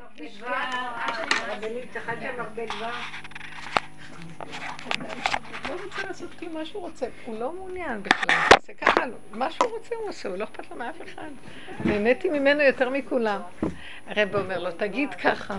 הרבנית, צחקתם הרבה דבר. הוא לא רוצה לעשות כלום מה שהוא רוצה, הוא לא מעוניין בכלל, זה ככה, מה שהוא רוצה הוא עושה, הוא לא אכפת לו מאף אחד. נהניתי ממנו יותר מכולם. הרב אומר לו, תגיד ככה.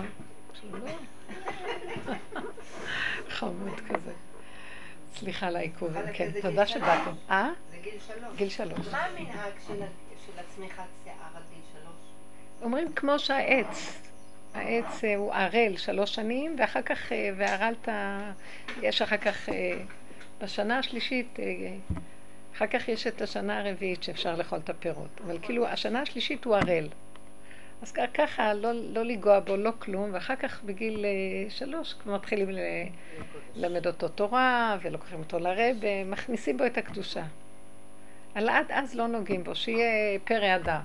חמוד כזה. סליחה על העיכוב, כן, תודה שבאתם. זה גיל 3. גיל 3. מה המנהג של הצמיחת שיער עד גיל 3? אומרים כמו שהעץ. העץ הוא ערל 3 שנים, ואחר כך, וערלת, יש אחר כך, בשנה השלישית, אחר כך יש את השנה הרביעית שאפשר לאכול את הפירות. אבל כאילו, השנה השלישית הוא ערל. אז ככה, לא לגוע בו, לא כלום, ואחר כך בגיל 3 כבר מתחילים ללמד אותו תורה, ולוקחים אותו לרב, מכניסים בו את הקדושה. אבל עד אז לא נוגעים בו, שיהיה פרא אדם.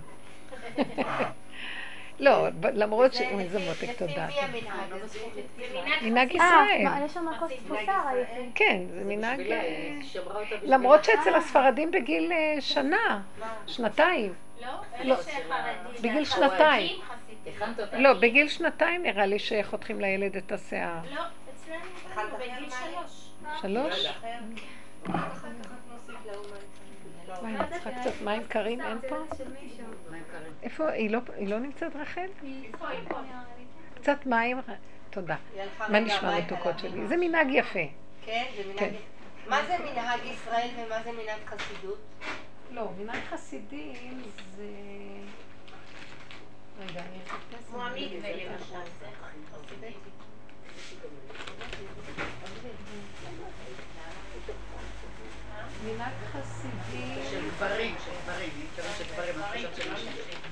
לא, למרות שהוא איזה מותק תודה. מנהג ישראל. יש שם כוס תפוסה, ראיתי. כן, זה מנהג... למרות שאצל הספרדים בגיל שנה, שנתיים. לא, בגיל 2. לא, בגיל 2 נראה לי שחותכים לילד את השיער. לא, אצלנו בגיל 3. 3? וואי, אני צריכה קצת מים קרים, אין פה? איפה? היא לא נמצאת רחל? קצת מים? תודה. מה נשמע מתוקות שלי? זה מנהג יפה. כן, זה מנהג יפה. מה זה מנהג ישראל ומה זה מנהג חסידות? לא, מנהג חסידים זה... רגע, אני אחפש... כמו המקווה למשל, זה חסידי. מנהג חסידי... של גברים, של גברים, אני חושבת של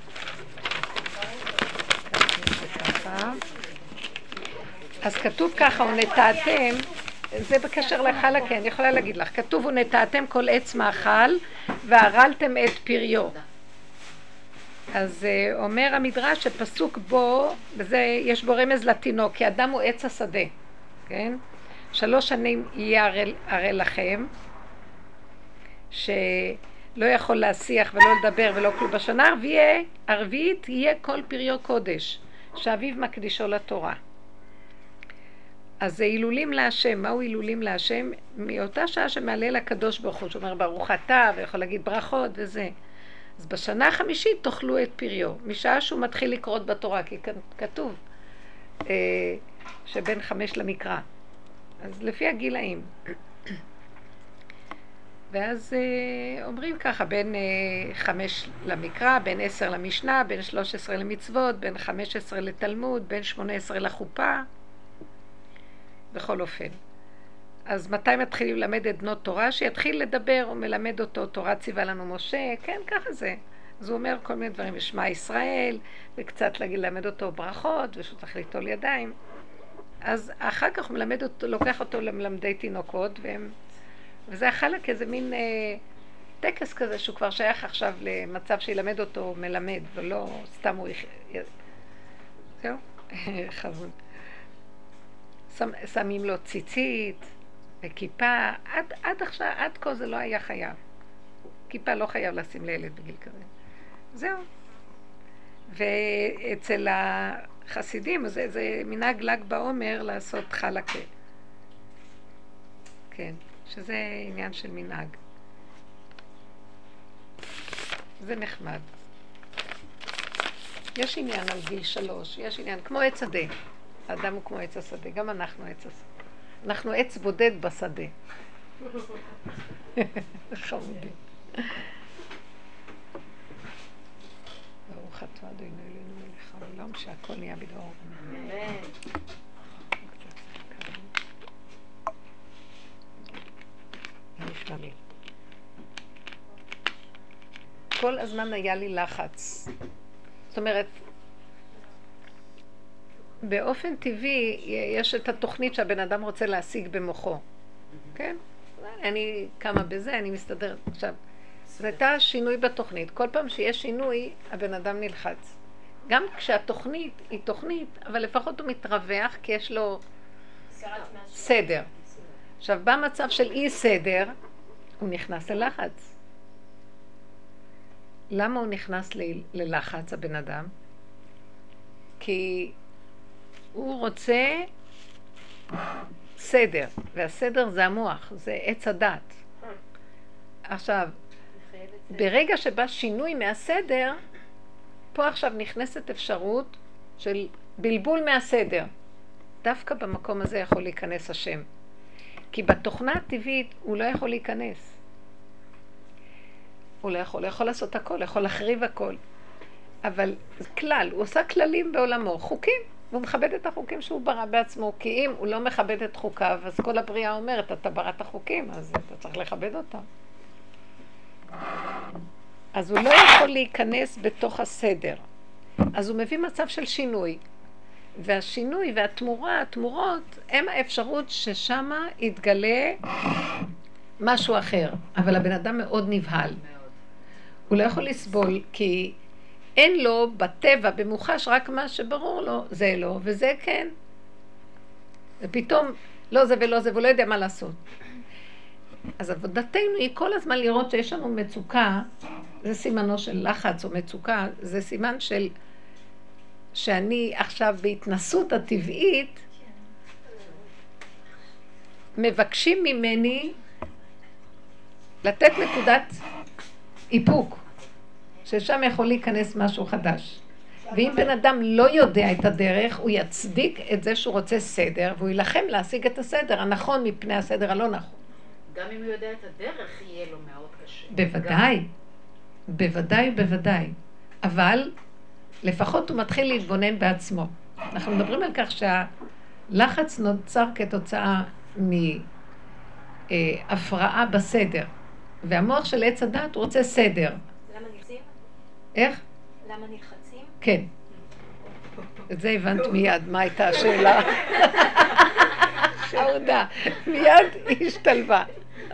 אז כתוב ככה, ונטעתם, זה בקשר לחלקה, אני יכולה להגיד לך, כתוב ונטעתם כל עץ מאכל והרלתם את פריו. אז אומר המדרש שפסוק בו, וזה יש בו רמז לתינוק, כי אדם הוא עץ השדה, כן? 3 שנים יהיה ערל לכם, שלא יכול להשיח ולא לדבר ולא כלום. בשנה הרביעית יהיה כל פריו קודש, שאביו מקדישו לתורה. אז זה הילולים להשם. מהו הילולים להשם? מאותה שעה שמעלה לקדוש ברוך הוא, שאומר ברוך אתה, ויכול להגיד ברכות וזה. אז בשנה החמישית תאכלו את פריו, משעה שהוא מתחיל לקרות בתורה, כי כתוב שבין 5 למקרא. אז לפי הגילאים. ואז אומרים ככה, בין 5 למקרא, בין 10 למשנה, בין 13 למצוות, בין 15 לתלמוד, בין 18 לחופה, בכל אופן. אז מתי מתחילים ללמד את בנות תורה? שיתחיל לדבר, הוא מלמד אותו, תורה ציווה לנו משה, כן, ככה זה. אז הוא אומר כל מיני דברים, ושמע ישראל, וקצת ללמד אותו ברכות, ושהוא צריך ליטול ידיים. אז אחר כך הוא מלמד אותו, לוקח אותו למלמדי תינוקות, וזה החלק איזה מין טקס כזה, שהוא כבר שייך עכשיו למצב שילמד אותו מלמד, ולא סתם הוא זהו, חבוד. שמים לו ציצית וכיפה, עד עכשיו, עד כה זה לא היה חייב. כיפה לא חייב לשים לילד בגיל כזה. זהו. ואצל החסידים, זה מנהג ל"ג בעומר לעשות חלקה. כן, שזה עניין של מנהג. זה נחמד. יש עניין על גיל 3, יש עניין כמו עץ שדה. האדם הוא כמו עץ השדה, גם אנחנו עץ השדה. אנחנו עץ בודד בשדה. חמודי. ברוך אתה אדוני אלוהינו מלך העולם שהכל נהיה בדברו. אמן. נשמע לי. כל הזמן היה לי לחץ. זאת אומרת, באופן טבעי יש את התוכנית שהבן אדם רוצה להשיג במוחו. כן? אני קמה בזה, אני מסתדרת. עכשיו, זה הייתה שינוי בתוכנית. כל פעם שיש שינוי, הבן אדם נלחץ. גם כשהתוכנית היא תוכנית, אבל לפחות הוא מתרווח, כי יש לו סדר. עכשיו, במצב של אי סדר, הוא נכנס ללחץ. למה הוא נכנס ללחץ, הבן אדם? כי הוא רוצה סדר, והסדר זה המוח, זה עץ הדת. עכשיו, ברגע שבא שינוי מהסדר, פה עכשיו נכנסת אפשרות של בלבול מהסדר. דווקא במקום הזה יכול להיכנס השם. כי בתוכנה הטבעית הוא לא יכול להיכנס. הוא לא יכול לעשות הכל, יכול להחריב הכל. אבל כלל, הוא עושה כללים בעולמו, חוקים, והוא מכבד את החוקים שהוא ברא בעצמו, כי אם הוא לא מכבד את חוקיו, אז כל הבריאה אומרת, אתה בראת החוקים, אז אתה צריך לכבד אותם. אז הוא לא יכול להיכנס בתוך הסדר. אז הוא מביא מצב של שינוי. והשינוי התמורות, הם האפשרות ששמה יתגלה משהו אחר. אבל הבן אדם מאוד נבהל. הוא לא יכול לסבול, כי אין לו בטבע, במוחש, רק מה שברור לו, זה לא, וזה כן. ופתאום לא זה ולא זה, והוא לא יודע מה לעשות. אז עבודתנו היא כל הזמן לראות שיש לנו מצוקה, זה סימנו של לחץ או מצוקה, זה סימן של שאני עכשיו בהתנסות הטבעית, מבקשים ממני לתת נקודת איפוק, ששם יכול להיכנס משהו חדש. ואם בן אדם לא יודע את הדרך, הוא יצדיק את זה שהוא רוצה סדר, והוא ילחם להשיג את הסדר הנכון מפני הסדר הלא נכון. גם אם הוא יודע את הדרך, יהיה לו מאוד קשה. בוודאי, בוודאי. אבל לפחות הוא מתחיל להתבונן בעצמו. אנחנו מדברים על כך שהלחץ נוצר כתוצאה מהפרעה בסדר. והמוח של עץ הדת רוצה סדר. למה נלחצים? איך? למה נלחצים? כן. את זה הבנת מיד, מה הייתה השאלה? שעודה, מיד היא השתלבה.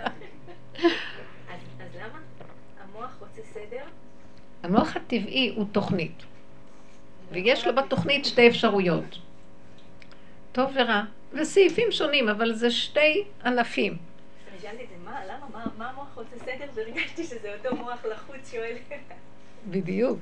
אז למה? המוח רוצה סדר? המוח הטבעי הוא תוכנית. ויש לו בתוכנית שתי אפשרויות. טוב ורע. וסעיפים שונים, אבל זה שתי ענפים. אני שאלתי את זה, מה המוח רוצה סדר? והרגשתי שזה אותו מוח לחוץ שואל. בדיוק.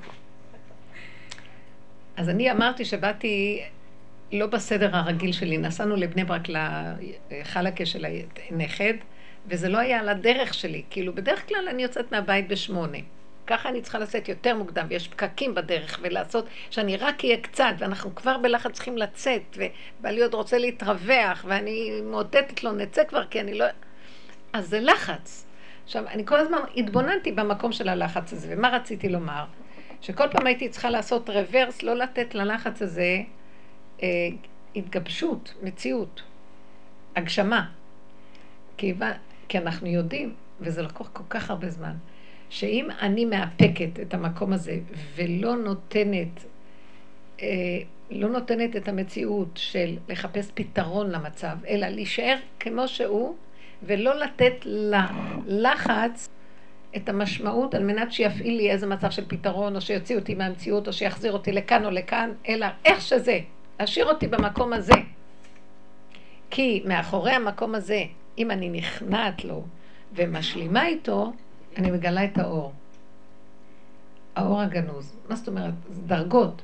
אז אני אמרתי שבאתי לא בסדר הרגיל שלי, נסענו לבני ברק לחלקה של הנכד, וזה לא היה על הדרך שלי, כאילו בדרך כלל אני יוצאת מהבית ב8, ככה אני צריכה לצאת יותר מוקדם, ויש פקקים בדרך, ולעשות שאני רק אהיה קצת, ואנחנו כבר בלחץ צריכים לצאת, ובעלי עוד רוצה להתרווח, ואני מאותתת לו, נצא כבר, כי אני לא... אז זה לחץ. עכשיו, אני כל הזמן התבוננתי במקום של הלחץ הזה, ומה רציתי לומר? שכל פעם הייתי צריכה לעשות רוורס, לא לתת ללחץ הזה התגבשות, מציאות, הגשמה. כי אנחנו יודעים, וזה לקח כל כך הרבה זמן, שאם אני מאפקת את המקום הזה ולא נותנת את המציאות של לחפש פתרון למצב, אלא להישאר כמו שהוא, ולא לתת ללחץ את המשמעות על מנת שיפעיל לי איזה מצב של פתרון, או שיוציא אותי מהמציאות, או שיחזיר אותי לכאן או לכאן, אלא איך שזה, להשאיר אותי במקום הזה. כי מאחורי המקום הזה, אם אני נכנעת לו ומשלימה איתו, אני מגלה את האור. האור הגנוז. מה זאת אומרת? זה דרגות.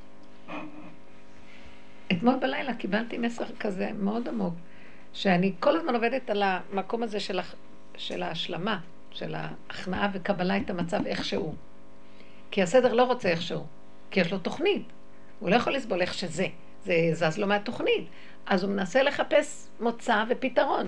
אתמול בלילה קיבלתי מסר כזה מאוד עמוק, שאני כל הזמן עובדת על המקום הזה של ההשלמה, של ההכנעה וקבלה את המצב איכשהו. כי הסדר לא רוצה איכשהו, כי יש לו תוכנית. הוא לא יכול לסבול איך שזה. זה זז לו מהתוכנית. אז הוא מנסה לחפש מוצא ופתרון.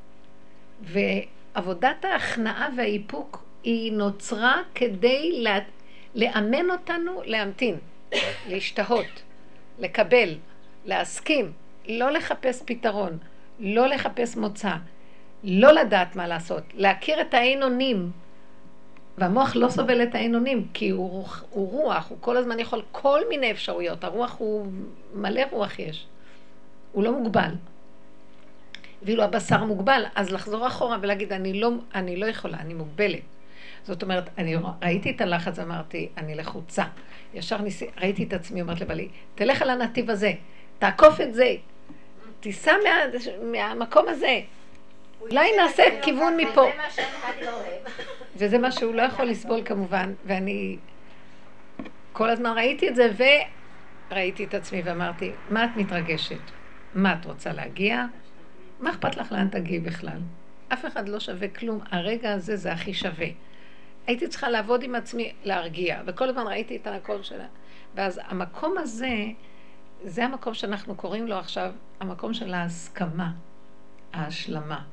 ועבודת ההכנעה והאיפוק היא נוצרה כדי לאמן אותנו להמתין, להשתהות, לקבל, להסכים, לא לחפש פתרון, לא לחפש מוצא, לא לדעת מה לעשות, להכיר את האין-אונים. והמוח לא סובל את האין-אונים, כי הוא רוח, הוא כל הזמן יכול כל מיני אפשרויות. הרוח הוא מלא רוח יש. הוא לא מוגבל. ואילו הבשר מוגבל, אז לחזור אחורה ולהגיד, אני לא יכולה, אני מוגבלת. זאת אומרת, אני ראיתי את הלחץ, אמרתי, אני לחוצה. ישר ראיתי את עצמי, אומרת לבעלי, תלך על הנתיב הזה, תעקוף את זה, תיסע מהמקום הזה. אולי נעשה כיוון מפה. זה מה שאני לא אוהב. וזה מה שהוא לא יכול לסבול כמובן, ואני כל הזמן ראיתי את זה, ראיתי את עצמי ואמרתי, מה את מתרגשת? מה את רוצה להגיע? מה אכפת לך לאן תגיעי בכלל? אף אחד לא שווה כלום, הרגע הזה זה הכי שווה. הייתי צריכה לעבוד עם עצמי, להרגיע, וכל הזמן ראיתי את הקול שלה. ואז המקום הזה, זה המקום שאנחנו קוראים לו עכשיו, המקום של ההסכמה, ההשלמה.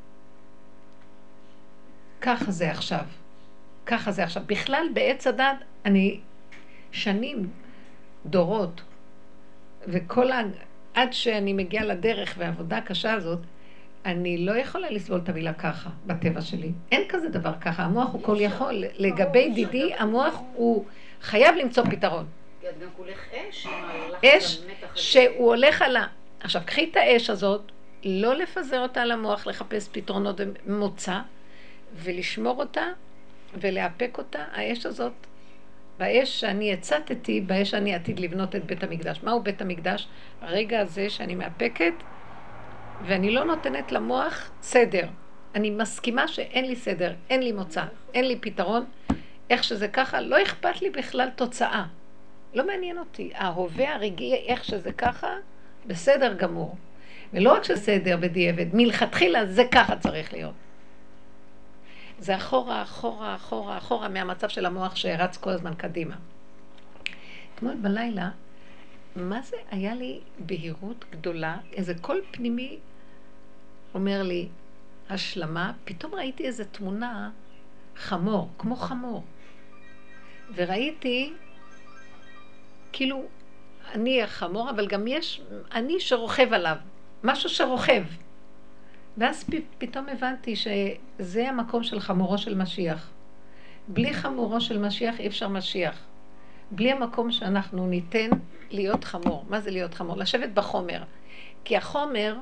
ככה זה עכשיו. ככה זה עכשיו. בכלל, בעץ הדת, אני שנים, דורות, עד שאני מגיעה לדרך והעבודה הקשה הזאת, אני לא יכולה לסבול את המילה ככה, בטבע שלי. אין כזה דבר ככה. המוח הוא כל יכול. לגבי דידי, המוח הוא חייב למצוא פתרון. את גם כולך אש? אש שהוא הולך על עכשיו, קחי את האש הזאת, לא לפזר אותה על המוח, לחפש פתרונות ומוצא, ולשמור אותה, ולהפק אותה. האש הזאת, באש שאני הצטתי, באש שאני עתיד לבנות את בית המקדש. מהו בית המקדש? הרגע הזה שאני מאפקת, ואני לא נותנת למוח סדר. אני מסכימה שאין לי סדר, אין לי מוצא, אין לי פתרון. איך שזה ככה, לא אכפת לי בכלל תוצאה. לא מעניין אותי. ההווה הרגעי, איך שזה ככה, בסדר גמור. ולא רק שסדר בדיעבד, מלכתחילה זה ככה צריך להיות. זה אחורה, אחורה, אחורה, אחורה מהמצב של המוח שרץ כל הזמן קדימה. אתמול בלילה, מה זה היה לי בהירות גדולה, איזה קול פנימי אומר לי, השלמה, פתאום ראיתי איזו תמונה חמור, כמו חמור. וראיתי, כאילו, אני החמור, אבל גם יש אני שרוכב עליו, משהו שרוכב. ואז פתאום הבנתי שזה המקום של חמורו של משיח. בלי חמורו של משיח אי אפשר משיח. בלי המקום שאנחנו ניתן להיות חמור. מה זה להיות חמור? לשבת בחומר. כי החומר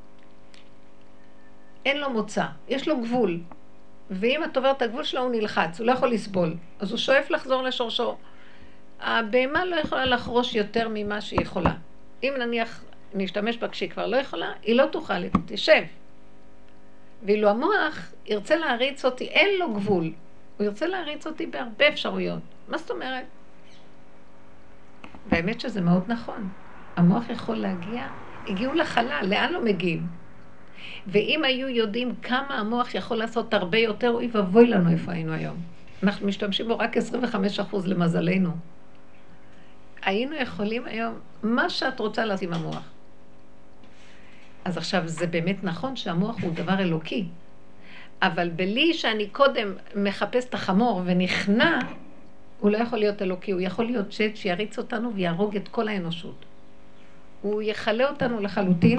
אין לו מוצא, יש לו גבול. ואם את עוברת את הגבול שלו הוא נלחץ, הוא לא יכול לסבול. אז הוא שואף לחזור לשורשו. הבהמה לא יכולה לחרוש יותר ממה שהיא יכולה. אם נניח נשתמש בה כשהיא כבר לא יכולה, היא לא תוכל, תשב. ואילו המוח ירצה להריץ אותי, אין לו גבול. הוא ירצה להריץ אותי בהרבה אפשרויות. מה זאת אומרת? והאמת שזה מאוד נכון. המוח יכול להגיע, הגיעו לחלל, לאן לא מגיעים? ואם היו יודעים כמה המוח יכול לעשות הרבה יותר, אוי ואבוי לנו איפה היינו היום. אנחנו משתמשים בו רק 25% למזלנו. היינו יכולים היום, מה שאת רוצה לעשות עם המוח. אז עכשיו זה באמת נכון שהמוח הוא דבר אלוקי, אבל בלי שאני קודם מחפש את החמור ונכנע, הוא לא יכול להיות אלוקי, הוא יכול להיות שט שיריץ אותנו ויהרוג את כל האנושות. הוא יחלה אותנו לחלוטין.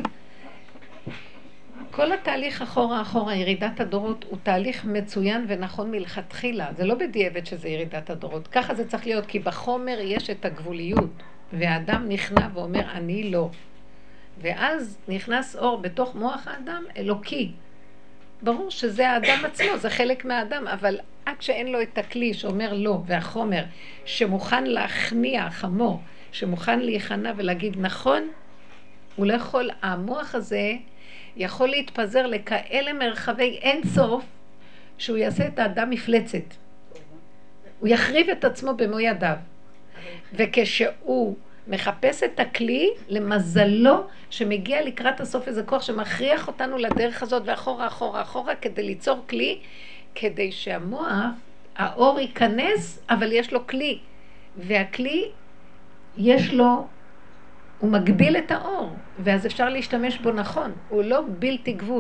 כל התהליך אחורה, ירידת הדורות, הוא תהליך מצוין ונכון מלכתחילה. זה לא בדיעבד שזה ירידת הדורות. ככה זה צריך להיות, כי בחומר יש את הגבוליות, והאדם נכנע ואומר, אני לא. ואז נכנס אור בתוך מוח האדם אלוקי. ברור שזה האדם עצמו, זה חלק מהאדם, אבל עד שאין לו את הכלי שאומר לא, והחומר שמוכן להכניע, חמור, שמוכן להיכנע ולהגיד נכון, הוא לא יכול, המוח הזה יכול להתפזר לכאלה מרחבי אין סוף, שהוא יעשה את האדם מפלצת. הוא יחריב את עצמו במו ידיו. וכשהוא מחפש את הכלי, למזלו שמגיע לקראת הסוף איזה כוח שמכריח אותנו לדרך הזאת ואחורה, אחורה, אחורה, כדי ליצור כלי, כדי שהמוח, האור ייכנס, אבל יש לו כלי. והכלי, יש לו, הוא מגביל את האור, ואז אפשר להשתמש בו נכון. הוא לא בלתי גבול.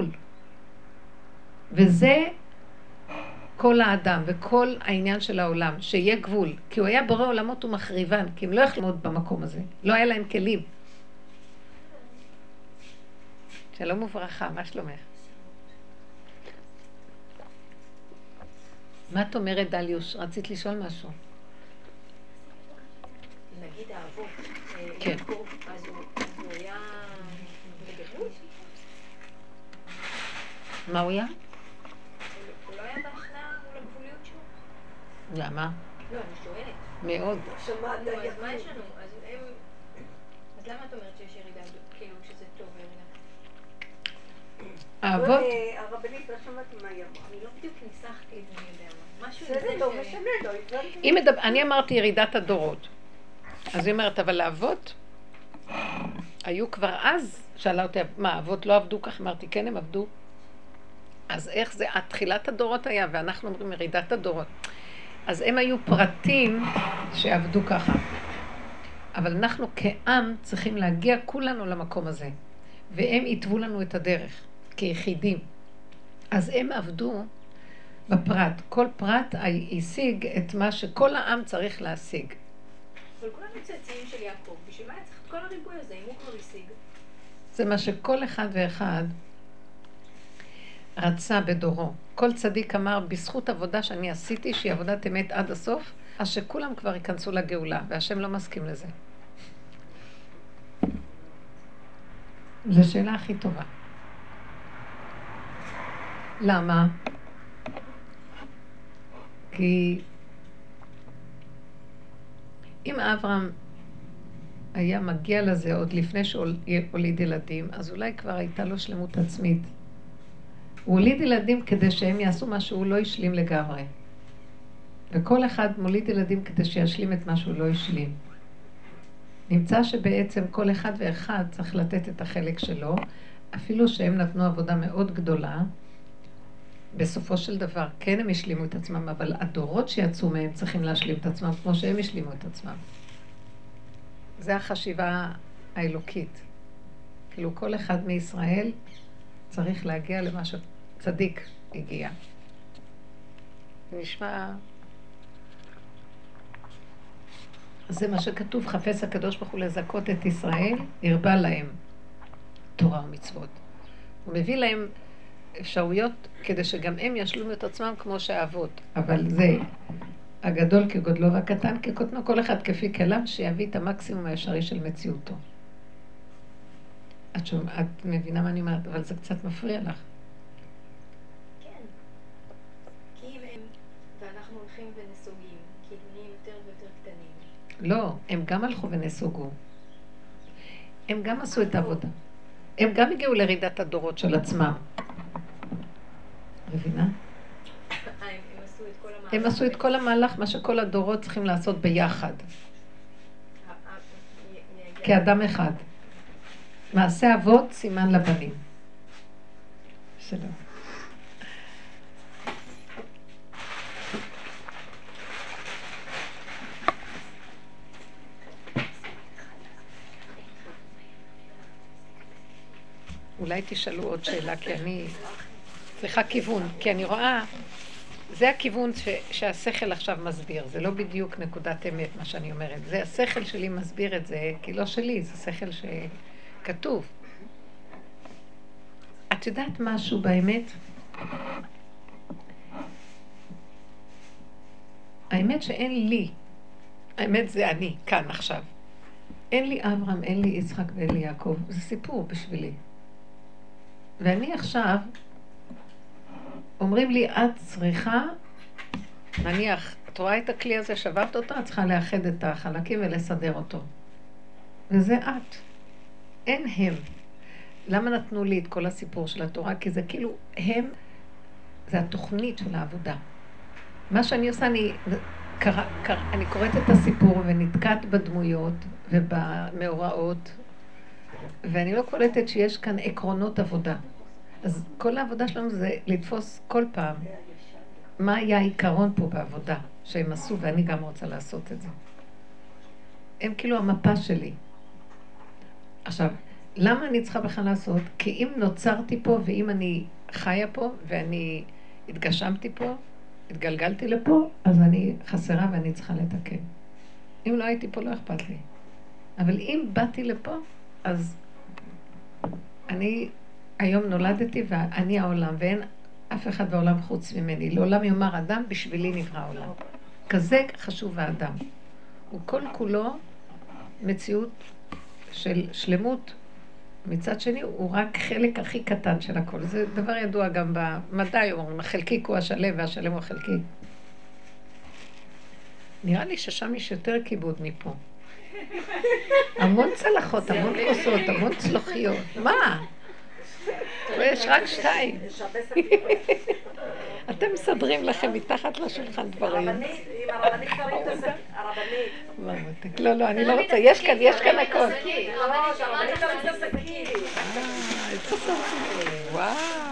וזה כל האדם וכל העניין של העולם, שיהיה גבול. כי הוא היה בורא עולמות ומחריבן, כי הם לא יכולים לעמוד במקום הזה. לא היה להם כלים. שלום וברכה, מה שלומך? מה את אומרת, דליוש? רצית לשאול משהו? נגיד האבות, כן. אז הוא היה בגלות? מה הוא היה? הוא לא היה בהכנעה מול הגבוליות שלו? למה? לא, אני שואלת. מאוד. שמעת נו, אז מה יש לנו? אז למה את אומרת שיש ירידה, כאילו שזה טוב ירידה? האבות? הרבנית, לא שמעתי מה היא אמרה. אני לא בדיוק ניסחתי את זה, אני יודע מה. משהו בסדר, עם לא זה משנה, לא הבנתי. אני אמרתי ירידת הדורות. אז היא אומרת, אבל האבות, היו כבר אז, שאלה אותי, מה, אבות לא עבדו כך? אמרתי, כן, הם עבדו. אז איך זה, תחילת הדורות היה, ואנחנו אומרים ירידת הדורות. אז הם היו פרטים שעבדו ככה. אבל אנחנו כעם צריכים להגיע כולנו למקום הזה. והם יתבו לנו את הדרך, כיחידים. אז הם עבדו בפרט. כל פרט השיג את מה שכל העם צריך להשיג. אבל כולם מצאצאים של יעקב. בשביל מה היה צריך את כל הריבוי הזה, אם הוא כבר השיג? זה מה שכל אחד ואחד רצה בדורו. כל צדיק אמר, בזכות עבודה שאני עשיתי, שהיא עבודת אמת עד הסוף, אז שכולם כבר ייכנסו לגאולה, והשם לא מסכים לזה. זו שאלה הכי טובה. למה? כי אם אברהם היה מגיע לזה עוד לפני שהוליד ילדים, אז אולי כבר הייתה לו שלמות עצמית. הוא הוליד ילדים כדי שהם יעשו מה שהוא לא השלים לגמרי. וכל אחד מוליד ילדים כדי שישלים את מה שהוא לא השלים. נמצא שבעצם כל אחד ואחד צריך לתת את החלק שלו, אפילו שהם נתנו עבודה מאוד גדולה, בסופו של דבר כן הם השלימו את עצמם, אבל הדורות שיצאו מהם צריכים להשלים את עצמם כמו שהם השלימו את עצמם. זה החשיבה האלוקית. כאילו כל אחד מישראל צריך להגיע למה שצדיק הגיע. נשמע... זה מה שכתוב, חפש הקדוש ברוך הוא לזכות את ישראל, הרבה להם תורה ומצוות. הוא מביא להם אפשרויות כדי שגם הם ישלמו את עצמם כמו שהאבות. אבל זה הגדול כגודלו והקטן כקוטנו, כל אחד כפי כלם שיביא את המקסימום האפשרי של מציאותו. את מבינה מה אני אומרת, אבל זה קצת מפריע לך. כן. כי אם הם, ואנחנו הולכים ונסוגים, כאילו נהיים יותר ויותר קטנים. לא, הם גם הלכו ונסוגו. הם גם עשו את העבודה. הם גם הגיעו לרעידת הדורות של עצמם. מבינה? הם עשו את כל המהלך, מה שכל הדורות צריכים לעשות ביחד. כאדם אחד. מעשה אבות, סימן לבנים. שלום. אולי תשאלו עוד שאלה, כי אני צריכה כיוון, כי אני רואה, זה הכיוון שהשכל עכשיו מסביר, זה לא בדיוק נקודת אמת מה שאני אומרת, זה השכל שלי מסביר את זה, כי לא שלי, זה שכל שכתוב. את יודעת משהו באמת? האמת שאין לי, האמת זה אני, כאן עכשיו. אין לי אברהם, אין לי יצחק ואין לי יעקב, זה סיפור בשבילי. ואני עכשיו, אומרים לי, את צריכה, נניח, את רואה את הכלי הזה, שברת אותו, את צריכה לאחד את החלקים ולסדר אותו. וזה את. אין הם. למה נתנו לי את כל הסיפור של התורה? כי זה כאילו, הם, זה התוכנית של העבודה. מה שאני עושה, אני קוראת את הסיפור ונתקעת בדמויות ובמאורעות, ואני לא קולטת שיש כאן עקרונות עבודה. אז כל העבודה שלנו זה לתפוס כל פעם מה היה העיקרון פה בעבודה שהם עשו, ואני גם רוצה לעשות את זה. הם כאילו המפה שלי. עכשיו, למה אני צריכה בכלל לעשות? כי אם נוצרתי פה, ואם אני חיה פה, ואני התגשמתי פה, התגלגלתי לפה, אז אני חסרה ואני צריכה לתקן. אם לא הייתי פה, לא אכפת לי. אבל אם באתי לפה, אז אני היום נולדתי ואני העולם, ואין אף אחד בעולם חוץ ממני. לעולם יאמר אדם, בשבילי נברא העולם. כזה חשוב האדם. הוא כל כולו מציאות של שלמות. מצד שני, הוא רק חלק הכי קטן של הכל. זה דבר ידוע גם במדע, אומרים, החלקיק הוא השלם והשלם הוא החלקיק. נראה לי ששם יש יותר כיבוד מפה. המון צלחות, המון כוסות, המון צלוחיות. מה? יש רק 2. אתם מסדרים לכם מתחת לשולחן דברים. הרבנית, עם הרבנית קוראים את הסכין. הרבנית. לא, אני לא רוצה, יש כאן הכל. לא, שהרבנית קוראים את הסכין. איזה סרטים. וואו.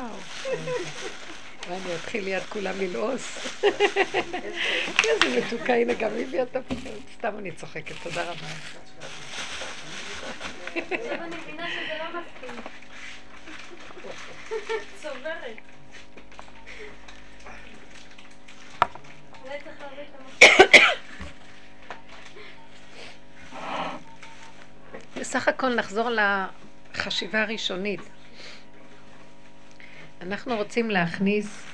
ואני אתחיל ליד כולם ללעוס. איזה מתוקה, הנה גם הביאה את הפעם. סתם אני צוחקת, תודה רבה. עכשיו אני מבינה שזה לא מסכים. צוברת. אולי צריך להביא את המסכים. בסך הכל נחזור לחשיבה הראשונית. אנחנו רוצים להכניס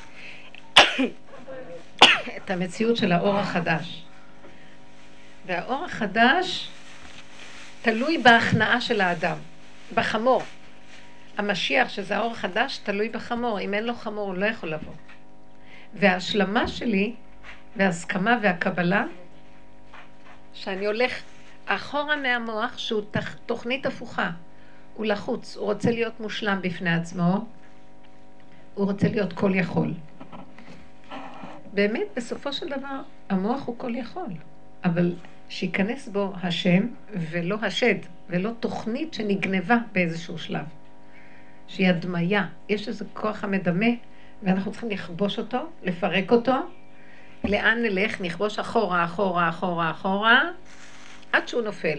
את המציאות של האור החדש. והאור החדש תלוי בהכנעה של האדם, בחמור. המשיח, שזה האור החדש, תלוי בחמור. אם אין לו חמור, הוא לא יכול לבוא. וההשלמה שלי, וההסכמה והקבלה, שאני הולך אחורה מהמוח, שהוא תוכנית הפוכה. הוא לחוץ, הוא רוצה להיות מושלם בפני עצמו, הוא רוצה להיות כל יכול. באמת, בסופו של דבר, המוח הוא כל יכול. אבל שיכנס בו השם ולא השד, ולא תוכנית שנגנבה באיזשהו שלב. שהיא הדמיה. יש איזה כוח המדמה, ואנחנו צריכים לכבוש אותו, לפרק אותו. לאן נלך? נכבוש אחורה, אחורה, אחורה, אחורה, עד שהוא נופל.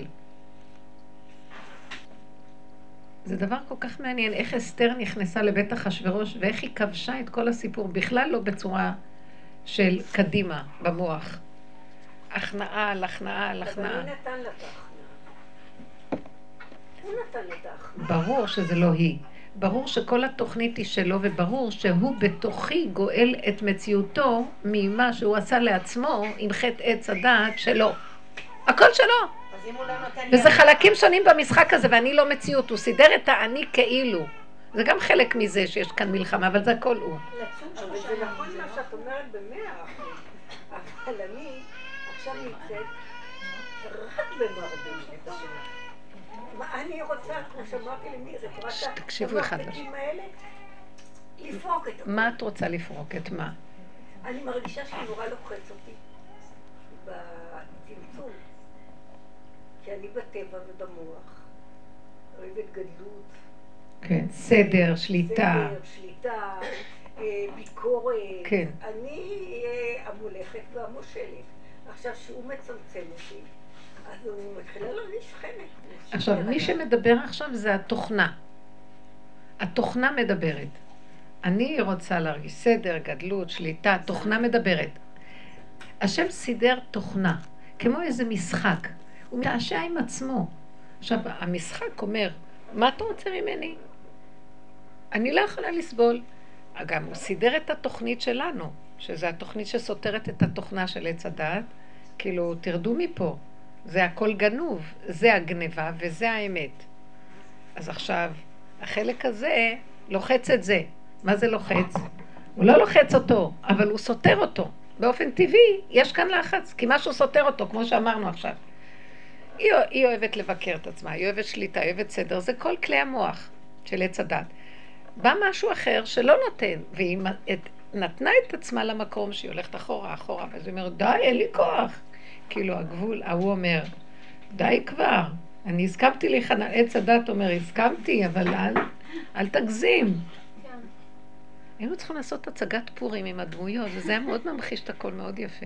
זה דבר כל כך מעניין, איך אסתר נכנסה לבית אחשוורוש, ואיך היא כבשה את כל הסיפור, בכלל לא בצורה של קדימה, במוח. הכנעה על הכנעה על הכנעה. אבל מי נתן לה את ההכנעה? הוא נתן לה את ההכנעה. ברור שזה לא היא. ברור שכל התוכנית היא שלו, וברור שהוא בתוכי גואל את מציאותו ממה שהוא עשה לעצמו עם חטא עץ הדעת שלו. הכל שלו. אז אם הוא לא נותן לי... וזה חלקים שונים במשחק הזה, ואני לא מציאות. הוא סידר את האני כאילו. זה גם חלק מזה שיש כאן מלחמה, אבל זה הכל הוא. אבל זה נכון מה שאת אומרת ב100%. אבל אני עכשיו נמצאת רק במרדים. מה אני רוצה, כמו שאמרתי למי, זה תורת תקשיבו אחד לשני. האלה, לפרוק את הכל. מה את רוצה לפרוק? את מה? אני מרגישה שנורא לוחץ אותי בצמצום. כי אני בטבע ובמוח, אוהבת גדלות. כן, סדר, שליטה. סדר, שליטה, ביקורת. כן. אני המולכת והמושלת. עכשיו שהוא מצמצם אותי, אז הוא מתחילה להרגיש חנק. עכשיו, מי שמדבר עכשיו זה התוכנה. התוכנה מדברת. אני רוצה להרגיש סדר, גדלות, שליטה, תוכנה מדברת. השם סידר תוכנה, כמו איזה משחק. הוא מתעשע עם עצמו. עכשיו, המשחק אומר, מה אתה רוצה ממני? אני לא יכולה לסבול. גם הוא סידר את התוכנית שלנו, שזו התוכנית שסותרת את התוכנה של עץ הדעת. כאילו, תרדו מפה. זה הכל גנוב, זה הגניבה וזה האמת. אז עכשיו, החלק הזה לוחץ את זה. מה זה לוחץ? הוא לא לוחץ אותו, אבל הוא סותר אותו. באופן טבעי, יש כאן לחץ, כי משהו סותר אותו, כמו שאמרנו עכשיו. היא אוהבת לבקר את עצמה, היא אוהבת שליטה, היא אוהבת סדר, זה כל כלי המוח של עץ הדת. בא משהו אחר שלא נותן, והיא נתנה את עצמה למקום שהיא הולכת אחורה, אחורה, ואז היא אומרת, די, אין לי כוח. כאילו הגבול, הוא אומר, די כבר, אני הסכמתי להיכנע, עץ הדת אומר, הסכמתי, אבל אל תגזים. היינו צריכים לעשות הצגת פורים עם הדמויות, וזה היה מאוד ממחיש את הכל מאוד יפה.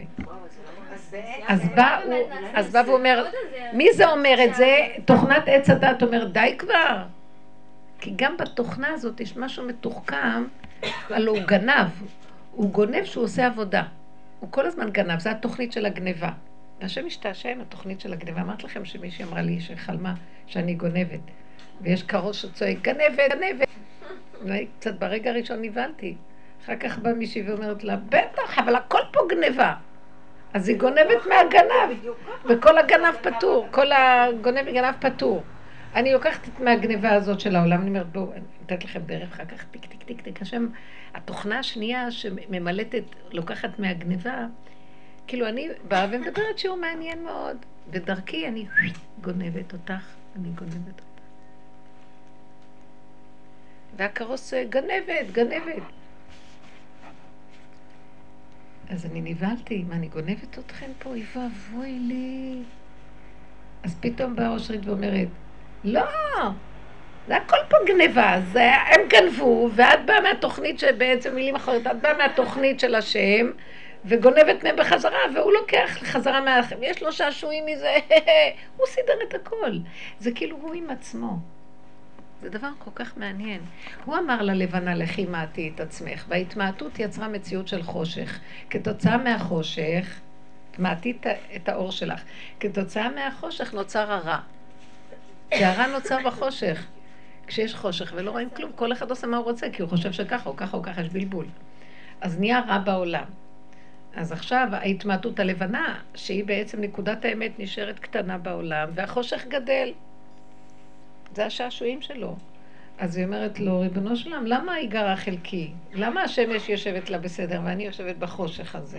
אז בא והוא אומר, מי זה אומר את זה? תוכנת עץ הדת אומר, די כבר. כי גם בתוכנה הזאת יש משהו מתוחכם, הלוא הוא גנב. הוא גונב שהוא עושה עבודה. הוא כל הזמן גנב, זה התוכנית של הגניבה. והשם משתעשע עם התוכנית של הגניבה. אמרת לכם שמישהי אמרה לי שחלמה שאני גונבת. ויש קרוש שצועק, גנבת, גנבת. קצת ברגע הראשון נבלתי. אחר כך בא מישהי ואומרת לה, בטח, אבל הכל פה גניבה. אז היא גונבת מהגנב. וכל הגנב פטור. כל הגנב פטור. אני לוקחת את מהגניבה הזאת של העולם, אני אומרת, בואו, אני נתת לכם דרך, אחר כך טיק, טיק, טיק, טיק, השם, התוכנה השנייה שממלטת, לוקחת מהגניבה, כאילו אני באה ומדברת שהוא מעניין מאוד, ודרכי אני גונבת אותך, אני גונבת אותך. והקרוס גנבת, גנבת. אז אני נבהלתי, מה, אני גונבת אתכם פה? אוי ואבוי לי. אז פתאום באה אושרית ואומרת, לא, זה הכל פה גניבה, הם גנבו, ואת באה מהתוכנית שבעצם מילים אחרות, את באה מהתוכנית של השם, וגונבת מהם בחזרה, והוא לוקח חזרה מהלכם, יש לו שעשועים מזה, הוא סידר את הכל. זה כאילו הוא עם עצמו. זה דבר כל כך מעניין. הוא אמר ללבנה, לכי מעטי את עצמך, וההתמעטות יצרה מציאות של חושך. כתוצאה מהחושך, מעטי את האור שלך, כתוצאה מהחושך נוצר הרע. והרע נוצר בחושך. כשיש חושך ולא רואים כלום, כל אחד עושה מה הוא רוצה, כי הוא חושב שככה או ככה או ככה יש בלבול. אז נהיה רע בעולם. אז עכשיו ההתמעטות הלבנה, שהיא בעצם נקודת האמת נשארת קטנה בעולם, והחושך גדל. זה השעשועים שלו. אז היא אומרת לו, ריבונו שלם, למה היא גרה חלקי? למה השמש יושבת לה בסדר ואני יושבת בחושך הזה?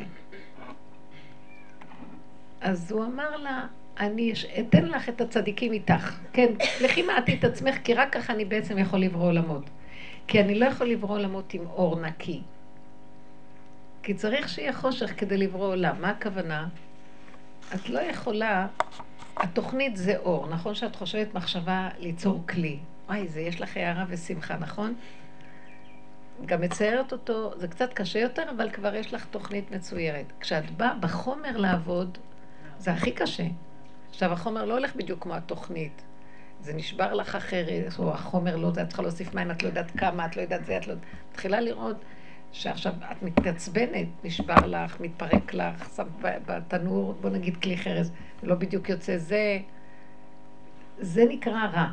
אז הוא אמר לה, אני אתן לך את הצדיקים איתך. כן, לכי מעטי את עצמך, כי רק ככה אני בעצם יכול לברוא עולמות. כי אני לא יכול לברוא עולמות עם אור נקי. כי צריך שיהיה חושך כדי לברוא עולם. מה הכוונה? את לא יכולה, התוכנית זה אור. נכון שאת חושבת מחשבה ליצור כלי. וואי, זה יש לך הערה ושמחה, נכון? גם מציירת אותו, זה קצת קשה יותר, אבל כבר יש לך תוכנית מצוירת. כשאת באה בחומר לעבוד, זה הכי קשה. עכשיו, החומר לא הולך בדיוק כמו התוכנית. זה נשבר לך אחרת, או החומר לא, את צריכה להוסיף מים, את לא יודעת כמה, את לא יודעת זה, את לא... מתחילה לראות שעכשיו את מתעצבנת, נשבר לך, מתפרק לך, שם בתנור, בוא נגיד כלי חרס, לא בדיוק יוצא זה. זה נקרא רע.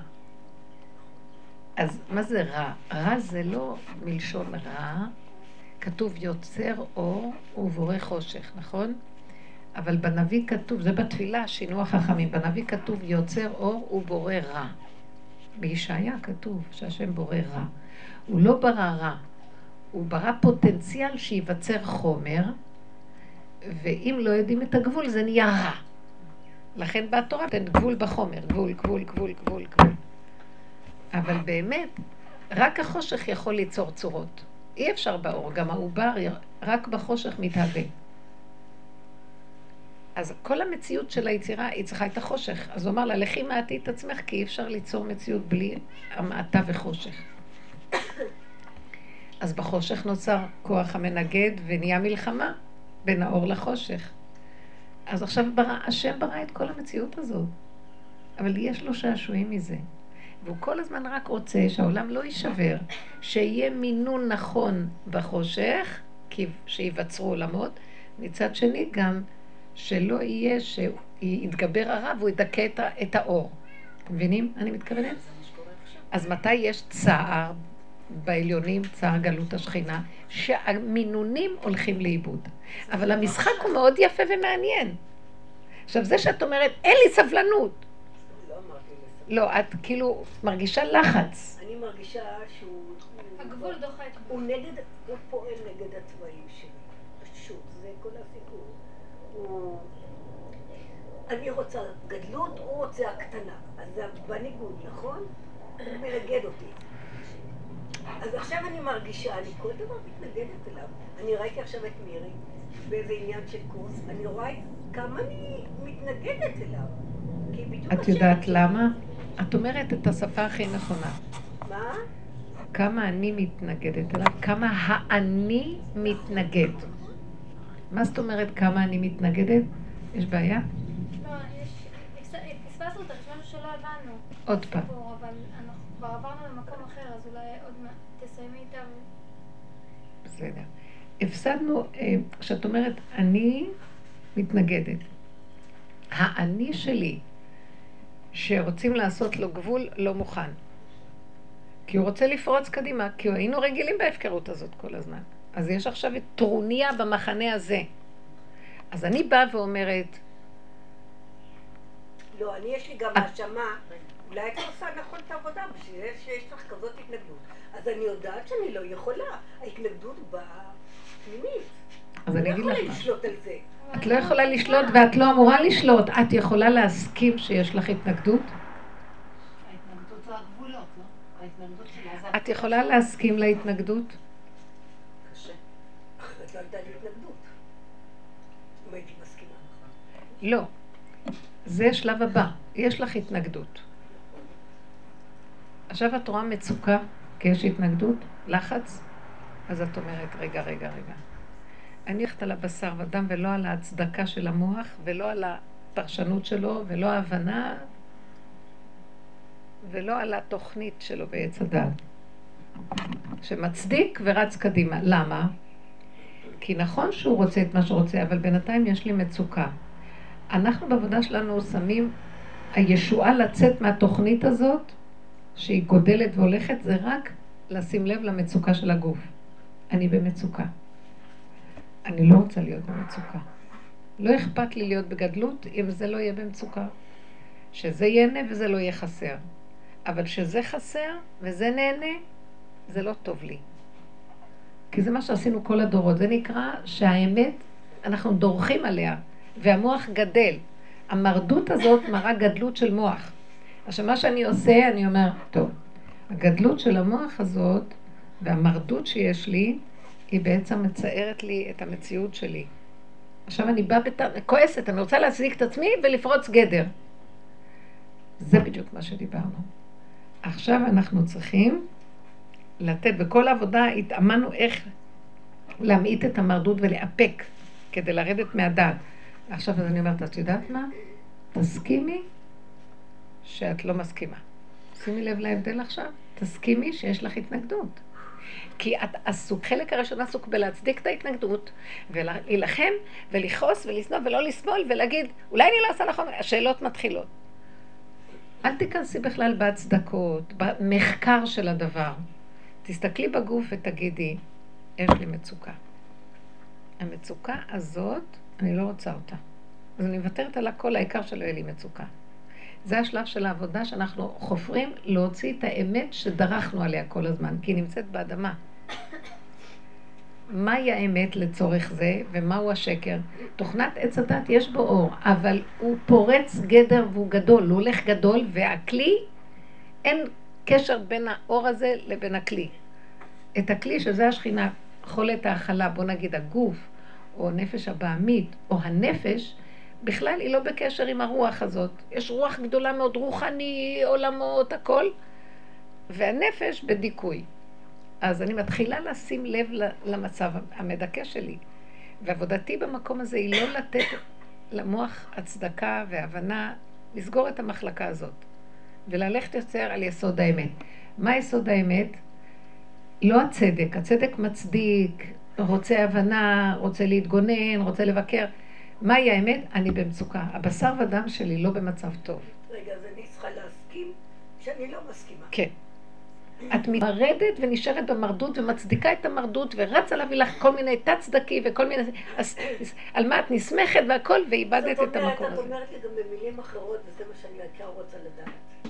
אז מה זה רע? רע זה לא מלשון רע, כתוב יוצר אור ובורא חושך, נכון? אבל בנביא כתוב, זה בתפילה, שינו החכמים, בנביא כתוב יוצר אור ובורא רע. בישעיה כתוב שהשם בורא רע. הוא לא ברא רע, הוא ברא פוטנציאל שיווצר חומר, ואם לא יודעים את הגבול זה נהיה רע. לכן בתורה תן גבול בחומר, גבול, גבול, גבול, גבול, גבול. אבל באמת, רק החושך יכול ליצור צורות. אי אפשר באור, גם העובר רק בחושך מתהווה. אז כל המציאות של היצירה היא צריכה את החושך. אז הוא אמר לה, לכי מעטי את עצמך, כי אי אפשר ליצור מציאות בלי המעטה וחושך. אז בחושך נוצר כוח המנגד ונהיה מלחמה בין האור לחושך. אז עכשיו השם ברא את כל המציאות הזאת. אבל יש לו שעשועים מזה. והוא כל הזמן רק רוצה שהעולם לא יישבר, שיהיה מינון נכון בחושך, שיווצרו עולמות, מצד שני גם שלא יהיה שיתגבר הרע והוא ידכא את האור. אתם מבינים? אני מתכוונת? אז מתי יש צער בעליונים, צער גלות השכינה, שהמינונים הולכים לאיבוד. אבל המשחק הוא מאוד יפה ומעניין. עכשיו זה שאת אומרת, אין לי סבלנות. לא, את כאילו מרגישה לחץ. אני מרגישה שהוא... הגבול דוחה את הוא נגד, הוא פועל נגד הצבעים שלי. פשוט, זה כל הסיפור. אני רוצה גדלות, הוא רוצה הקטנה. אז זה בניגוד, נכון? הוא מנגד אותי. אז עכשיו אני מרגישה, אני כל דבר מתנגדת אליו. אני ראיתי עכשיו את מירי באיזה עניין של קורס, אני רואה כמה אני מתנגדת אליו. את יודעת למה? את אומרת את השפה הכי נכונה. מה? כמה אני מתנגדת אליו, כמה האני מתנגד. מה זאת אומרת כמה אני מתנגדת? יש בעיה? לא, הספסנו אותך, משהו שלא הבנו. עוד פעם. אבל אנחנו כבר עברנו למקום אחר, אז אולי עוד מעט תסיימי איתה. בסדר. הפסדנו, כשאת אומרת אני מתנגדת. האני שלי, שרוצים לעשות לו גבול, לא מוכן. כי הוא רוצה לפרוץ קדימה, כי היינו רגילים בהפקרות הזאת כל הזמן. אז יש עכשיו טרוניה במחנה הזה. אז אני באה ואומרת... לא, יש לי גם האשמה, אולי את עושה נכון את העבודה, בשביל שיש לך כזאת התנגדות. אז אני יודעת שאני לא יכולה. ההתנגדות באה פנימית. אז אני אגיד לך מה. אני לא יכולה לשלוט על זה. את לא יכולה לשלוט ואת לא אמורה לשלוט. את יכולה להסכים שיש לך התנגדות? ההתנגדות זה הגבולות, לא? ההתנגדות שלה זה... את יכולה להסכים להתנגדות? קשה. את לא הייתה לי התנגדות. אם הייתי מסכימה. לא. זה שלב הבא. יש לך התנגדות. עכשיו את רואה מצוקה, כי יש התנגדות, לחץ, אז את אומרת, רגע. אני הולכת על הבשר ודם ולא על ההצדקה של המוח, ולא על הפרשנות שלו, ולא ההבנה, ולא על התוכנית שלו בעץ הדעת. שמצדיק ורץ קדימה. למה? כי נכון שהוא רוצה את מה שרוצה, אבל בינתיים יש לי מצוקה. אנחנו בעבודה שלנו שמים, הישועה לצאת מהתוכנית הזאת, שהיא גודלת והולכת, זה רק לשים לב למצוקה של הגוף. אני במצוקה. אני לא רוצה להיות במצוקה. לא אכפת לי להיות בגדלות אם זה לא יהיה במצוקה. שזה ייהנה וזה לא יהיה חסר. אבל שזה חסר וזה נהנה, זה לא טוב לי. כי זה מה שעשינו כל הדורות. זה נקרא שהאמת, אנחנו דורכים עליה, והמוח גדל. המרדות הזאת מראה גדלות של מוח. עכשיו מה שאני עושה, אני אומר, טוב, הגדלות של המוח הזאת והמרדות שיש לי, היא בעצם מצערת לי את המציאות שלי. עכשיו אני באה כועסת, אני רוצה להצדיק את עצמי ולפרוץ גדר. זה בדיוק מה שדיברנו. עכשיו אנחנו צריכים לתת, בכל העבודה התאמנו איך להמעיט את המרדות ולאפק כדי לרדת מהדעת. עכשיו אז אני אומרת, את יודעת מה? תסכימי שאת לא מסכימה. שימי לב להבדל עכשיו. תסכימי שיש לך התנגדות. כי את עסוק, חלק הראשון עסוק בלהצדיק את ההתנגדות, ולהילחם ולכעוס ולסנוע ולא לסבול ולהגיד, אולי אני לא עושה נכון, השאלות מתחילות. אל תיכנסי בכלל בהצדקות, במחקר של הדבר. תסתכלי בגוף ותגידי, יש לי מצוקה. המצוקה הזאת, אני לא רוצה אותה. אז אני מוותרת על הכל, העיקר שלא יהיה לי מצוקה. זה השלב של העבודה שאנחנו חופרים להוציא את האמת שדרכנו עליה כל הזמן, כי היא נמצאת באדמה. מהי האמת לצורך זה ומהו השקר? תוכנת עץ הדת יש בו אור, אבל הוא פורץ גדר והוא גדול, הוא הולך גדול, והכלי, אין קשר בין האור הזה לבין הכלי. את הכלי שזה השכינה, חולת האכלה, בוא נגיד הגוף, או נפש הבעמית, או הנפש, בכלל היא לא בקשר עם הרוח הזאת. יש רוח גדולה מאוד, רוחני, עולמות, הכל. והנפש בדיכוי. אז אני מתחילה לשים לב למצב המדכא שלי. ועבודתי במקום הזה היא לא לתת למוח הצדקה והבנה, לסגור את המחלקה הזאת. וללכת יותר על יסוד האמת. מה יסוד האמת? לא הצדק. הצדק מצדיק, רוצה הבנה, רוצה להתגונן, רוצה לבקר. מהי האמת? אני במצוקה. הבשר ודם שלי לא במצב טוב. רגע, אז אני צריכה להסכים שאני לא מסכימה. כן. את מתמרדת ונשארת במרדות ומצדיקה את המרדות ורצה להביא לך כל מיני תת-צדקי וכל מיני... אז על מה את נסמכת והכל ואיבדת את המקום הזה. זאת אומרת לי גם במילים אחרות, וזה מה שאני בעיקר רוצה לדעת,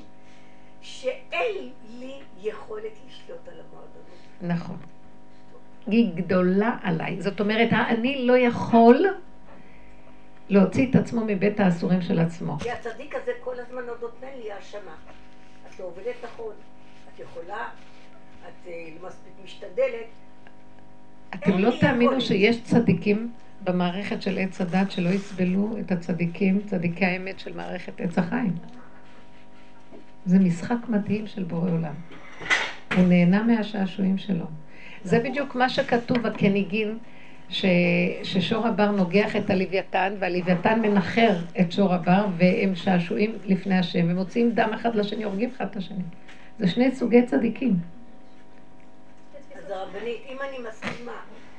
שאין לי יכולת לשלוט על המרדנות. נכון. היא גדולה עליי. זאת אומרת, אני לא יכול להוציא את עצמו מבית האסורים של עצמו. כי הצדיק הזה כל הזמן עוד נותן לי האשמה. את לא עובדת נכון, את יכולה, את לא מספיק משתדלת. אתם לא תאמינו שיש צדיקים במערכת של עץ הדת שלא יסבלו את הצדיקים, צדיקי האמת של מערכת עץ החיים. זה משחק מדהים של בורא עולם. הוא נהנה מהשעשועים שלו. זה בדיוק מה שכתוב, הכניגין, ששור הבר נוגח את הלוויתן, והלוויתן מנחר את שור הבר, והם שעשועים לפני השם, ומוציאים דם אחד לשני, הורגים אחד את השני. זה שני סוגי צדיקים. אז הרבנית, אם אני מסכימה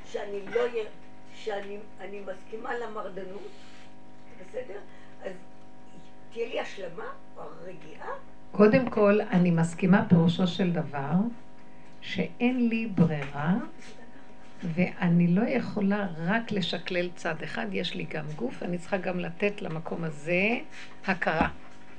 שאני מסכימה למרדנות, בסדר? אז תהיה לי השלמה או רגיעה? קודם כל, אני מסכימה פירושו של דבר, שאין לי ברירה, ואני לא יכולה רק לשקלל צד אחד, יש לי גם גוף, אני צריכה גם לתת למקום הזה הכרה.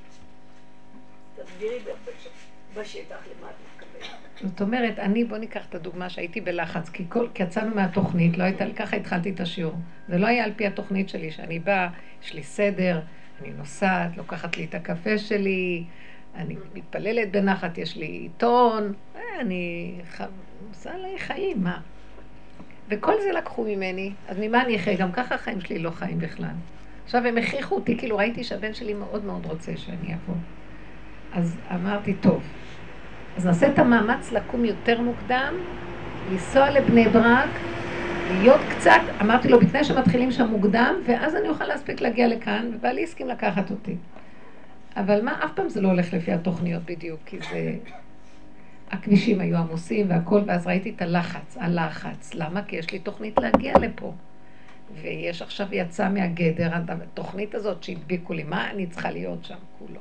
תסבירי בשטח למה את מתכוונת. זאת אומרת, בוא ניקח את הדוגמה שהייתי בלחץ, כי יצאנו מהתוכנית, לא הייתה, ככה התחלתי את השיעור. זה לא היה על פי התוכנית שלי, שאני באה, יש לי סדר, אני נוסעת, לוקחת לי את הקפה שלי, אני מתפללת בנחת, יש לי עיתון, אני עושה לי חיים, מה? וכל זה לקחו ממני, אז ממה אני אחיה? גם ככה החיים שלי לא חיים בכלל. עכשיו הם הכריחו אותי, כאילו ראיתי שהבן שלי מאוד מאוד רוצה שאני אבוא. אז אמרתי, טוב, אז נעשה את המאמץ לקום יותר מוקדם, לנסוע לבני ברק, להיות קצת, אמרתי לו, בתנאי שמתחילים שם מוקדם, ואז אני אוכל להספיק להגיע לכאן, ובעלי הסכים לקחת אותי. אבל מה, אף פעם זה לא הולך לפי התוכניות בדיוק, כי זה... הכבישים היו עמוסים והכל, ואז ראיתי את הלחץ. למה? כי יש לי תוכנית להגיע לפה. ויש עכשיו יצא מהגדר, התוכנית הזאת שהדביקו לי, מה אני צריכה להיות שם כולו?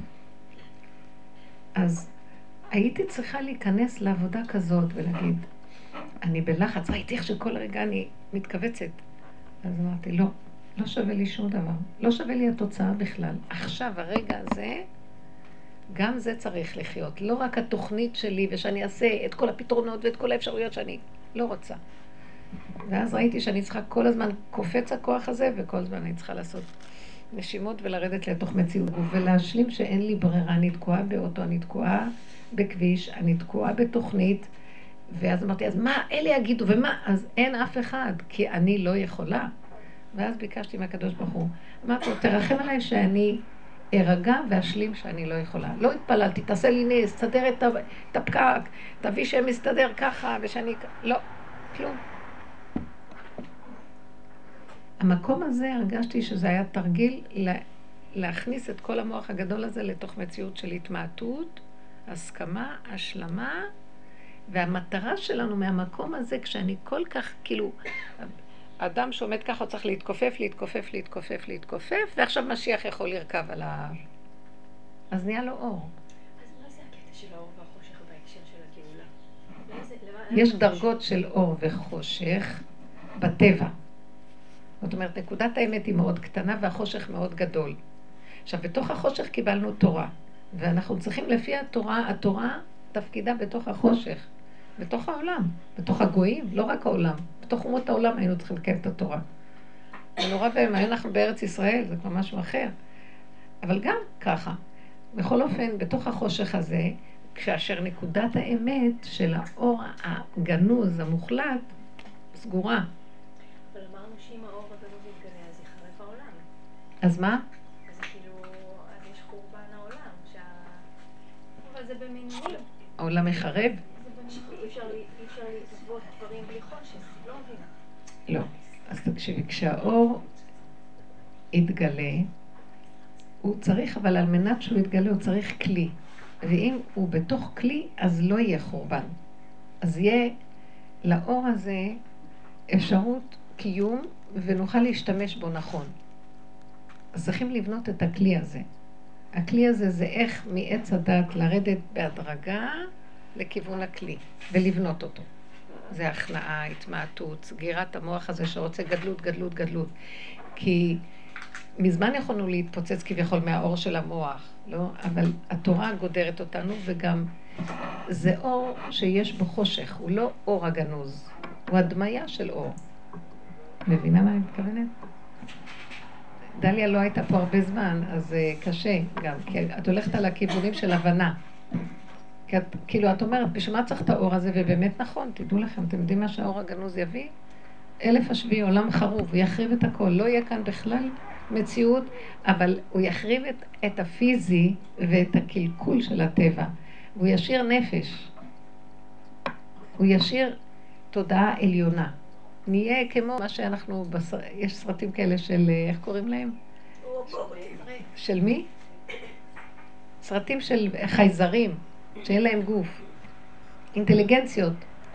אז הייתי צריכה להיכנס לעבודה כזאת ולהגיד, אני בלחץ, ראיתי איך שכל רגע אני מתכווצת. אז אמרתי, לא שווה לי שום דבר, לא שווה לי התוצאה בכלל. עכשיו, הרגע הזה, גם זה צריך לחיות, לא רק התוכנית שלי ושאני אעשה את כל הפתרונות ואת כל האפשרויות שאני לא רוצה. ואז ראיתי שאני צריכה כל הזמן קופץ הכוח הזה, וכל הזמן אני צריכה לעשות נשימות ולרדת לתוך מציאות גוף, ולהשלים שאין לי ברירה, אני תקועה באוטו, אני תקועה בכביש, אני תקועה בתוכנית, ואז אמרתי, אז מה אלה יגידו, ומה? אז אין אף אחד, כי אני לא יכולה. ואז ביקשתי מהקדוש ברוך הוא, אמרתי לו, תרחם עליי שאני ארגע ואשלים שאני לא יכולה. לא התפללתי, תעשה לי נס, תסדר את הפקק, תביא שהם מסתדר ככה, ושאני... לא, כלום. המקום הזה הרגשתי שזה היה תרגיל להכניס את כל המוח הגדול הזה לתוך מציאות של התמעטות, הסכמה, השלמה, והמטרה שלנו מהמקום הזה, כשאני כל כך, כאילו, אדם שעומד ככה צריך להתכופף, ועכשיו משיח יכול לרכב על ההר. אז נהיה לו אור. אז מה זה הקטע של האור והחושך בהקשר של הגאולה? יש דרגות של אור וחושך בטבע. זאת אומרת, נקודת האמת היא מאוד קטנה והחושך מאוד גדול. עכשיו, בתוך החושך קיבלנו תורה, ואנחנו צריכים לפי התורה תפקידה בתוך החושך, בתוך העולם, בתוך הגויים, לא רק העולם. בתוך אומות העולם היינו צריכים לקיים את התורה. ונורא בהם, היום אנחנו בארץ ישראל, זה כבר משהו אחר. אבל גם ככה. בכל אופן, בתוך החושך הזה, כאשר נקודת האמת של האור הגנוז, המוחלט, סגורה. אבל אמרנו שאם האור הגנוז יתגלה, אז יחרב העולם. אז מה? אז כאילו, אז יש חורבן העולם, אבל זה במינונים. העולם מחרב? אי אפשר לצוות דברים בלי חושך, לא מבינה. לא. אז תקשיבי, כשהאור יתגלה, הוא צריך, אבל על מנת שהוא יתגלה, הוא צריך כלי. ואם הוא בתוך כלי, אז לא יהיה חורבן. אז יהיה לאור הזה אפשרות קיום, ונוכל להשתמש בו נכון. אז צריכים לבנות את הכלי הזה. הכלי הזה זה איך מעץ הדת לרדת בהדרגה לכיוון הכלי, ולבנות אותו. זה הכנעה, התמעטות, סגירת המוח הזה שרוצה גדלות. כי מזמן יכולנו להתפוצץ כביכול מהאור של המוח, לא? אבל התורה גודרת אותנו, וגם זה אור שיש בו חושך, הוא לא אור הגנוז, הוא הדמיה של אור. מבינה מה אני מתכוונת? דליה לא הייתה פה הרבה זמן, אז קשה גם, כי את הולכת על הכיוונים של הבנה. כי כאילו את אומרת, בשביל מה צריך את האור הזה, ובאמת נכון, תדעו לכם, אתם יודעים מה שהאור הגנוז יביא? 1000 השביעי, עולם חרוב, הוא יחריב את הכל, לא יהיה כאן בכלל מציאות, אבל הוא יחריב את הפיזי ואת הקלקול של הטבע, והוא ישאיר נפש, הוא ישאיר תודעה עליונה. נהיה כמו מה שאנחנו, יש סרטים כאלה של, איך קוראים להם? של מי? סרטים של חייזרים, שאין להם גוף, אינטליגנציות.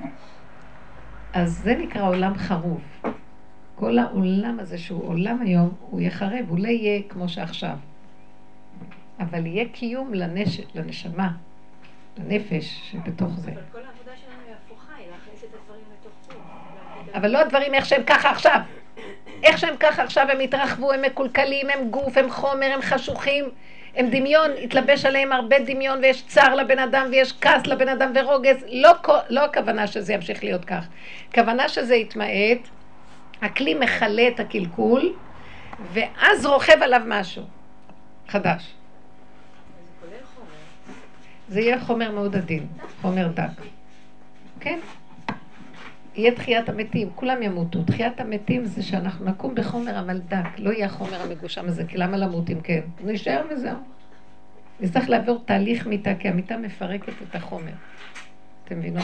אז זה נקרא עולם חרוב. כל העולם הזה שהוא עולם היום, הוא יחרב, הוא לא יהיה כמו שעכשיו. אבל יהיה קיום לנשמה, לנפש שבתוך זה. אבל כל העבודה שלנו היא הפוכה, היא להכניס את הדברים לתוך גוף. אבל לא הדברים איך שהם ככה עכשיו. איך שהם ככה עכשיו, הם התרחבו, הם מקולקלים, הם גוף, הם חומר, הם חשוכים, הם דמיון, התלבש עליהם הרבה דמיון, ויש צער לבן אדם, ויש כעס לבן אדם ורוגז. לא הכוונה שזה ימשיך להיות כך. הכוונה שזה יתמעט, הכלי מחלה את הקלקול, ואז רוכב עליו משהו חדש. זה כולל חומר. זה יהיה חומר מאוד עדין, חומר דק. כן. יהיה תחיית המתים, כולם ימותו. תחיית המתים זה שאנחנו נקום בחומר המלדק, לא יהיה החומר המגושם הזה, כי למה למות אם כן? נשאר וזהו. נצטרך לעבור תהליך מיטה, כי המיטה מפרקת את החומר. אתם מבינות?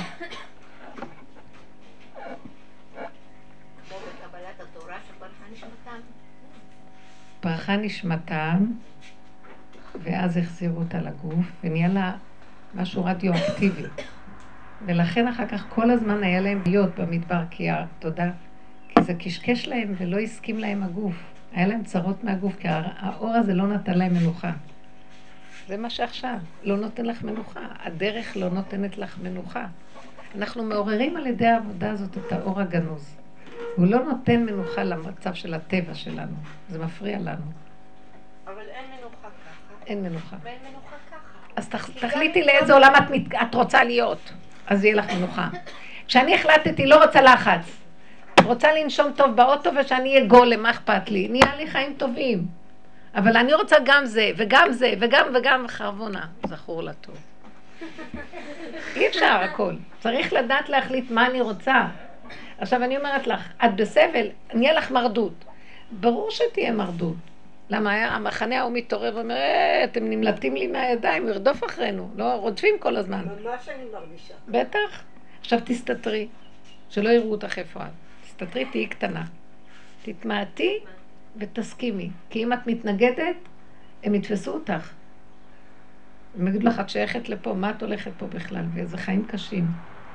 כמו בקבלת התורה שפרחה נשמתם. פרחה נשמתם, ואז החזירו אותה לגוף, ונהיה לה משהו רדיואקטיבי. ולכן אחר כך כל הזמן היה להם להיות במדבר, כי תודה, כי זה קשקש להם ולא הסכים להם הגוף. היה להם צרות מהגוף, כי האור הזה לא נתן להם מנוחה. זה מה שעכשיו, לא נותן לך מנוחה. הדרך לא נותנת לך מנוחה. אנחנו מעוררים על ידי העבודה הזאת את האור הגנוז. הוא לא נותן מנוחה למצב של הטבע שלנו. זה מפריע לנו. אבל אין מנוחה ככה. אין מנוחה. ואין מנוחה ככה. אז תחליטי לאיזה עולם את רוצה להיות. אז יהיה לך מנוחה. כשאני החלטתי, לא רוצה לחץ. רוצה לנשום טוב באוטו ושאני אהיה גולם, מה אכפת לי? נהיה לי חיים טובים. אבל אני רוצה גם זה, וגם זה, וגם חרבונה. זכור לטוב. אי אפשר הכל. צריך לדעת להחליט מה אני רוצה. עכשיו אני אומרת לך, את בסבל, נהיה לך מרדות. ברור שתהיה מרדות. למה המחנה ההוא מתעורר ואומר, אתם נמלטים לי מהידיים, הוא ירדוף אחרינו. לא, רודפים כל הזמן. ממש אני מרגישה. בטח. עכשיו תסתתרי, שלא יראו אותך איפה את. תסתתרי, תהיי קטנה. תתמעטי ותסכימי. כי אם את מתנגדת, הם יתפסו אותך. הם יגידו לך, את שייכת לפה, מה את הולכת פה בכלל? וזה חיים קשים.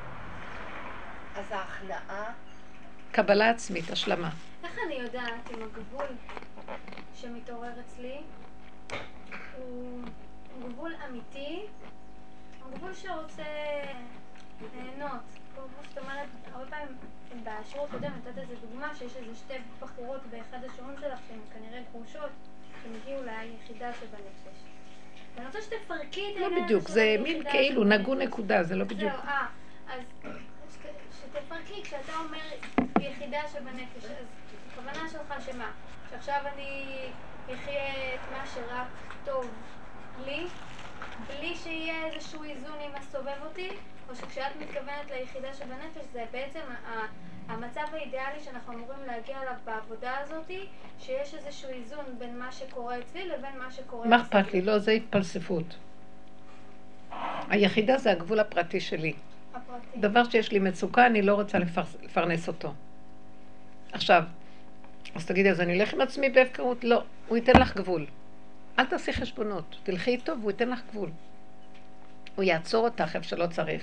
אז ההכנעה... קבלה עצמית, השלמה. איך אני יודעת אם הגבול שמתעורר אצלי הוא גבול אמיתי, הוא גבול שרוצה ליהנות. כמו שאת אומרת, הרבה פעמים בשיעור הקודם נתת איזו דוגמה שיש איזה שתי בחורות באחד השיעורים שלך שהן כנראה גרושות, שהן הגיעו ליחידה שבנפש. ואני רוצה שתפרקי את העניין. לא בדיוק, זה מין כאילו נגעו נקודה, זה לא בדיוק. זהו, אז שתפרקי, כשאתה אומר יחידה שבנפש, אז הכוונה שלך שמה? שעכשיו אני אחיה את מה שרק טוב לי, בלי שיהיה איזשהו איזון עם הסובב אותי, או שכשאת מתכוונת ליחידה שבנפש, זה בעצם המצב האידיאלי שאנחנו אמורים להגיע אליו בעבודה הזאת, שיש איזשהו איזון בין מה שקורה אצלי לבין מה שקורה אצלי. מה אכפת לי? לא, זה התפלספות. היחידה זה הגבול הפרטי שלי. הפרטי. דבר שיש לי מצוקה, אני לא רוצה לפרנס אותו. עכשיו, אז תגידי, אז אני אלך עם עצמי בהפקרות? לא, הוא ייתן לך גבול. אל תעשי חשבונות, תלכי איתו והוא ייתן לך גבול. הוא יעצור אותך איפה שלא צריך.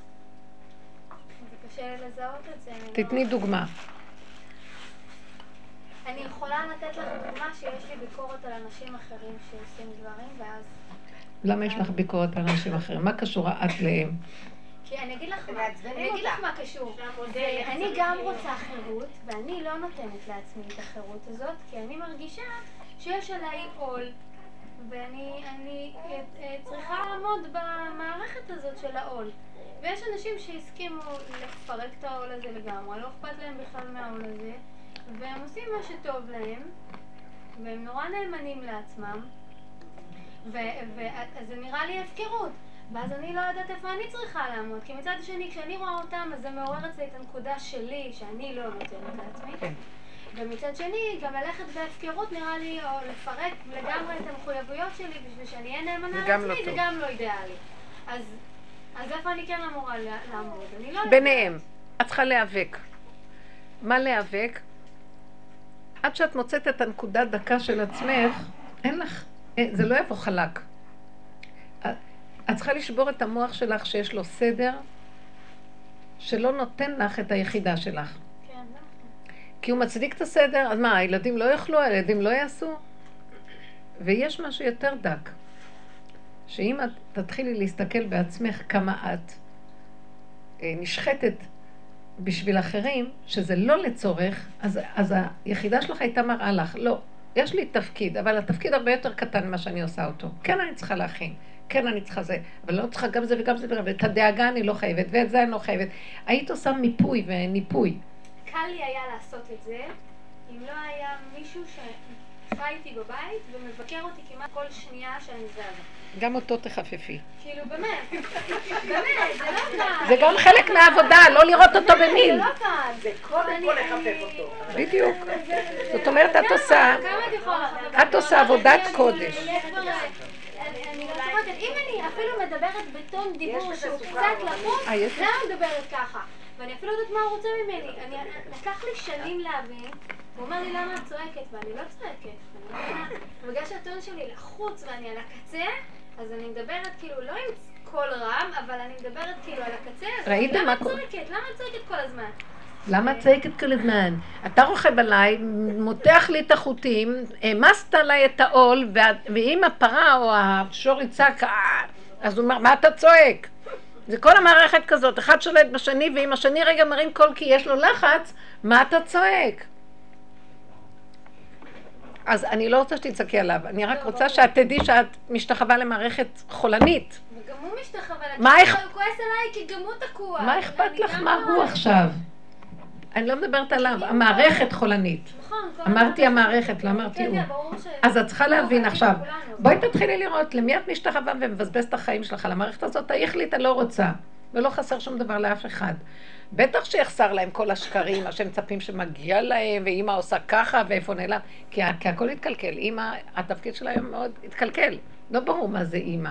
זה קשה לזהות את זה. תתני דוגמה. אני יכולה לתת לך דוגמה שיש לי ביקורת על אנשים אחרים שעושים דברים, ואז... למה יש לך ביקורת על אנשים אחרים? מה קשורה את להם? כי אני אגיד לך מעצבנים מה קשור. אני גם רוצה חירות, ואני לא נותנת לעצמי את החירות הזאת, כי אני מרגישה שיש עליי עול, ואני צריכה לעמוד במערכת הזאת של העול. ויש אנשים שהסכימו לפרק את העול הזה לגמרי, לא אכפת להם בכלל מהעול הזה, והם עושים מה שטוב להם, והם נורא נאמנים לעצמם, אז זה נראה לי הפקרות. ואז אני לא יודעת איפה אני צריכה לעמוד, כי מצד שני, כשאני רואה אותם, אז זה מעורר אצלי את הנקודה שלי, שאני לא נותנת לעצמי. ומצד שני, גם ללכת בהפקרות נראה לי, או לפרק לגמרי את המחויבויות שלי, בשביל שאני אהיה נאמנה לעצמי, זה גם לא אידיאלי. אז איפה אני כן אמורה לעמוד? אני לא... ביניהם, את צריכה להיאבק. מה להיאבק? עד שאת מוצאת את הנקודה דקה של עצמך, אין לך, זה לא יבוא חלק. את צריכה לשבור את המוח שלך שיש לו סדר, שלא נותן לך את היחידה שלך. כן, לא. כי הוא מצדיק את הסדר, אז מה, הילדים לא יאכלו, הילדים לא יעשו? ויש משהו יותר דק, שאם את תתחילי להסתכל בעצמך כמה את נשחטת בשביל אחרים, שזה לא לצורך, אז היחידה שלך הייתה מראה לך, לא, יש לי תפקיד, אבל התפקיד הרבה יותר קטן ממה שאני עושה אותו. כן, אני צריכה להכין, כן, אני צריכה זה, אבל לא צריכה גם זה וגם זה, ואת הדאגה אני לא חייבת, ואת זה אני לא חייבת. היית עושה מיפוי וניפוי. קל לי היה לעשות את זה, אם לא היה מישהו חי איתי בבית ומבקר אותי כמעט כל שנייה שאני זזה. גם אותו תחפפי. כאילו באמת, זה לא קל. זה גם חלק מהעבודה, לא לראות אותו זה במיל. לא קל. זה קודם כל לחפף אותו. בדיוק. זאת אומרת, את עושה... כמה את יכולה לחפף? את עושה עבודת קודש. אני לא צוחקת, אם אני אפילו מדברת בטון דיבור שהוא קצת לחוץ, יש למה אני מדברת ככה? ואני אפילו יודעת מה הוא רוצה ממני. לקח לי שנים להבין, הוא אומר לי למה את צועקת, ואני לא צועקת. בגלל שהטון שלי לחוץ ואני על הקצה, אז אני מדברת כאילו לא עם קול רם, אבל אני מדברת כאילו על הקצה, אז למה את צועקת? למה את צועקת כל הזמן? למה את צועקת כל הזמן? אתה רוכב עליי, מותח לי את החוטים, העמסת עליי את העול, ואם הפרה או השור יצעק, אז הוא אומר, מה אתה צועק? זה כל המערכת כזאת, אחד שולט בשני, ואם השני רגע מרים קול כי יש לו לחץ, מה אתה צועק? אז אני לא רוצה שתצעקי עליו, אני רק רוצה שאת תדעי שאת משתחווה למערכת חולנית. וגם הוא משתחווה, הוא כועס עליי כי גם הוא תקוע. מה אכפת לך? מה הוא עכשיו? אני לא מדברת עליו, המערכת חולנית. אמרתי המערכת, לא אמרתי הוא. אז את צריכה להבין עכשיו, בואי תתחילי לראות למי את משתחווה ומבזבז את החיים שלך. על המערכת הזאת, היא החליטה לא רוצה, ולא חסר שום דבר לאף אחד. בטח שיחסר להם כל השקרים, מה שהם מצפים שמגיע להם, ואמא עושה ככה, ואיפה נעלם. כי הכל התקלקל. אמא, התפקיד שלה היום מאוד התקלקל. לא ברור מה זה אמא.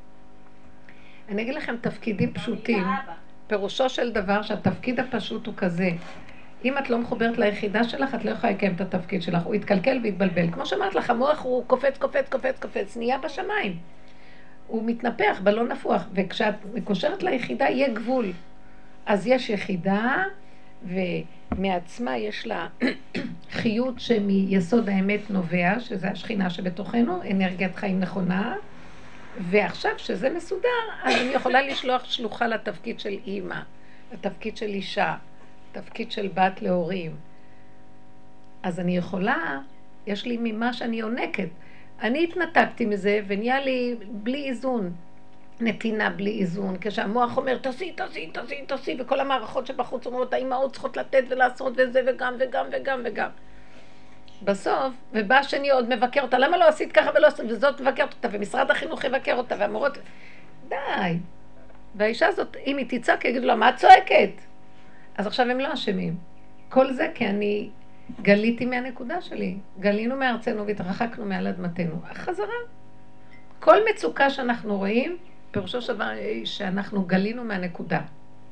אני אגיד לכם תפקידים פשוטים. פירושו של דבר שהתפקיד הפשוט הוא כזה. אם את לא מחוברת ליחידה שלך, את לא יכולה לקיים את התפקיד שלך. הוא יתקלקל ויתבלבל. כמו שאמרת לך, המוח הוא קופץ, נהיה בשמיים. הוא מתנפח, בלון נפוח. וכשאת מקושרת ליחידה, יהיה גבול. אז יש יחידה, ומעצמה יש לה חיות שמיסוד האמת נובע, שזה השכינה שבתוכנו, אנרגיית חיים נכונה, ועכשיו שזה מסודר, אז אני יכולה לשלוח שלוחה לתפקיד של אימא, לתפקיד של אישה, לתפקיד של בת להורים. אז אני יכולה, יש לי ממה שאני עונקת. אני התנתקתי מזה ונהיה לי בלי איזון. נתינה בלי איזון, כשהמוח אומר תעשי, וכל המערכות שבחוץ אומרות האמהות צריכות לתת ולעשות וזה וגם. בסוף, ובא השני עוד מבקר אותה, למה לא עשית ככה ולא עשית, וזאת מבקרת אותה, ומשרד החינוך יבקר אותה, והמורות, די. והאישה הזאת, אם היא תצעק, יגידו לה, מה את צועקת? אז עכשיו הם לא אשמים. כל זה כי אני גליתי מהנקודה שלי, גלינו מארצנו והתרחקנו מעל אדמתנו. החזרה. כל מצוקה שאנחנו רואים, פירושו של דבר שאנחנו גלינו מהנקודה.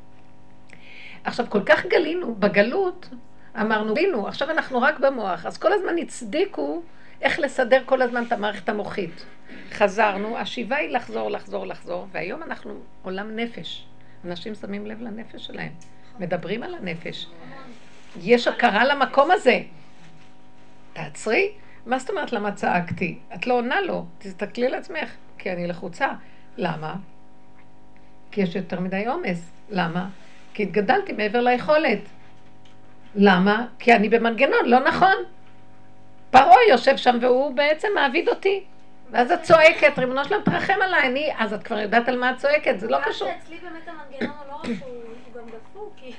עכשיו, כל כך גלינו בגלות, אמרנו, בינו, עכשיו אנחנו רק במוח, אז כל הזמן הצדיקו איך לסדר כל הזמן את המערכת המוחית. חזרנו, השיבה היא לחזור, והיום אנחנו עולם נפש. אנשים שמים לב לנפש שלהם, מדברים על הנפש. יש הכרה למקום הזה. תעצרי, מה זאת אומרת למה צעקתי? את לא עונה לו, תסתכלי לעצמך, כי אני לחוצה. למה? כי יש יותר מדי עומס. למה? כי התגדלתי מעבר ליכולת. למה? כי אני במנגנון, לא נכון. פרעה יושב שם והוא בעצם מעביד אותי. ואז את צועקת, ריבונו שלום תרחם עליי, אז את כבר יודעת על מה את צועקת, זה לא קשור. אצלי באמת המנגנון הוא לא רק שהוא גם דפוק, כי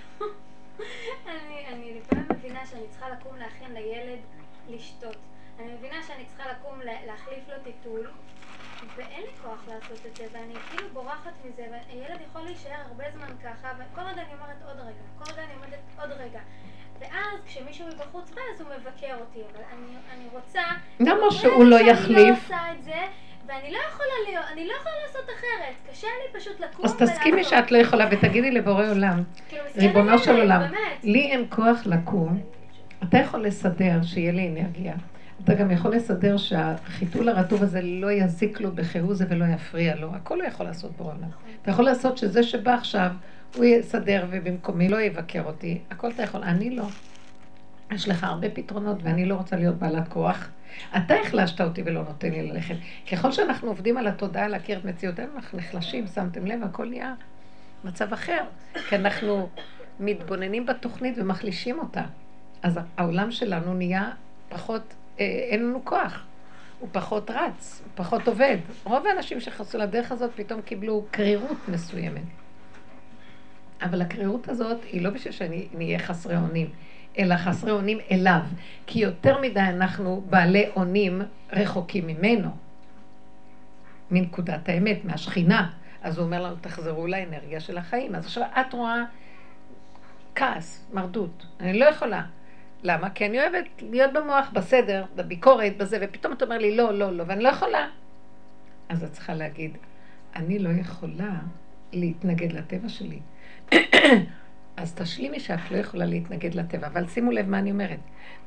אני לפעמים מבינה שאני צריכה לקום להכין לילד לשתות. אני מבינה שאני צריכה לקום להחליף לו טיטול, ואין לי כוח לעשות את זה, ואני כאילו בורחת מזה, והילד יכול להישאר הרבה זמן ככה, וכל רגע אני אומרת עוד רגע, כל רגע אני עומדת עוד רגע. ואז כשמישהו מבחוץ בא, אז הוא מבקר אותי, אבל אני רוצה... למה שהוא לא יחליף? שאני לא עושה את זה, ואני לא יכולה לעשות אחרת. קשה לי פשוט לקום אז תסכימי שאת לא יכולה, ותגידי לבורא עולם, ריבונו של עולם, לי אין כוח לקום, אתה יכול לסדר שיהיה לי אנרגיה. אתה גם יכול לסדר שהחיתול הרטוב הזה לא יזיק לו בחיהו זה ולא יפריע לו. הכל לא יכול לעשות בורא עולם. אתה יכול לעשות שזה שבא עכשיו, הוא יסדר ובמקומי לא יבקר אותי. הכל אתה יכול, אני לא. יש לך הרבה פתרונות ואני לא רוצה להיות בעלת כוח. אתה החלשת אותי ולא נותן לי ללכת. ככל שאנחנו עובדים על התודעה להכיר את מציאותנו, אנחנו נחלשים, שמתם לב, הכל נהיה מצב אחר. כי אנחנו מתבוננים בתוכנית ומחלישים אותה. אז העולם שלנו נהיה פחות, אין לנו כוח. הוא פחות רץ, הוא פחות עובד. רוב האנשים שחסו לדרך הזאת פתאום קיבלו קרירות מסוימת. אבל הקרירות הזאת היא לא בשביל שנהיה חסרי אונים, אלא חסרי אונים אליו, כי יותר מדי אנחנו בעלי אונים רחוקים ממנו, מנקודת האמת, מהשכינה. אז הוא אומר לנו, תחזרו לאנרגיה של החיים. אז עכשיו את רואה כעס, מרדות. אני לא יכולה. למה? כי אני אוהבת להיות במוח, בסדר, בביקורת, בזה, ופתאום את אומר לי, לא, לא, לא, ואני לא יכולה. אז את צריכה להגיד, אני לא יכולה להתנגד לטבע שלי. אז תשלימי שאת לא יכולה להתנגד לטבע, אבל שימו לב מה אני אומרת.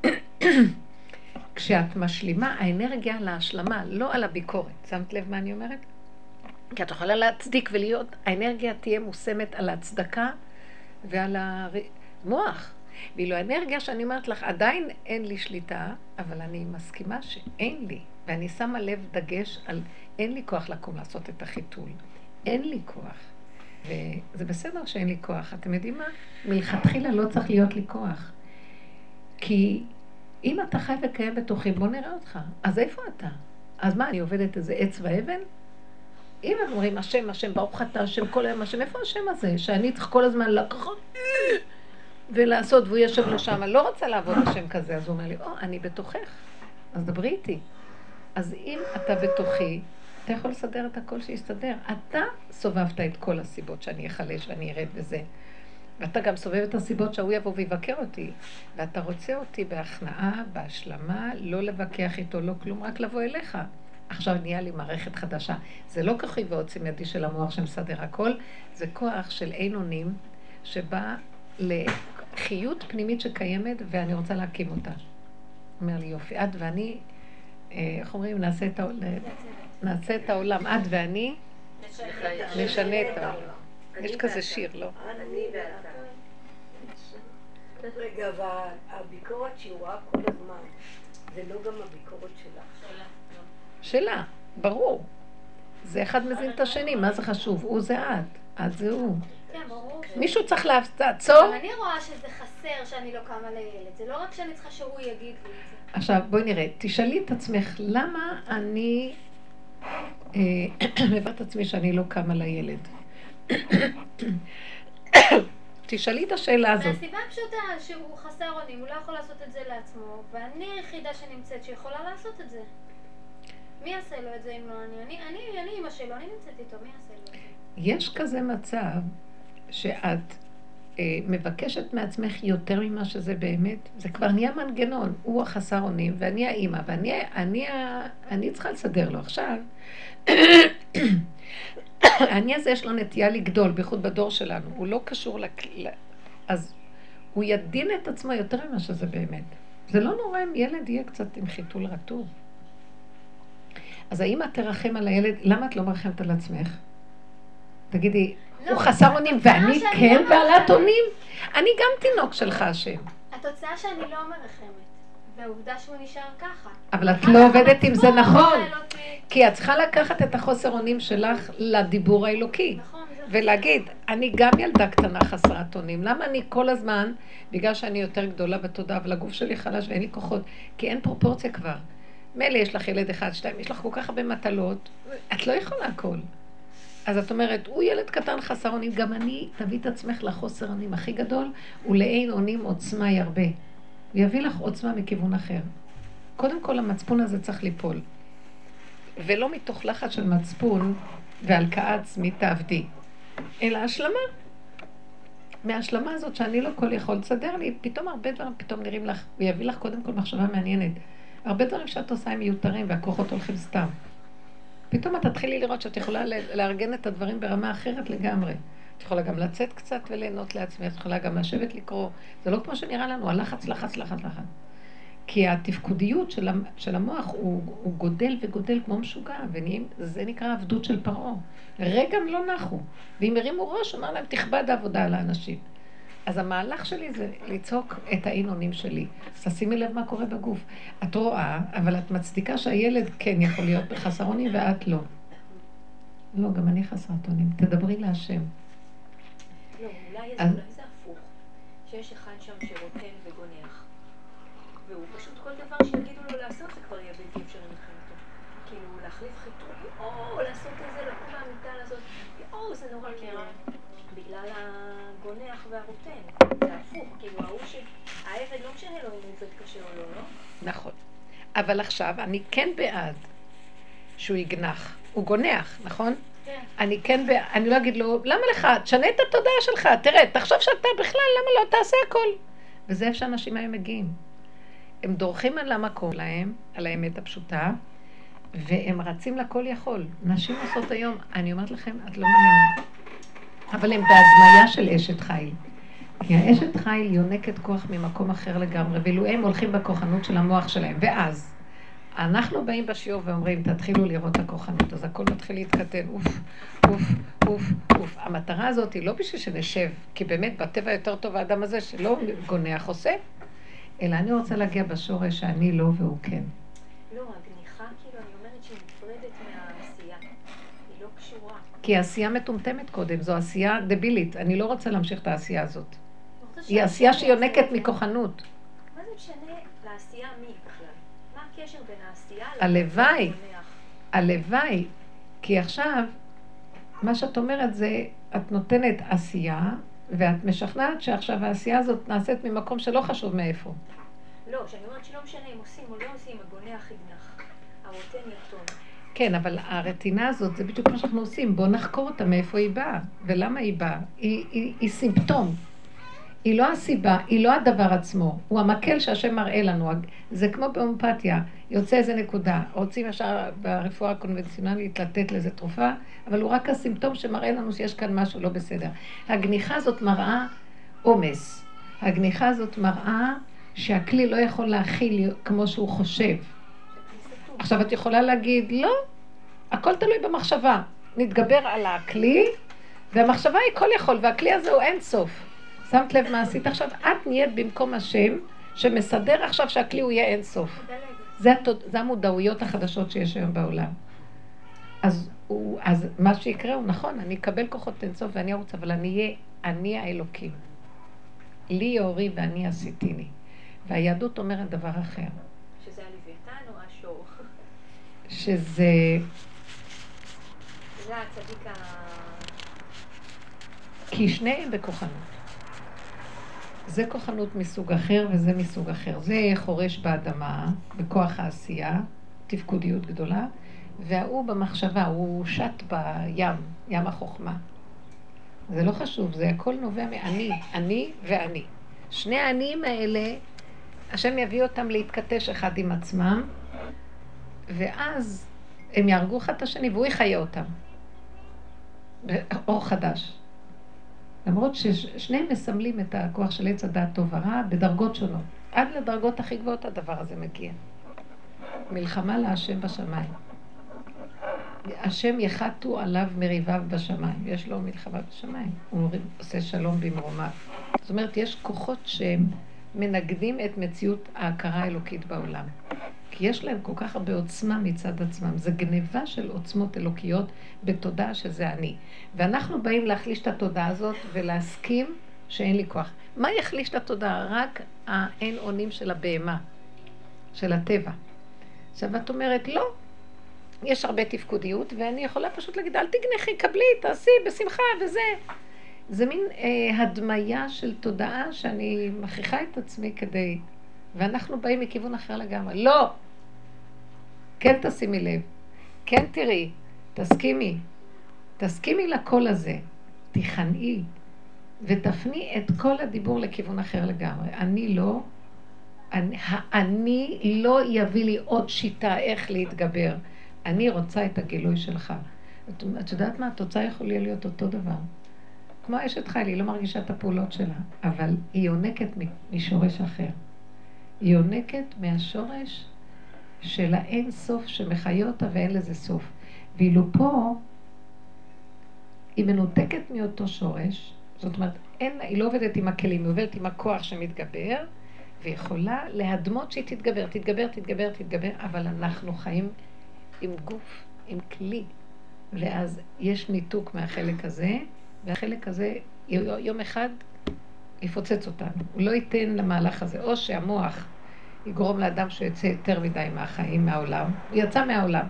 כשאת משלימה, האנרגיה על ההשלמה, לא על הביקורת. שמת לב מה אני אומרת? כי את יכולה להצדיק ולהיות, האנרגיה תהיה מושמת על ההצדקה ועל המוח. ואילו האנרגיה שאני אומרת לך, עדיין אין לי שליטה, אבל אני מסכימה שאין לי. ואני שמה לב דגש על אין לי כוח לקום לעשות את החיתול. אין לי כוח. וזה בסדר שאין לי כוח. אתם יודעים מה? מלכתחילה לא צריך להיות לי כוח. כי אם אתה חי וקיים בתוכי, בוא נראה אותך. אז איפה אתה? אז מה, אני עובדת איזה עץ ואבן? אם הם אומרים, השם, השם, ברוך אתה, השם, כל היום השם, איפה השם הזה? שאני צריך כל הזמן לקחת ולעשות, והוא ישב לו שם, לא רוצה לעבוד השם כזה. אז הוא אומר לי, אני בתוכך, אז דברי איתי. אז אם אתה בתוכי, אתה יכול לסדר את הכל שיסתדר. אתה סובבת את כל הסיבות שאני אחלש ואני ארד בזה. ואתה גם סובב את הסיבות שהוא יבוא ויבקר אותי. ואתה רוצה אותי בהכנעה, בהשלמה, לא לבקח איתו, לא כלום, רק לבוא אליך. עכשיו נהיה לי מערכת חדשה. זה לא כוחי ועוצם ידי של המוח שמסדר הכל, זה כוח של אין אונים שבא לחיות פנימית שקיימת ואני רוצה להקים אותה. אומר לי יופי, את ואני, איך אומרים, נעשה את העולם, את ואני נשנה את העולם. יש כזה שיר, לא? אני ואתה. רגע, והביקורת שהיא רואה כל הזמן, זה לא גם הביקורת שלך. שלה, ברור. זה אחד מזין את השני, מה זה חשוב? הוא זה את זה הוא. כן, ברור. מישהו צריך לעצור. אבל אני רואה שזה חסר שאני לא קמה לילד. זה לא רק שאני צריכה שהוא יגיד לי את זה. עכשיו, בואי נראה. תשאלי את עצמך, למה אני מבט את עצמי שאני לא קמה לילד? תשאלי את השאלה הזאת. מהסיבה פשוטה שהוא חסר אונים, הוא לא יכול לעשות את זה לעצמו, ואני היחידה שנמצאת שיכולה לעשות את זה. מי יעשה לו את זה אם לא אני? אני אמא שלו, אני נמצאת איתו, מי יעשה לו את זה? יש כזה מצב שאת מבקשת מעצמך יותר ממה שזה באמת, זה כבר נהיה מנגנון, הוא החסר אונים ואני האמא, ואני צריכה לסדר לו עכשיו. אני הזה יש לו נטייה לגדול, בייחוד בדור שלנו, הוא לא קשור אז הוא ידין את עצמו יותר ממה שזה באמת. זה לא נורא אם ילד יהיה קצת עם חיתול רטוב. אז האמא תרחם על הילד, למה את לא מרחמת על עצמך? תגידי, הוא חסר אונים ואני כן בעלת אונים? אני גם תינוק שלך השם. התוצאה שאני לא מרחמת, והעובדה שהוא נשאר ככה. אבל את לא עובדת עם זה נכון, כי את צריכה לקחת את החוסר אונים שלך לדיבור האלוקי. ולהגיד, אני גם ילדה קטנה חסרת אונים. למה אני כל הזמן, בגלל שאני יותר גדולה בתודעה, אבל הגוף שלי חלש ואין לי כוחות, כי אין פרופורציה כבר. מילא יש לך ילד אחד, שתיים, יש לך כל כך הרבה מטלות, את לא יכולה הכל. אז את אומרת, הוא ילד קטן חסר אונים, גם אני, תביא את עצמך לחוסר אונים הכי גדול, ולאין אונים עוצמה ירבה. הוא יביא לך עוצמה מכיוון אחר. קודם כל המצפון הזה צריך ליפול. ולא מתוך לחץ של מצפון והלקאה עצמית תעבדי, אלא השלמה. מההשלמה הזאת שאני לא כל יכול לסדר לי, פתאום הרבה דברים פתאום נראים לך, הוא יביא לך קודם כל מחשבה מעניינת. הרבה דברים שאת עושה הם מיותרים והכוחות הולכים סתם. פתאום את תתחילי לראות שאת יכולה לארגן את הדברים ברמה אחרת לגמרי. את יכולה גם לצאת קצת וליהנות לעצמי, את יכולה גם לשבת לקרוא. זה לא כמו שנראה לנו, הלחץ, לחץ, לחץ, לחץ. כי התפקודיות של המוח הוא גודל וגודל כמו משוגע, וזה נקרא עבדות של פרעה. רגע הם לא נחו, ואם הרימו ראש, אמר להם, תכבד העבודה על האנשים. אז המהלך שלי זה לצעוק את האין-אונים שלי. אז תשימי לב מה קורה בגוף. את רואה, אבל את מצדיקה שהילד כן יכול להיות בחסר אונים ואת לא. לא, גם אני חסרת אונים. תדברי להשם. לא, אולי זה הפוך. שיש אחד שם שרוטן וגונח. והוא פשוט כל דבר שיגידו לו לעשות, זה כבר יהיה בלתי אפשרי מבחינתו. כאילו, להחליף חיתוי, או לעשות את זה, לקום מהמיטה לעשות, או, זה נורא כאילו. בגלל הגונח והרוטן, זה הפוך, כאילו ההוא שההפך עבד, לא משנה לו אם הוא עובד קשה או לא, לא? נכון. אבל עכשיו, אני כן בעד שהוא יגנח. הוא גונח, נכון? כן. אני לא אגיד לו, למה לך? תשנה את התודעה שלך, תראה, תחשוב שאתה בכלל, למה לא תעשה הכל? וזה איפה שאנשים האלה מגיעים. הם דורכים על המקום להם, על האמת הפשוטה, והם רצים לכל יכול. נשים עושות היום, אני אומרת לכם, את לא מאמינה. אבל הם בהדמיה של אשת חיל. כי האשת חיל יונקת כוח ממקום אחר לגמרי, ואילו הם הולכים בכוחנות של המוח שלהם. ואז, אנחנו באים בשיעור ואומרים, תתחילו לראות את הכוחנות, אז הכל מתחיל להתקטן, אוף, אוף, אוף, אוף. המטרה הזאת היא לא בשביל שנשב, כי באמת בטבע יותר טוב האדם הזה שלא גונח עושה, אלא אני רוצה להגיע בשורש שאני לא והוא כן. לא, הגניחה, כאילו, אני אומרת שהיא נפרדת מהעשייה. היא לא קשורה. כי העשייה מטומטמת קודם, זו עשייה דבילית, אני לא רוצה להמשיך את העשייה הזאת. היא עשייה שיונקת מכוחנות. מה זה משנה לעשייה מי בכלל? מה הקשר בין העשייה הלוואי, הלוואי, כי עכשיו, מה שאת אומרת זה, את נותנת עשייה, ואת משכנעת שעכשיו העשייה הזאת נעשית ממקום שלא חשוב מאיפה. לא, שאני אומרת שלא משנה אם עושים או לא עושים, הגונח יגנח, הרוטן ירטון. כן, אבל הרטינה הזאת זה בדיוק מה שאנחנו עושים, בואו נחקור אותה מאיפה היא באה, ולמה היא באה. היא סימפטום. היא לא הסיבה, היא לא הדבר עצמו, הוא המקל שהשם מראה לנו. זה כמו בהומופתיה, יוצא איזה נקודה, רוצים ישר ברפואה הקונבנציונלית לתת לזה תרופה, אבל הוא רק הסימפטום שמראה לנו שיש כאן משהו לא בסדר. הגניחה הזאת מראה עומס, הגניחה הזאת מראה שהכלי לא יכול להכיל כמו שהוא חושב. עכשיו את יכולה להגיד, לא, הכל תלוי במחשבה, נתגבר על הכלי, והמחשבה היא כל יכול, והכלי הזה הוא אין סוף. שמת לב מה עשית עכשיו? את נהיית במקום השם שמסדר עכשיו שהכלי הוא יהיה אין סוף. זה המודעויות החדשות שיש היום בעולם. אז מה שיקרה הוא נכון, אני אקבל כוחות אין סוף ואני ארוץ, אבל אני האלוקים. לי יאורי ואני עשיתיני. והיהדות אומרת דבר אחר. שזה הלוויתן או השור? שזה... זה הצדיק כי שניהם בכוחנות. זה כוחנות מסוג אחר וזה מסוג אחר. זה חורש באדמה, בכוח העשייה, תפקודיות גדולה, והוא במחשבה, הוא שט בים, ים החוכמה. זה לא חשוב, זה הכל נובע אני ואני. שני העניים האלה, השם יביא אותם להתכתש אחד עם עצמם, ואז הם יהרגו אחד את השני והוא יחיה אותם. באור חדש. למרות ששניהם מסמלים את הכוח של עץ הדעת טוב ורע בדרגות שונות. עד לדרגות הכי גבוהות הדבר הזה מגיע. מלחמה להשם בשמיים. השם יחתו עליו מריביו בשמיים. יש לו מלחמה בשמיים. הוא עושה שלום במרומיו. זאת אומרת, יש כוחות שהם מנגדים את מציאות ההכרה האלוקית בעולם. כי יש להם כל כך הרבה עוצמה מצד עצמם. זה גניבה של עוצמות אלוקיות בתודעה שזה אני. ואנחנו באים להחליש את התודעה הזאת ולהסכים שאין לי כוח. מה יחליש את התודעה? רק האין אונים של הבהמה, של הטבע. עכשיו את אומרת, לא. יש הרבה תפקודיות ואני יכולה פשוט להגיד, אל תגנחי, קבלי, תעשי בשמחה וזה. זה מין הדמיה של תודעה שאני מכריחה את עצמי כדי... ואנחנו באים מכיוון אחר לגמרי. לא! כן תשימי לב. כן תראי. תסכימי. תסכימי לקול הזה. תיכנעי. ותפני את כל הדיבור לכיוון אחר לגמרי. אני לא יביא לי עוד שיטה איך להתגבר. אני רוצה את הגילוי שלך. את יודעת מה? התוצאה יכולה להיות אותו דבר. כמו אשת חיל, היא לא מרגישה את הפעולות שלה, אבל היא יונקת משורש אחר. היא יונקת מהשורש של האין סוף שמחיה אותה ואין לזה סוף. ואילו פה היא מנותקת מאותו שורש, זאת אומרת, היא לא עובדת עם הכלים, היא עובדת עם הכוח שמתגבר, ויכולה להדמות שהיא תתגבר, אבל אנחנו חיים עם גוף, עם כלי, ואז יש ניתוק מהחלק הזה, והחלק הזה יום אחד יפוצץ אותנו. הוא לא ייתן למהלך הזה, או שהמוח יגרום לאדם שיוצא יותר מדי מהחיים, מהעולם. הוא יצא מהעולם.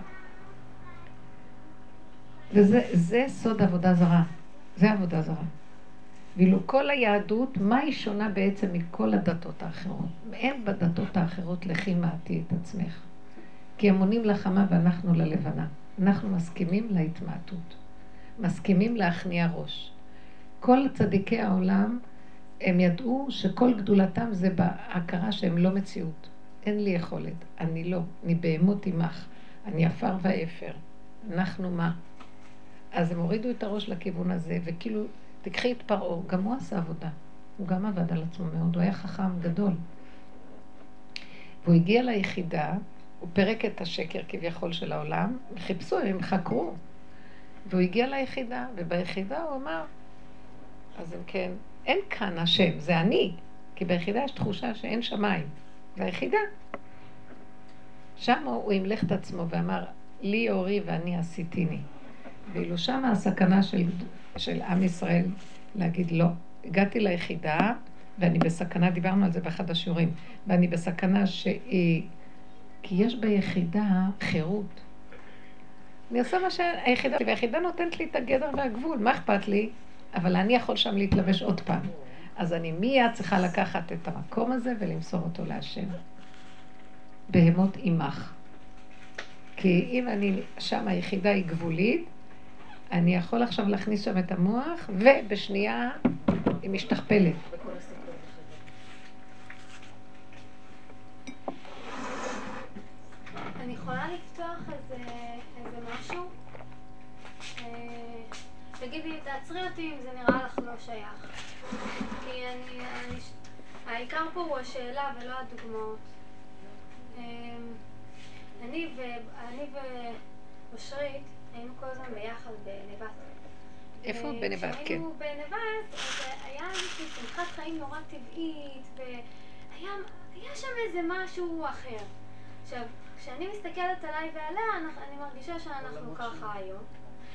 וזה סוד עבודה זרה. זה עבודה זרה. ואילו כל היהדות, מה היא שונה בעצם מכל הדתות האחרות? אין בדתות האחרות לכי מעטי את עצמך. כי הם עונים לחמה ואנחנו ללבנה. אנחנו מסכימים להתמעטות. מסכימים להכניע ראש. כל צדיקי העולם, הם ידעו שכל גדולתם זה בהכרה שהם לא מציאות. אין לי יכולת, אני לא, אני בהמות עמך, אני אפר ואפר. אנחנו מה? אז הם הורידו את הראש לכיוון הזה, וכאילו, תקחי את פרעה, גם הוא עשה עבודה. הוא גם עבד על עצמו מאוד, הוא היה חכם גדול. והוא הגיע ליחידה, הוא פרק את השקר כביכול של העולם, וחיפשו, הם חקרו. והוא הגיע ליחידה, וביחידה הוא אמר, אז אם כן, אין כאן השם, זה אני. כי ביחידה יש תחושה שאין שמיים. זה היחידה. שם הוא המלך את עצמו ואמר, לי אורי ואני עשיתיני. ואילו שם הסכנה של עם ישראל להגיד לא. הגעתי ליחידה, ואני בסכנה, דיברנו על זה באחד השיעורים, ואני בסכנה שהיא, כי יש ביחידה חירות. אני עושה מה שהיחידה, והיחידה נותנת לי את הגדר והגבול, מה אכפת לי? אבל אני יכול שם להתלבש עוד פעם. אז אני מיד צריכה לקחת את המקום הזה ולמסור אותו להשם. בהמות עמך. כי אם אני, שם היחידה היא גבולית, אני יכול עכשיו להכניס שם את המוח, ובשנייה היא משתכפלת. אני יכולה לפתוח איזה משהו? תגידי, תעצרי אותי אם זה נראה לך לא שייך. כי העיקר פה הוא השאלה ולא הדוגמאות. אני ואושרית היינו כל הזמן ביחד בנבט. איפה? בנבט, כן. כשהיינו בנבט, אז היה איזושהי שמחת חיים נורא טבעית, והיה שם איזה משהו אחר. עכשיו, כשאני מסתכלת עליי ועליה, אני מרגישה שאנחנו ככה היום.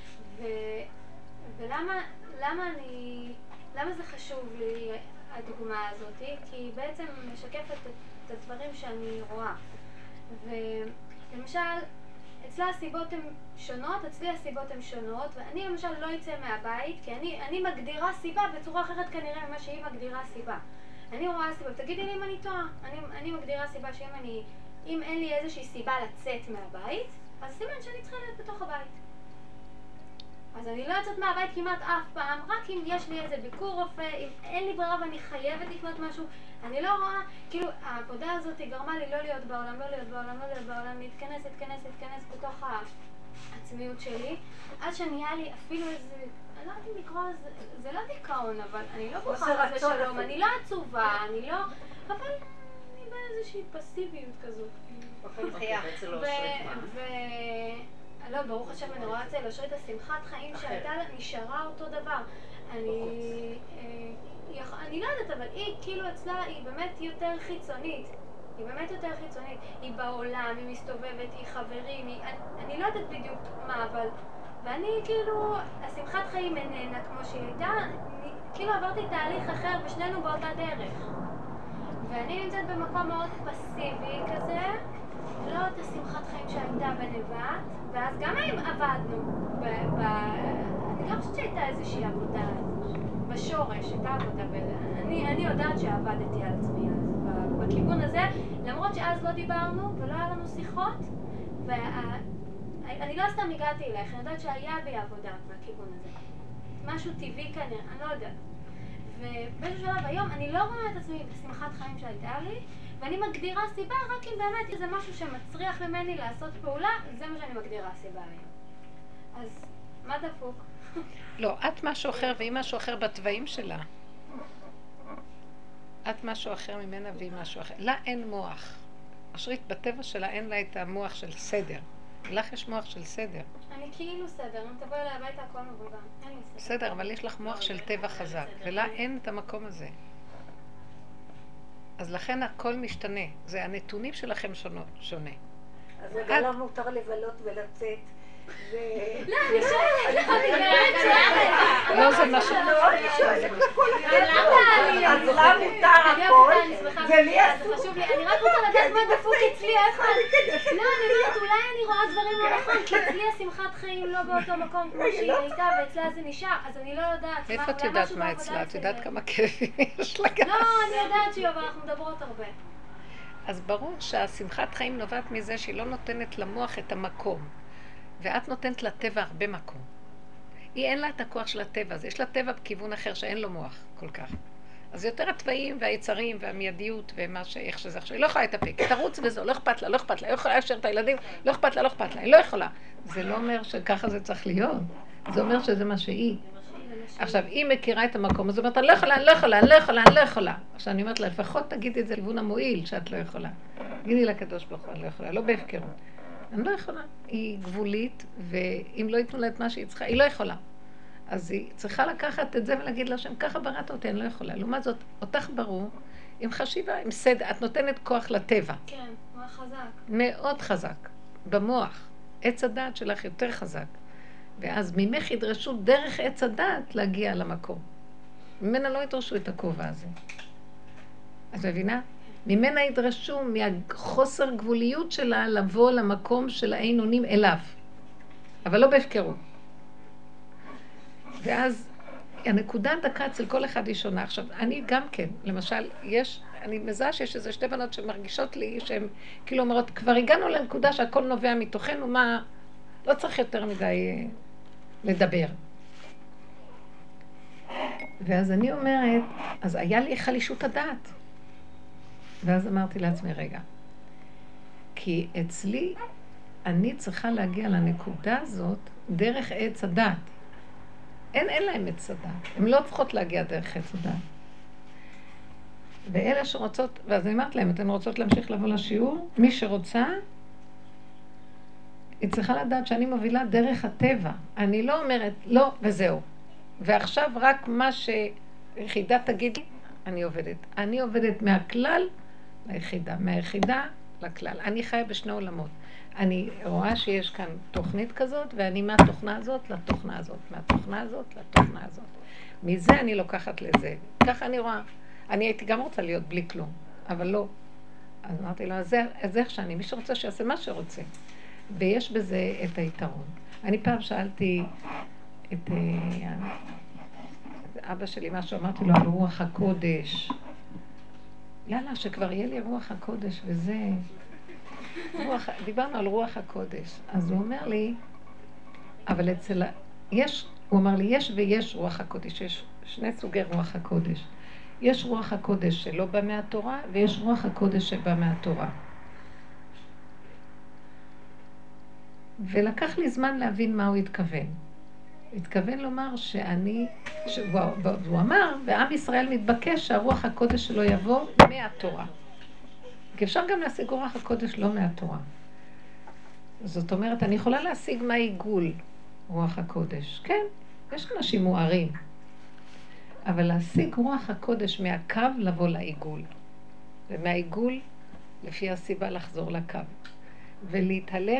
למה זה חשוב לי הדוגמה הזאת? כי היא בעצם משקפת את הדברים שאני רואה. ולמשל, אצלה הסיבות הן שונות, אצלי הסיבות הן שונות, ואני למשל לא אצא מהבית, כי אני מגדירה סיבה בצורה אחרת כנראה ממה שהיא מגדירה סיבה. אני רואה סיבה, תגידי לי אם אני טועה, אני מגדירה סיבה אם אין לי איזושהי סיבה לצאת מהבית, אז סימן שאני צריכה להיות בתוך הבית. אז אני לא יוצאת מהבית כמעט אף פעם, רק אם יש לי איזה ביקור רופא, אם אין לי ברירה ואני חייבת לקנות משהו, אני לא רואה, כאילו, העבודה הזאת גרמה לי לא להיות בעולם, להתכנס בתוך העצמיות שלי, עד שנהיה לי אפילו איזה, אני לא יודעת אם לקרוא, זה לא דיכאון, אבל אני לא בוחרת בשלום, אני לא עצובה, אני לא, אבל אני באיזושהי פסיביות כזאת. לא, ברוך השם, אני רואה אצל אושרית השמחת חיים שהייתה לה, נשארה אותו דבר. אני לא יודעת, אבל היא כאילו אצלה, היא באמת יותר חיצונית. היא בעולם, היא מסתובבת, היא חברים, אני לא יודעת בדיוק מה, אבל... ואני כאילו, השמחת חיים איננה כמו שהיא הייתה, כאילו עברתי תהליך אחר ושנינו באותה דרך. ואני נמצאת במקום מאוד פסיבי כזה, לא את השמחת חיים שהייתה בנבט, ואז גם עבדנו, אני לא חושבת שהייתה איזושהי עבודה בשורש, הייתה עבודה, אני יודעת שעבדתי על עצמי בכיוון הזה, למרות שאז לא דיברנו ולא היה לנו שיחות, ואני לא סתם הגעתי אלייך, אני יודעת שהיה בי עבודה בכיוון הזה. משהו טבעי כנראה, אני לא יודעת. ובאיזשהו שלב היום אני לא רואה את עצמי בשמחת חיים שהייתה לי, ואני מגדירה סיבה רק אם באמת זה משהו שמצריח ממני לעשות פעולה, זה מה שאני מגדירה סיבה היום. אז מה דפוק? לא, את משהו אחר והיא משהו אחר בטבעים שלה. את משהו אחר ממנה והיא משהו אחר. לה אין מוח. אושרית בטבע שלה אין לה את המוח של סדר. לך יש מוח של סדר. אני כאילו סדר, אם תבוא אליי הביתה הכל מבולגן. אין לי סדר. בסדר, אבל יש לך מוח של טבע חזק, ולה אין את המקום הזה. אז לכן הכל משתנה. זה הנתונים שלכם שונה. אז רגע לא מותר לבלות ולצאת לא, אני שואלת, אני באמת שואלת. לא, זה מה ש... אז לה מותר הכל, ולי זה חשוב לי, אני רק רוצה לדעת מה דפוק אצלי, איפה... לא, אני אומרת, אולי אני רואה דברים לא נכון, כי אצלי השמחת חיים לא באותו מקום כמו שהיא הייתה, ואצלה זה נשאר, אז אני לא יודעת. איפה את יודעת מה אצלה? את יודעת כמה כאבים יש לה גם? לא, אני יודעת שהיא, אבל אנחנו מדברות הרבה. אז ברור שהשמחת חיים נובעת מזה שהיא לא נותנת למוח את המקום, ואת נותנת לטבע הרבה מקום. היא אין לה את הכוח של הטבע הזה, יש לה טבע בכיוון אחר שאין לו מוח כל כך. אז יותר הטבעים והיצרים והמיידיות ומה שאיך שזה עכשיו, היא לא יכולה להתאפק, תרוץ וזו, לא אכפת לה, לא אכפת לה, היא לא יכולה להשאיר את הילדים, לא אכפת לה, לא אכפת לה, היא לא יכולה. זה לא אומר שככה זה צריך להיות, זה אומר שזה מה שהיא. עכשיו, היא מכירה את המקום, אז היא אומרת, אני לא יכולה, אני לא יכולה, אני לא יכולה, אני לא יכולה. עכשיו, אני אומרת לה, לפחות תגידי את זה לכיוון המועיל, שאת לא יכולה. תגידי לקדוש ברוך הוא, אני לא יכולה, לא בהפקרות. אני לא יכולה. היא גבולית, ואם לא ייתנו לה את מה שהיא צריכה, היא לא יכולה. אז היא צריכה לקחת את זה ולהגיד לה, ככה בראת אותי, אני לא יכולה. לעומת זאת, אותך ברור, עם חשיבה, עם סדר, את נותנת כוח לטבע. כן, מאוד חזק. מאוד חזק, במוח. עץ הדעת שלך יותר חזק. ואז ממך ידרשו דרך עץ הדעת להגיע למקום. ממנה לא ידרשו את הכובע הזה. את מבינה? ממנה ידרשו מהחוסר גבוליות שלה לבוא למקום של האין אונים אליו. אבל לא בהפקרות. ואז הנקודה הדקה אצל כל אחד היא שונה. עכשיו, אני גם כן, למשל, אני מזהה שיש איזה שתי בנות שמרגישות לי, שהן כאילו אומרות, כבר הגענו לנקודה שהכל נובע מתוכנו, מה, לא צריך יותר מדי לדבר. ואז אני אומרת, אז היה לי חלישות הדעת. ואז אמרתי לעצמי, רגע, כי אצלי אני צריכה להגיע לנקודה הזאת דרך עץ הדעת. אין להם עץ הדעת, הן לא צריכות להגיע דרך עץ הדעת. ואלה שרוצות, ואז אני אמרת להם, אתן רוצות להמשיך לבוא לשיעור? מי שרוצה, היא צריכה לדעת שאני מובילה דרך הטבע. אני לא אומרת, לא וזהו. ועכשיו רק מה שיחידה תגיד לי, אני עובדת. אני עובדת מהכלל ליחידה, מהיחידה לכלל. אני חיה בשני עולמות. אני רואה שיש כאן תוכנית כזאת, ואני מהתוכנה הזאת לתוכנה הזאת, מהתוכנה הזאת לתוכנה הזאת. מזה אני לוקחת לזה. ככה אני רואה. אני הייתי גם רוצה להיות בלי כלום, אבל לא. אז אמרתי לו, אז זה איך שאני, מי שרוצה שיעשה מה שרוצה. ויש בזה את היתרון. אני פעם שאלתי את אבא שלי משהו, אמרתי לו על רוח הקודש. יאללה, שכבר יהיה לי רוח הקודש וזה... דיברנו על רוח הקודש. אז הוא אומר לי, אבל הוא אמר לי, יש ויש רוח הקודש, יש שני סוגי רוח הקודש. יש רוח הקודש שלא בא מהתורה, ויש רוח הקודש שבא מהתורה. ולקח לי זמן להבין מה הוא התכוון. הוא התכוון לומר והוא אמר, ועם ישראל מתבקש שהרוח הקודש שלו יבוא מהתורה. כי אפשר גם להשיג רוח הקודש לא מהתורה. זאת אומרת, אני יכולה להשיג מהעיגול רוח הקודש. כן, יש אנשים מוארים. אבל להשיג רוח הקודש מהקו לבוא לעיגול. ומהעיגול, לפי הסיבה, לחזור לקו. ולהתהלך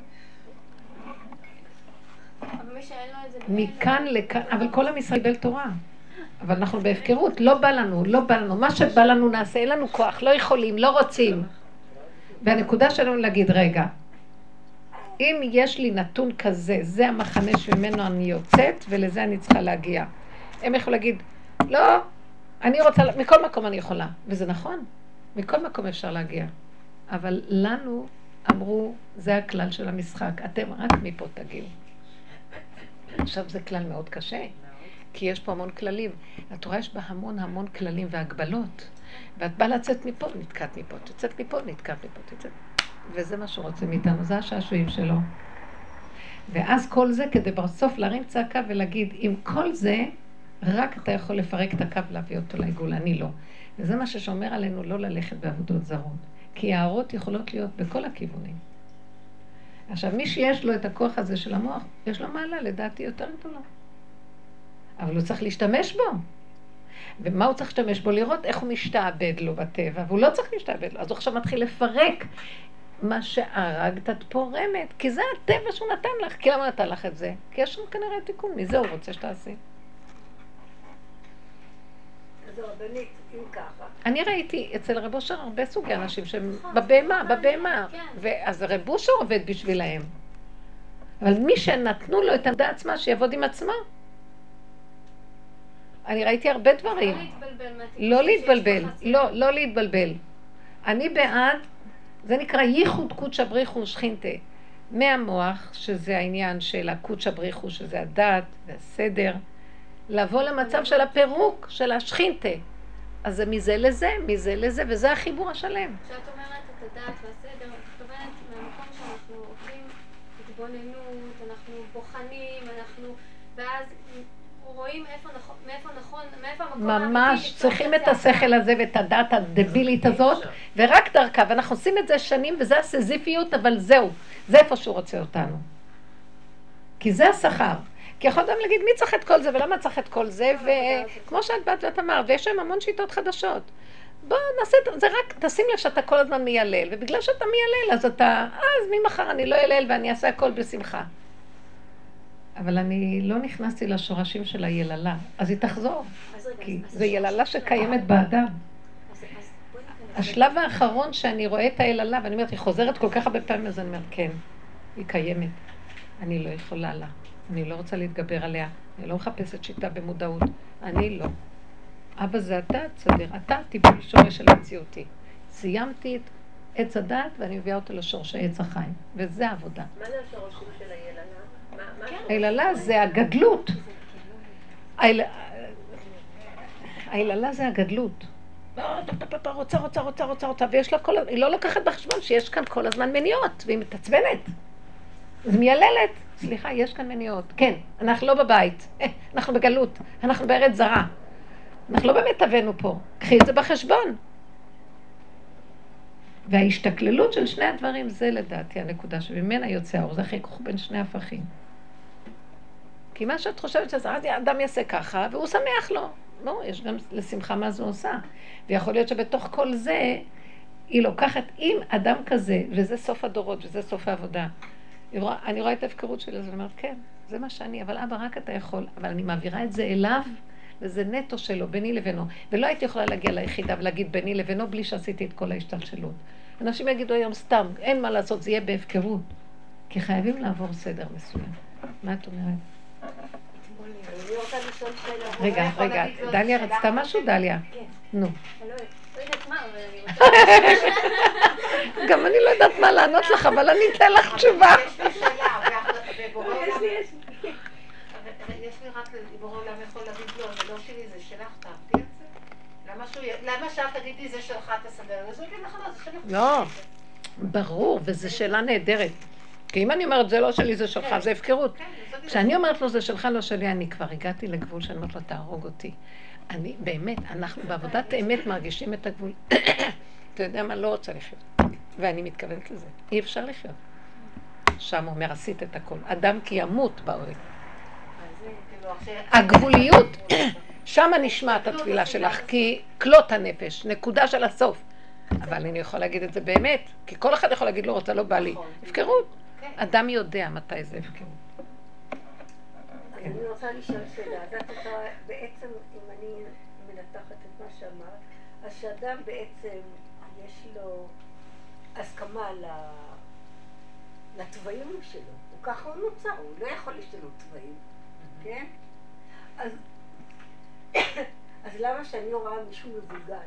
מכאן לכאן, אבל כל עם ישראל קיבל תורה. אבל אנחנו בהפקרות, לא בא לנו. מה שבא לנו נעשה, אין לנו כוח, לא יכולים, לא רוצים. והנקודה שלנו להגיד, רגע, אם יש לי נתון כזה, זה המחנה שממנו אני יוצאת, ולזה אני צריכה להגיע. הם יכולים להגיד, לא, אני רוצה, מכל מקום אני יכולה. וזה נכון, מכל מקום אפשר להגיע. אבל לנו אמרו, זה הכלל של המשחק, אתם רק מפה תגיעו. עכשיו זה כלל מאוד קשה, כי יש פה המון כללים. התורה יש בה המון כללים והגבלות. ואת באה לצאת מפה, נתקעת מפה, תצאת מפה, נתקעת מפה, תצאת. וזה מה שרוצים מאיתנו, זה השעשועים שלו. ואז כל זה כדי בסוף להרים צעקה ולהגיד, עם כל זה, רק אתה יכול לפרק את הקו להביא אותו לעיגול, אני לא. וזה מה ששומר עלינו לא ללכת בעבודות זרות. כי הערות יכולות להיות בכל הכיוונים. עכשיו, מי שיש לו את הכוח הזה של המוח, יש לו מעלה לדעתי יותר גדולה. אבל הוא צריך להשתמש בו. ומה הוא צריך להשתמש בו? לראות איך הוא משתעבד לו בטבע, והוא לא צריך להשתעבד לו. אז הוא עכשיו מתחיל לפרק מה שהרגת את פורמת, כי זה הטבע שהוא נתן לך. כי למה נתן לך את זה? כי יש שם כנראה תיקון, מזה הוא רוצה שתעשי. אז הרבנית, אם ככה. אני ראיתי אצל רב אושר הרבה סוגי אנשים שהם בבהמה. אז רב אושר עובד בשבילהם. אבל מי שנתנו לו את העמדה עצמה, שיעבוד עם עצמו. אני ראיתי הרבה דברים. לא להתבלבל. לא להתבלבל. אני בעד, זה נקרא ייחוד קודשא בריחו שכינתה. מהמוח, שזה העניין של הקודשא בריחו, שזה הדת והסדר, לבוא למצב של הפירוק, של השכינתה. אז זה מזה לזה, מזה לזה, וזה החיבור השלם. כשאת אומרת את הדת והסדר, את אומרת מהמקום שאנחנו עושים התבוננות, אנחנו בוחנים, ואז רואים מאיפה המקום האמיתי. ממש צריכים את השכל הזה ואת הדת הדבילית הזאת, ורק דרכה, ואנחנו עושים את זה שנים, וזה הסזיפיות, אבל זהו, זה איפה שהוא רוצה אותנו. כי זה השכר. כי יכול גם להגיד, מי צריך את כל זה, ולמה צריך את כל זה, וכמו שאת באת ואת אמרת, ויש שם המון שיטות חדשות. בוא נעשה, זה רק, תשים לב שאתה כל הזמן מיילל, ובגלל שאתה מיילל, אז אתה, אז ממחר אני לא איילל, ואני אעשה הכל בשמחה. אבל אני לא נכנסתי לשורשים של היללה, אז היא תחזור, כי זה יללה שקיימת באדם. השלב האחרון שאני רואה את היללה, ואני אומרת, היא חוזרת כל כך הרבה פעמים, אז אני אומרת, כן, היא קיימת, אני לא יכולה לה. אני לא רוצה להתגבר עליה, אני לא מחפשת שיטה במודעות, אני לא. אבא זה אתה, צדיר, אתה טיפול שורש של המציאותי. סיימתי את עץ הדת ואני מביאה אותו לשורש עץ החיים, וזה העבודה. מה זה השורשים של היללה? היללה זה הגדלות. היללה זה הגדלות. רוצה, ויש לה כל הזמן, היא לא לוקחת בחשבון שיש כאן כל הזמן מניעות, והיא מתעצבנת. אז מייללת, סליחה, יש כאן מניעות. כן, אנחנו לא בבית, אנחנו בגלות, אנחנו בארץ זרה. אנחנו לא באמת הבאנו פה, קחי את זה בחשבון. וההשתכללות של שני הדברים זה לדעתי הנקודה שממנה יוצא האור, זה חיכוך בין שני הפכים. כי מה שאת חושבת שזה, האדם יעשה ככה, והוא שמח לו. לא, יש גם לשמחה מה זה עושה. ויכול להיות שבתוך כל זה, היא לוקחת עם אדם כזה, וזה סוף הדורות, וזה סוף העבודה. אני רואה את ההפקרות שלי, אז אני אומרת, כן, זה מה שאני, אבל אבא, רק אתה יכול. אבל אני מעבירה את זה אליו, וזה נטו שלו, ביני לבינו. ולא הייתי יכולה להגיע ליחידה ולהגיד ביני לבינו, בלי שעשיתי את כל ההשתלשלות. אנשים יגידו היום סתם, אין מה לעשות, זה יהיה בהפקרות. כי חייבים לעבור סדר מסוים. מה את אומרת? אני רוצה לשאול רגע, דליה רצתה משהו, דליה? כן. נו. אני לא יודעת מה, אבל אני רוצה... גם אני לא יודעת מה לענות לך, אבל אני אתן לך תשובה. יש לי שאלה, יש לי רק לבורא עולם יכול להגיד לא, זה לא שלי, זה שלך, תעבדי את זה? למה שאת תגידי זה שלך, תסדר? אז הוא יגיד לך, זה שלך. לא, ברור, וזו שאלה נהדרת. כי אם אני אומרת זה לא שלי, זה שלך, זה הפקרות. כשאני אומרת לו זה שלך, לא שלי, אני כבר הגעתי לגבול שאני אומרת לו, תהרוג אותי. אני, באמת, אנחנו בעבודת האמת מרגישים את הגבול. אתה יודע מה? לא רוצה לחיות. ואני מתכוונת לזה. אי אפשר לחיות. שם אומר, עשית את הכל. אדם כי ימות באוהל. הגבוליות, שם נשמעת התפילה שלך, כי כלות הנפש, נקודה של הסוף. אבל אני יכול להגיד את זה באמת, כי כל אחד יכול להגיד, לא רוצה, לא בא לי. הפקרות. אדם יודע מתי זה הפקרות. אני רוצה לשאול שאלה, בעצם אם אני מנתחת את מה שאמרת, אז שאדם בעצם יש לו הסכמה לטבעים שלו, וככה הוא נוצר, הוא לא יכול לשנות טבעים, כן? אז למה שאני רואה מישהו מבולגן,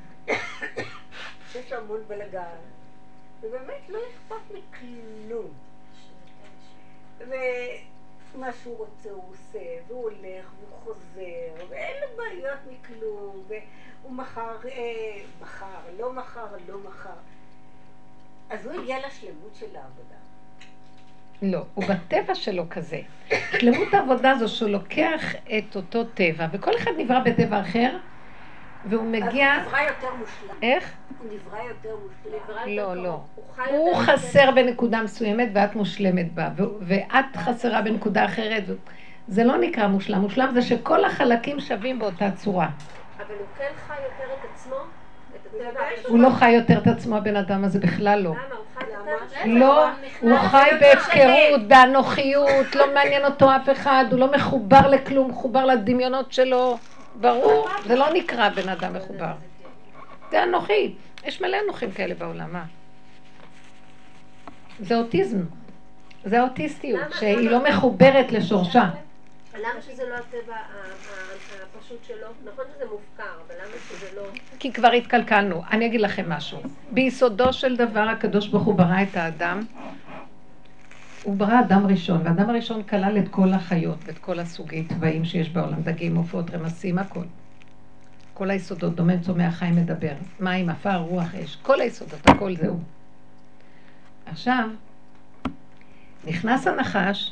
שיש המון בלגן, ובאמת לא אכפת מכלום, ומה שהוא רוצה הוא עושה, והוא הולך והוא חוזר, ואין לו בעיות מכלום, והוא מחר, לא מחר, אז הוא הגיע לשלמות של העבודה. לא, הוא בטבע שלו כזה. שלמות העבודה זו שהוא לוקח את אותו טבע, וכל אחד נברא בטבע אחר, והוא מגיע... אז הוא נברא יותר מושלם. איך? הוא נברא יותר מושלם. לא. הוא חסר בנקודה מסוימת ואת מושלמת בה, ואת חסרה בנקודה אחרת. זה לא נקרא מושלם. מושלם זה שכל החלקים שווים באותה צורה. אבל הוא כן חי יותר את עצמו? הוא לא חי יותר את עצמו, הבן אדם הזה בכלל לא. למה? הוא חי את עצמו? לא, הוא חי בהפקרות, באנוכיות, לא מעניין אותו אף אחד, הוא לא מחובר לכלום, מחובר לדמיונות שלו. ברור, זה לא נקרא בן אדם מחובר. זה אנוכי. יש מלא אנוכים כאלה בעולם, מה? זה אוטיזם. זה אוטיסטיות, שהיא לא מחוברת לשורשה. למה שזה לא הטבע הפשוט שלו? נכון שזה מופקר, אבל למה שזה לא... כי כבר התקלקלנו. אני אגיד לכם משהו. ביסודו של דבר הקדוש ברוך הוא ברא את האדם. הוא ברא אדם ראשון, והאדם הראשון כלל את כל החיות ואת כל הסוגי טבעים שיש בעולם, דגים, עופות, רמסים, הכל. כל היסודות, דומם, צומח, חי, מדבר, מים, עפר, רוח, אש, כל היסודות, הכל זהו. עכשיו, נכנס הנחש,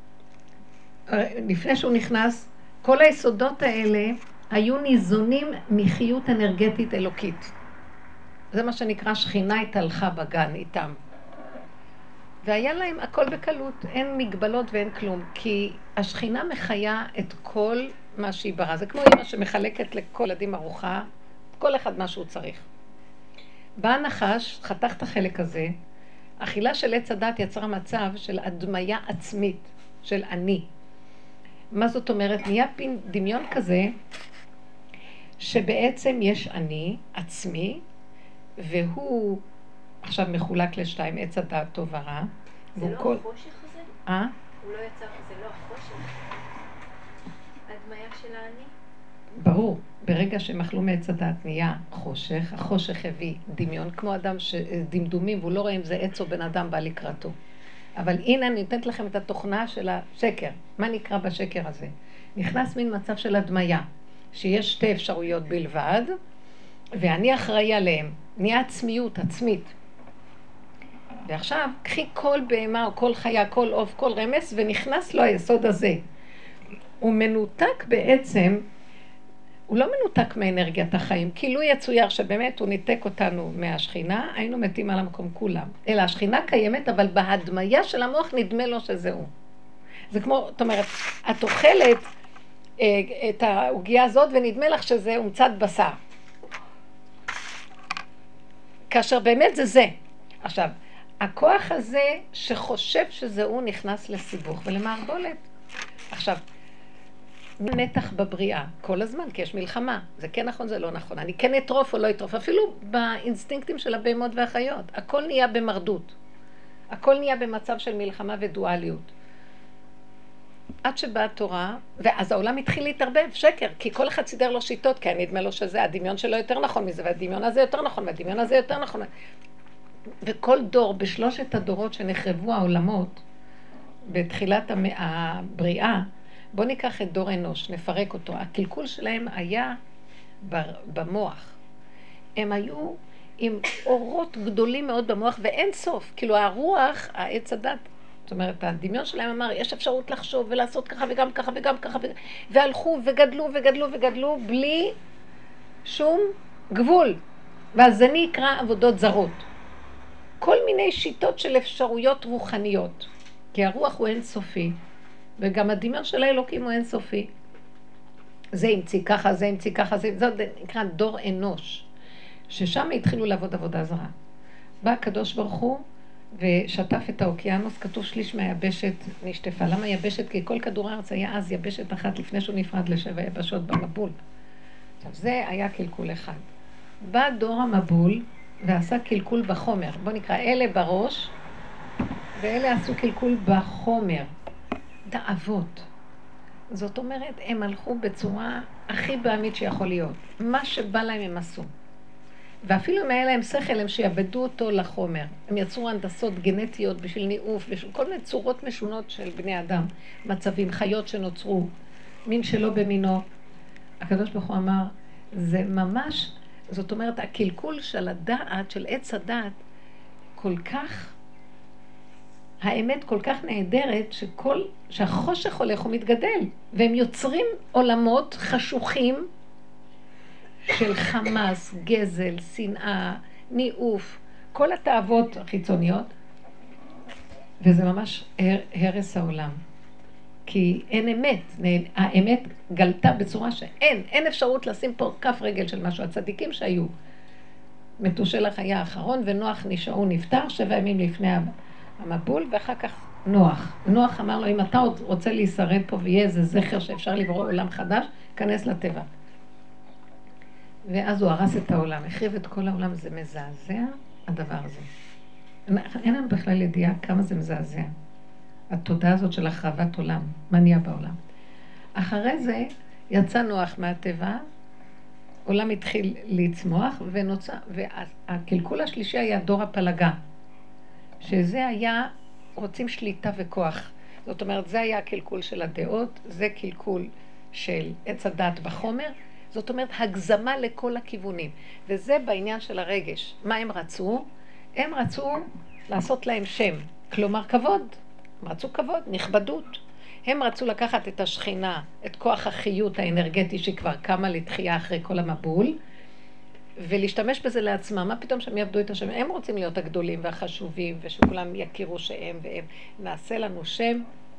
לפני שהוא נכנס, כל היסודות האלה היו ניזונים מחיות אנרגטית אלוקית. זה מה שנקרא שכינה התהלכה בגן איתם. והיה להם הכל בקלות, אין מגבלות ואין כלום, כי השכינה מחיה את כל מה שהיא ברא. זה כמו אמא שמחלקת לכל ילדים ארוחה, כל אחד מה שהוא צריך. בא הנחש, חתך את החלק הזה, אכילה של עץ הדת יצרה מצב של הדמיה עצמית, של אני. מה זאת אומרת? נהיה דמיון כזה, שבעצם יש אני עצמי, והוא עכשיו מחולק לשתיים, עץ הדעת טוב ורע. זה לא כל... החושך הזה? הוא לא יצא, זה לא החושך? הדמיה של האני? ברור, ברגע שהם אכלו מעץ הדעת נהיה חושך, החושך הביא דמיון, כמו אדם שדמדומים, והוא לא רואה אם זה עץ או בן אדם בא לקראתו. אבל הנה אני נותנת לכם את התוכנה של השקר. מה נקרא בשקר הזה? נכנס מין מצב של הדמיה, שיש שתי אפשרויות בלבד, ואני אחראי עליהם. נהיה עצמיות, עצמית. ועכשיו, קחי כל בהמה או כל חיה, כל עוף, כל רמס, ונכנס לו היסוד הזה. הוא מנותק בעצם, הוא לא מנותק מאנרגיית החיים, כאילו יצויר שבאמת הוא ניתק אותנו מהשכינה, היינו מתים על המקום כולם. אלא השכינה קיימת, אבל בהדמיה של המוח נדמה לו שזהו. זה כמו, זאת אומרת, את אוכלת את העוגיה הזאת ונדמה לך שזה הומצאת בשר. כאשר באמת זה זה. עכשיו, הכוח הזה שחושב שזהו נכנס לסיבוך ולמערבולת. עכשיו, מתח בבריאה כל הזמן, כי יש מלחמה. זה כן נכון, זה לא נכון. אני כן אטרוף או לא אטרוף. אפילו באינסטינקטים של הבהמות והחיות. הכל נהיה במרדות. הכל נהיה במצב של מלחמה ודואליות. עד שבאה תורה, ואז העולם התחיל להתערבב, שקר, כי כל אחד סידר לו שיטות, כי נדמה לו שזה, הדמיון שלו יותר נכון מזה, והדמיון הזה יותר נכון, והדמיון הזה יותר נכון. וכל דור, בשלושת הדורות שנחרבו העולמות, בתחילת הבריאה, בוא ניקח את דור אנוש, נפרק אותו. הקלקול שלהם היה במוח. הם היו עם אורות גדולים מאוד במוח, ואין סוף. כאילו הרוח, העץ הדת, זאת אומרת, הדמיון שלהם אמר, יש אפשרות לחשוב ולעשות ככה וגם ככה וגם ככה, והלכו וגדלו וגדלו וגדלו, בלי שום גבול. ואז זה נקרא עבודות זרות. כל מיני שיטות של אפשרויות רוחניות. כי הרוח הוא אינסופי, וגם הדמיון של האלוקים הוא אינסופי. זה המציא ככה, זה המציא ככה, זה נקרא דור אנוש. ששם התחילו לעבוד עבודה זרה. בא הקדוש ברוך הוא, ושטף את האוקיינוס, כתוב שליש מהיבשת נשטפה. למה יבשת? כי כל כדור הארץ היה אז יבשת אחת לפני שהוא נפרד לשבע יבשות במבול. עכשיו זה היה קלקול אחד. בא דור המבול ועשה קלקול בחומר. בוא נקרא אלה בראש, ואלה עשו קלקול בחומר. תאוות. זאת אומרת, הם הלכו בצורה הכי בעמית שיכול להיות. מה שבא להם הם עשו. ואפילו אם היה להם שכל, הם שיעבדו אותו לחומר. הם יצרו הנדסות גנטיות בשביל ניאוף, בשביל כל מיני צורות משונות של בני אדם, מצבים, חיות שנוצרו, מין שלא במינו. הקדוש ברוך הוא אמר, זה ממש, זאת אומרת, הקלקול של הדעת, של עץ הדעת, כל כך, האמת כל כך נהדרת, שהחושך הולך ומתגדל, והם יוצרים עולמות חשוכים, של חמאס, גזל, שנאה, ניאוף, כל התאוות החיצוניות, וזה ממש הרס העולם. כי אין אמת, האמת גלתה בצורה שאין אפשרות לשים פה כף רגל של משהו. הצדיקים שהיו, מתושלח היה האחרון, ונוח הוא נפטר 7 ימים לפני המבול, ואחר כך נוח אמר לו, אם אתה רוצה להישרד פה ויהיה איזה זכר שאפשר לברוא עולם חדש, כנס לטבע. ואז הוא הרס את העולם, החריב את כל העולם, זה מזעזע הדבר הזה. אין לנו בכלל ידיעה כמה זה מזעזע. התודעה הזאת של החרבת עולם, מה נהיה בעולם. אחרי זה יצא נוח מהטבע, עולם התחיל לצמוח, והקלקול השלישי היה דור הפלגה, שזה היה, רוצים שליטה וכוח. זאת אומרת, זה היה הקלקול של הדעות, זה קלקול של עץ הדת בחומר, זאת אומרת, הגזמה לכל הכיוונים. וזה בעניין של הרגש. מה הם רצו? הם רצו לעשות להם שם, כלומר כבוד. הם רצו כבוד, נכבדות. הם רצו לקחת את השכינה, את כוח החיות האנרגטי שכבר קמה לתחייה אחרי כל המבול, ולהשתמש בזה לעצמם. מה פתאום שהם יעבדו את השם? הם רוצים להיות הגדולים והחשובים, ושכולם יכירו שהם והם. נעשה לנו שם,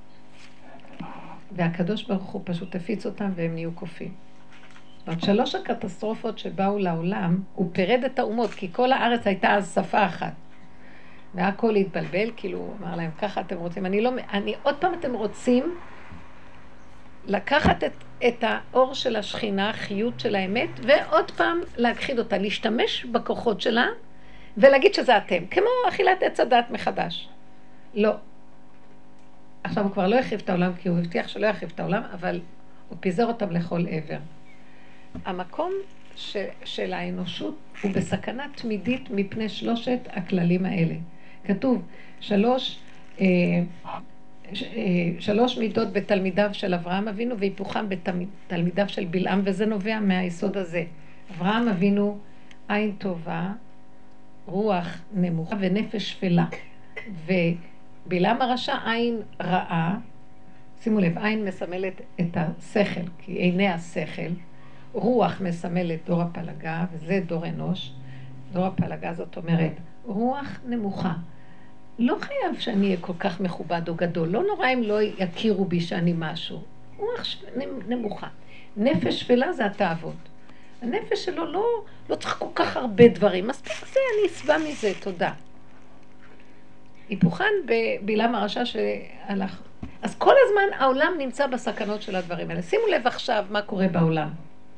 והקדוש ברוך הוא פשוט הפיץ אותם והם נהיו קופים. עוד 3 הקטסטרופות שבאו לעולם, הוא פירד את האומות, כי כל הארץ הייתה אז שפה אחת. והכל התבלבל, כאילו הוא אמר להם, ככה אתם רוצים, עוד פעם אתם רוצים לקחת את האור של השכינה, החיות של האמת, ועוד פעם להכחיד אותה, להשתמש בכוחות שלה, ולהגיד שזה אתם, כמו אכילת עץ הדת מחדש. לא. עכשיו הוא כבר לא יחריב את העולם, כי הוא הבטיח שלא יחריב את העולם, אבל הוא פיזר אותם לכל עבר. המקום של האנושות הוא בסכנה תמידית מפני 3 הכללים האלה. כתוב 3 מידות בתלמידיו של אברהם אבינו והיפוכם בתלמידיו של בלעם, וזה נובע מהיסוד הזה. אברהם אבינו עין טובה, רוח נמוכה ונפש שפלה, ובלעם הרשע עין רעה. שימו לב, עין מסמלת את השכל, כי עיני השכל, רוח מסמלת דור הפלגה, וזה דור אנוש. דור הפלגה זאת אומרת, רוח נמוכה. לא חייב שאני אהיה כל כך מכובד או גדול, לא נורא אם לא יכירו בי שאני משהו. רוח נמוכה. נפש שפלה זה התאוות. הנפש שלו לא צריך כל כך הרבה דברים, מספיק זה, אני אסבע מזה, תודה. היפוכן בבלעם הרשע שהלך. אז כל הזמן העולם נמצא בסכנות של הדברים האלה. שימו לב עכשיו מה קורה בעולם.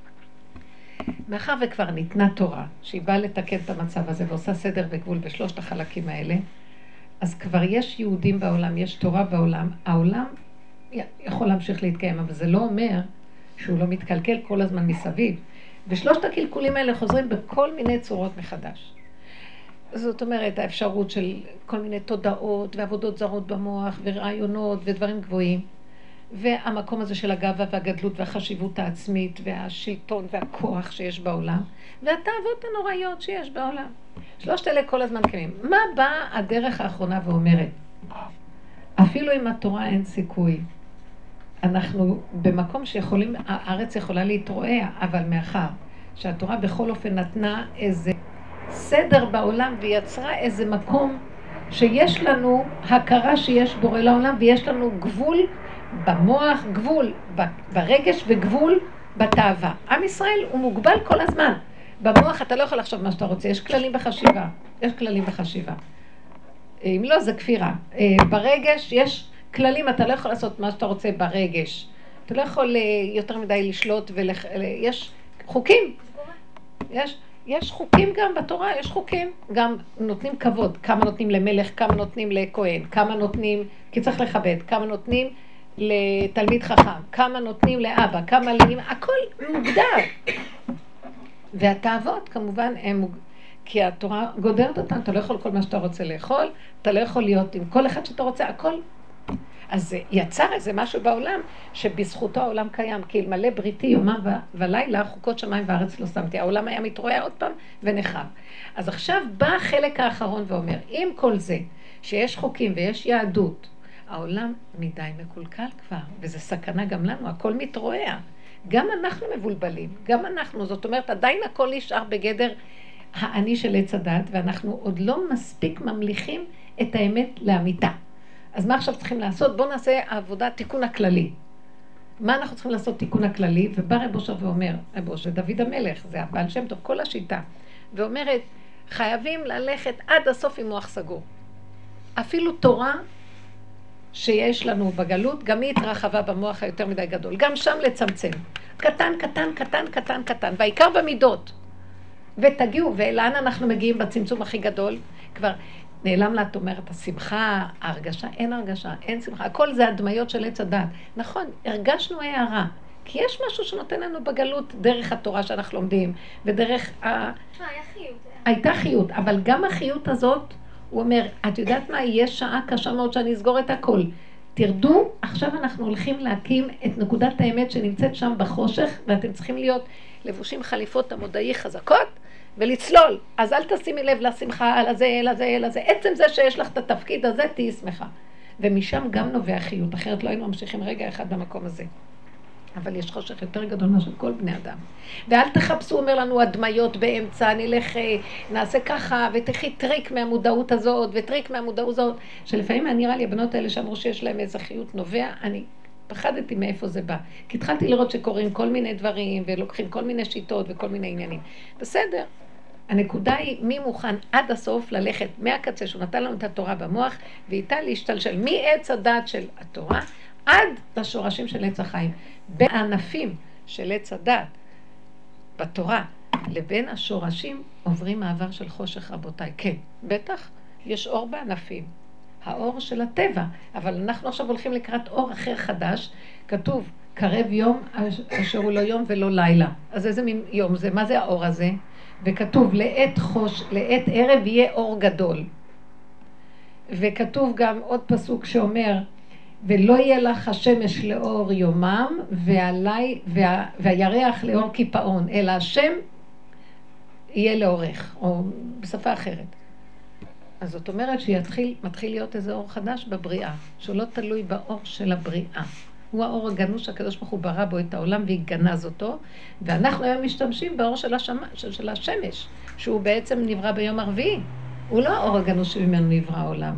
מאחר וכבר ניתנה תורה, שהיא באה לתקן את המצב הזה ועושה סדר וגבול ב3 החלקים האלה, אז כבר יש יהודים בעולם, יש תורה בעולם, העולם יכול להמשיך להתקיים, אבל זה לא אומר שהוא לא מתקלקל כל הזמן מסביב. ו3 הקלקולים האלה חוזרים בכל מיני צורות מחדש. זאת אומרת, האפשרות של כל מיני תודעות ועבודות זרות במוח ורעיונות ודברים גבוהים, והמקום הזה של הגאווה והגדלות והחשיבות העצמית והשלטון והכוח שיש בעולם, והתאוות הנוראיות שיש בעולם. 3 אלה כל הזמן קיימים. מה באה הדרך האחרונה ואומרת? אפילו עם התורה אין סיכוי. אנחנו במקום שיכולים, הארץ יכולה להתרועע, אבל מאחר שהתורה בכל אופן נתנה איזה סדר בעולם ויצרה איזה מקום שיש לנו הכרה שיש בורא לעולם, ויש לנו גבול במוח, גבול ברגש וגבול בתאווה. עם ישראל הוא מוגבל כל הזמן. במוח אתה לא יכול לחשוב מה שאתה רוצה, יש כללים בחשיבה. יש כללים בחשיבה. אם לא, זה כפירה. ברגש יש כללים, אתה לא יכול לעשות מה שאתה רוצה ברגש. אתה לא יכול יותר מדי לשלוט יש חוקים. יש חוקים גם בתורה, יש חוקים. גם נותנים כבוד. כמה נותנים למלך, כמה נותנים לכהן, כמה נותנים, כי צריך לכבד, כמה נותנים לתלמיד חכם, כמה נותנים לאבא, כמה לאמא, הכל מוגדר. והתאוות כמובן הם כי התורה גודרת אותם, אתה לא יכול כל מה שאתה רוצה לאכול, אתה לא יכול להיות עם כל אחד שאתה רוצה, הכל. אז יצר איזה משהו בעולם שבזכותו העולם קיים, כי אלמלא בריתי יומם ולילה, חוקות שמיים וארץ לא שמתי. העולם היה מתרועע עוד פעם ונחרב. אז עכשיו בא החלק האחרון ואומר, עם כל זה שיש חוקים ויש יהדות, העולם מדי מקולקל כבר, וזה סכנה גם לנו, הכל מתרועע. גם אנחנו מבולבלים, גם אנחנו, זאת אומרת, עדיין הכל נשאר בגדר האני של עץ הדת, ואנחנו עוד לא מספיק ממליכים את האמת לאמיתה. אז מה עכשיו צריכים לעשות? בואו נעשה עבודה תיקון הכללי. מה אנחנו צריכים לעשות תיקון הכללי? ובא רב אושר ואומר, רב אושר, דוד המלך, זה הבעל שם טוב, כל השיטה, ואומרת, חייבים ללכת עד הסוף עם מוח סגור. אפילו תורה שיש לנו בגלות, גם היא התרחבה במוח היותר מדי גדול. גם שם לצמצם. קטן, קטן, קטן, קטן, קטן. והעיקר במידות. ותגיעו, ולאן אנחנו מגיעים בצמצום הכי גדול? כבר נעלם לה, את אומרת, השמחה, ההרגשה, אין הרגשה, אין שמחה. הכל זה הדמיות של עץ הדת. נכון, הרגשנו הערה. כי יש משהו שנותן לנו בגלות דרך התורה שאנחנו לומדים, ודרך היה חיות. הייתה חיות, אבל גם החיות הזאת, הוא אומר, את יודעת מה, יש שעה קשה מאוד שאני אסגור את הכל. תרדו, עכשיו אנחנו הולכים להקים את נקודת האמת שנמצאת שם בחושך, ואתם צריכים להיות לבושים חליפות המודעי חזקות, ולצלול. אז אל תשימי לב לשמחה, לזה, לזה, לזה. עצם זה שיש לך את התפקיד הזה, תהי שמחה. ומשם גם נובע חיות, אחרת לא היינו ממשיכים רגע אחד במקום הזה. אבל יש חושך יותר גדול מאשר כל בני אדם. ואל תחפשו, אומר לנו, הדמיות באמצע, נלך, נעשה ככה, ותחי טריק מהמודעות הזאת, וטריק מהמודעות הזאת, שלפעמים נראה לי, הבנות האלה שאמרו שיש להם איזה חיות נובע, אני פחדתי מאיפה זה בא. כי התחלתי לראות שקוראים כל מיני דברים, ולוקחים כל מיני שיטות וכל מיני עניינים. בסדר. הנקודה היא מי מוכן עד הסוף ללכת מהקצה, שהוא נתן לנו את התורה במוח, ואיתה להשתלשל מעץ הדת של התורה, עד לשורשים של עץ החיים. בין הענפים של עץ הדת בתורה לבין השורשים עוברים מעבר של חושך, רבותיי. כן, בטח, יש אור בענפים. האור של הטבע, אבל אנחנו עכשיו הולכים לקראת אור אחר חדש. כתוב, קרב יום אשר הוא לא יום ולא לילה. אז איזה מין יום זה? מה זה האור הזה? וכתוב, לעת ערב יהיה אור גדול. וכתוב גם עוד פסוק שאומר, ולא יהיה לך השמש לאור יומם, והירח לאור קיפאון, אלא השם יהיה לאורך, או בשפה אחרת. אז זאת אומרת מתחיל להיות איזה אור חדש בבריאה, שהוא לא תלוי באור של הבריאה. הוא האור הגנוז שהקדוש ברוך הוא ברא בו את העולם והגנז אותו, ואנחנו היום משתמשים באור של השמש, שהוא בעצם נברא ביום הרביעי. הוא לא האור הגנוז שממנו נברא העולם.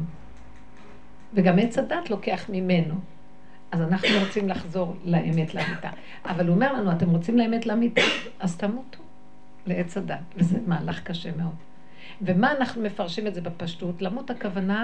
וגם עץ הדת לוקח ממנו. אז אנחנו רוצים לחזור לאמת לאמיתה. אבל הוא אומר לנו, אתם רוצים לאמת לאמיתה, אז תמותו לעץ הדת. וזה מהלך קשה מאוד. ומה אנחנו מפרשים את זה בפשטות? למות הכוונה,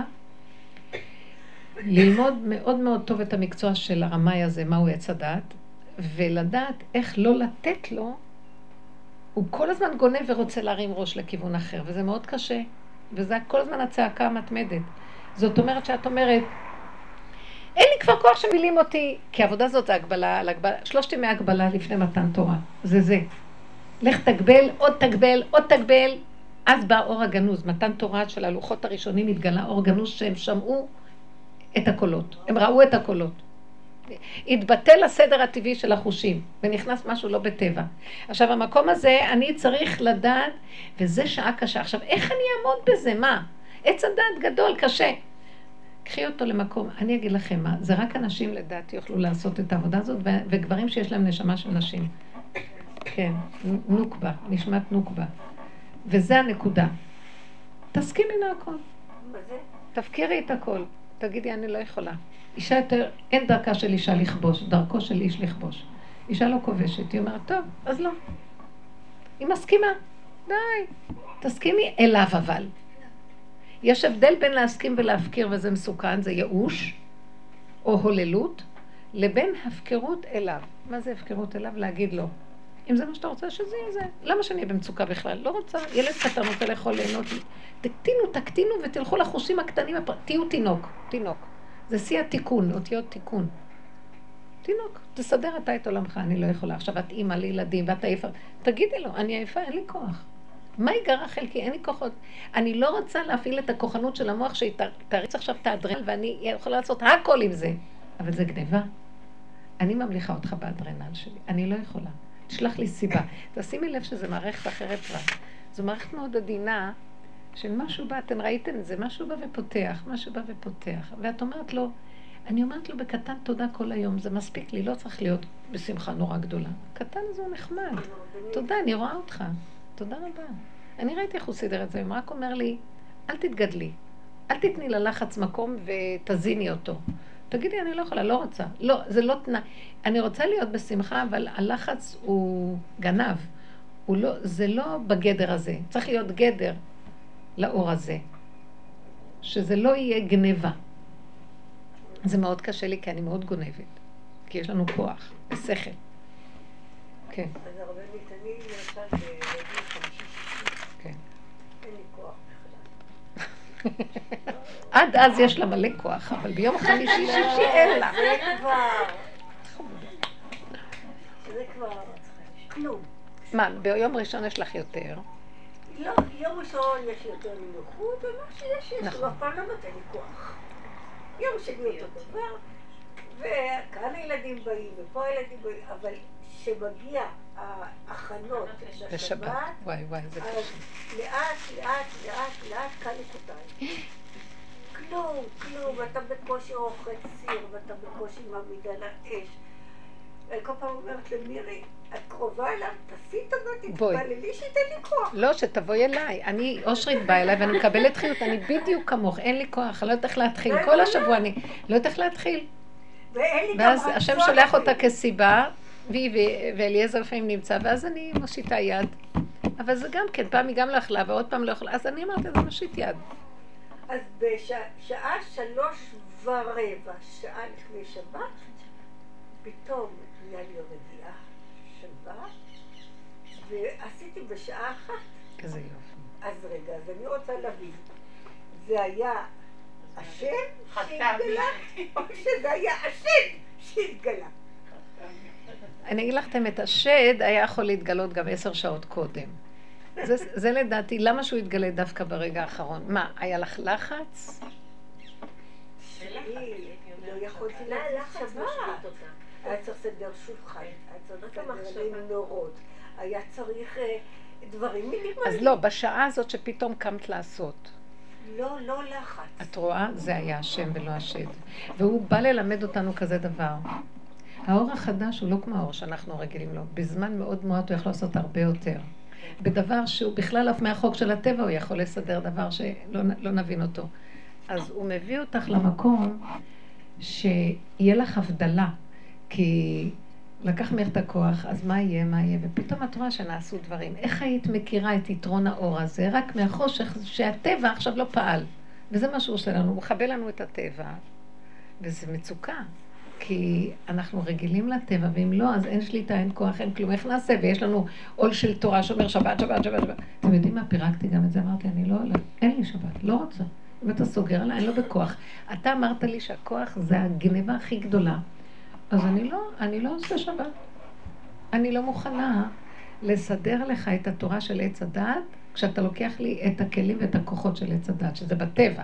ללמוד מאוד מאוד טוב את המקצוע של הרמאי הזה, מהו עץ הדת, ולדעת איך לא לתת לו, הוא כל הזמן גונב ורוצה להרים ראש לכיוון אחר, וזה מאוד קשה. וזה כל הזמן הצעקה המתמדת. זאת אומרת שאת אומרת, אין לי כבר כוח שמילים אותי, כי העבודה הזאת זה הגבלה, 3 ימי הגבלה לפני מתן תורה. זה. לך תגבל, עוד תגבל, עוד תגבל. אז בא אור הגנוז, מתן תורה של הלוחות הראשונים התגלה אור גנוז שהם שמעו את הקולות, הם ראו את הקולות. התבטל הסדר הטבעי של החושים, ונכנס משהו לא בטבע. עכשיו, המקום הזה, אני צריך לדעת, וזה שעה קשה. עכשיו, איך אני אעמוד בזה? מה? עץ הדעת גדול, קשה. קחי אותו למקום, אני אגיד לכם מה, זה רק אנשים לדעתי יוכלו לעשות את העבודה הזאת, וגברים שיש להם נשמה של נשים. כן, נוקבה, נשמת נוקבה. וזה הנקודה. תסכימי להכל. תפקירי את הכל. תגידי, אני לא יכולה. אישה יותר, אין דרכה של אישה לכבוש, דרכו של איש לכבוש. אישה לא כובשת, היא אומרת, טוב, אז לא. היא מסכימה. די. תסכימי אליו אבל. יש הבדל בין להסכים ולהפקיר, וזה מסוכן, זה ייאוש, או הוללות, לבין הפקרות אליו. מה זה הפקרות אליו? להגיד לו. אם זה מה שאתה רוצה, שזה יהיה זה. למה שאני אהיה במצוקה בכלל? לא רוצה. ילד קטן רוצה לאכול ליהנות. תקטינו ותלכו לחושים הקטנים. תהיו תינוק. זה שיא התיקון, אותיות תיקון. תינוק, תסדר אתה את עולמך, אני לא יכולה. עכשיו את אימא לילדים ואת עייפה. תגידי לו, אני עייפה, אין לי כוח. מה יגרע חלקי? אין לי כוחות. אני לא רוצה להפעיל את הכוחנות של המוח שהיא תריץ עכשיו את האדרנל, ואני יכולה לעשות הכל עם זה. אבל זה גניבה. אני ממליכה אותך באדרנל שלי. אני לא יכולה. תשלח לי סיבה. תשימי לב שזה מערכת אחרת רק. זו מערכת מאוד עדינה, של משהו בא, אתן ראיתן את זה, משהו בא ופותח. ואת אומרת לו, אני אומרת לו בקטן תודה כל היום, זה מספיק לי, לא צריך להיות בשמחה נורא גדולה. קטן זה נחמד. תודה, אני רואה אותך. תודה רבה. אני ראיתי איך הוא סידר את זה, הוא רק אומר לי, אל תתגדלי, אל תתני ללחץ מקום ותזיני אותו. תגידי, אני לא יכולה, לא רוצה. לא, זה לא תנאי. אני רוצה להיות בשמחה, אבל הלחץ הוא גנב. זה לא בגדר הזה. צריך להיות גדר לאור הזה. שזה לא יהיה גניבה. זה מאוד קשה לי, כי אני מאוד גונבת. כי יש לנו כוח, ושכל. כן. אז הרבה מתעני, למשל, בגיל 50-60. כן. אין לי כוח בכלל. עד אז יש לה מלא כוח, אבל ביום חמישי-שישי אין לה. זה כבר כלום. מה, ביום ראשון יש לך יותר? לא, יום ראשון יש יותר נינוחות, ומה שיש, יש נכון. לו אף פעם לא נותן לי כוח. יום שני אותו דבר, וכאן הילדים באים, ופה הילדים באים, אבל כשמגיע ההכנות בשבת. לשבת, וואי, זה אז קשה. לאט קל לכותיים. כלום, אתה בקושי רוחץ סיר, ואתה בקושי מעמיד על האש. ואני כל פעם אומרת למירי, את קרובה אליו, תעשי טובה, תתפללי שייתן לי כוח. לא, שתבואי אליי. אני, אושרית באה אליי ואני מקבלת חיות, אני בדיוק כמוך, אין לי כוח, אני לא יודעת איך להתחיל. כל השבוע אני לא יודעת איך להתחיל. ואז השם שולח אותה כסיבה, ואליעזר לפעמים נמצא, ואז אני מושיטה יד. אבל זה גם כן, פעם היא גם לא אכלה, ועוד פעם לא אכלה, אז אני אמרתי, זה מושיט יד. אז בשעה 3:15, שעה לפני שבת, פתאום היה לי רגיעה שבת, ועשיתי בשעה 1. איזה יופי. אז רגע, אז אני רוצה להבין, זה היה השם שהתגלה, או שזה היה השד שהתגלה? אני אגיד לכם, את השד היה יכול להתגלות גם 10 שעות קודם. זה לדעתי, למה שהוא יתגלה דווקא ברגע האחרון? מה, היה לך לחץ? לא יכולתי להחליט שבת. היה צריך לסדר שולחן, היה צריך לסדר נורות, היה צריך דברים מינימליים. אז לא, בשעה הזאת שפתאום קמת לעשות. לא לחץ. את רואה? זה היה השם ולא השד. והוא בא ללמד אותנו כזה דבר. האור החדש הוא לא כמו האור שאנחנו רגילים לו. בזמן מאוד מועט הוא יכול לעשות הרבה יותר. בדבר שהוא בכלל אף מהחוק של הטבע הוא יכול לסדר דבר שלא נבין אותו. אז הוא מביא אותך למקום שיהיה לך הבדלה. כי לקח ממך את הכוח, אז מה יהיה? ופתאום את רואה שנעשו דברים. איך היית מכירה את יתרון האור הזה? רק מהחושך שהטבע עכשיו לא פעל. וזה מה שהוא עושה לנו, הוא מחבל לנו את הטבע. וזה מצוקה. כי אנחנו רגילים לטבע, ואם לא, אז אין שליטה, אין כוח, אין כלום. איך נעשה? ויש לנו עול של תורה שאומר שבת. אתם יודעים מה? פירקתי גם את זה, אמרתי, אין לי שבת, לא רוצה. אם אתה סוגר עליי, אני לא בכוח. אתה אמרת לי שהכוח זה הגניבה הכי גדולה. אז אני לא עושה שבת. אני לא מוכנה לסדר לך את התורה של עץ הדעת, כשאתה לוקח לי את הכלים ואת הכוחות של עץ הדעת, שזה בטבע.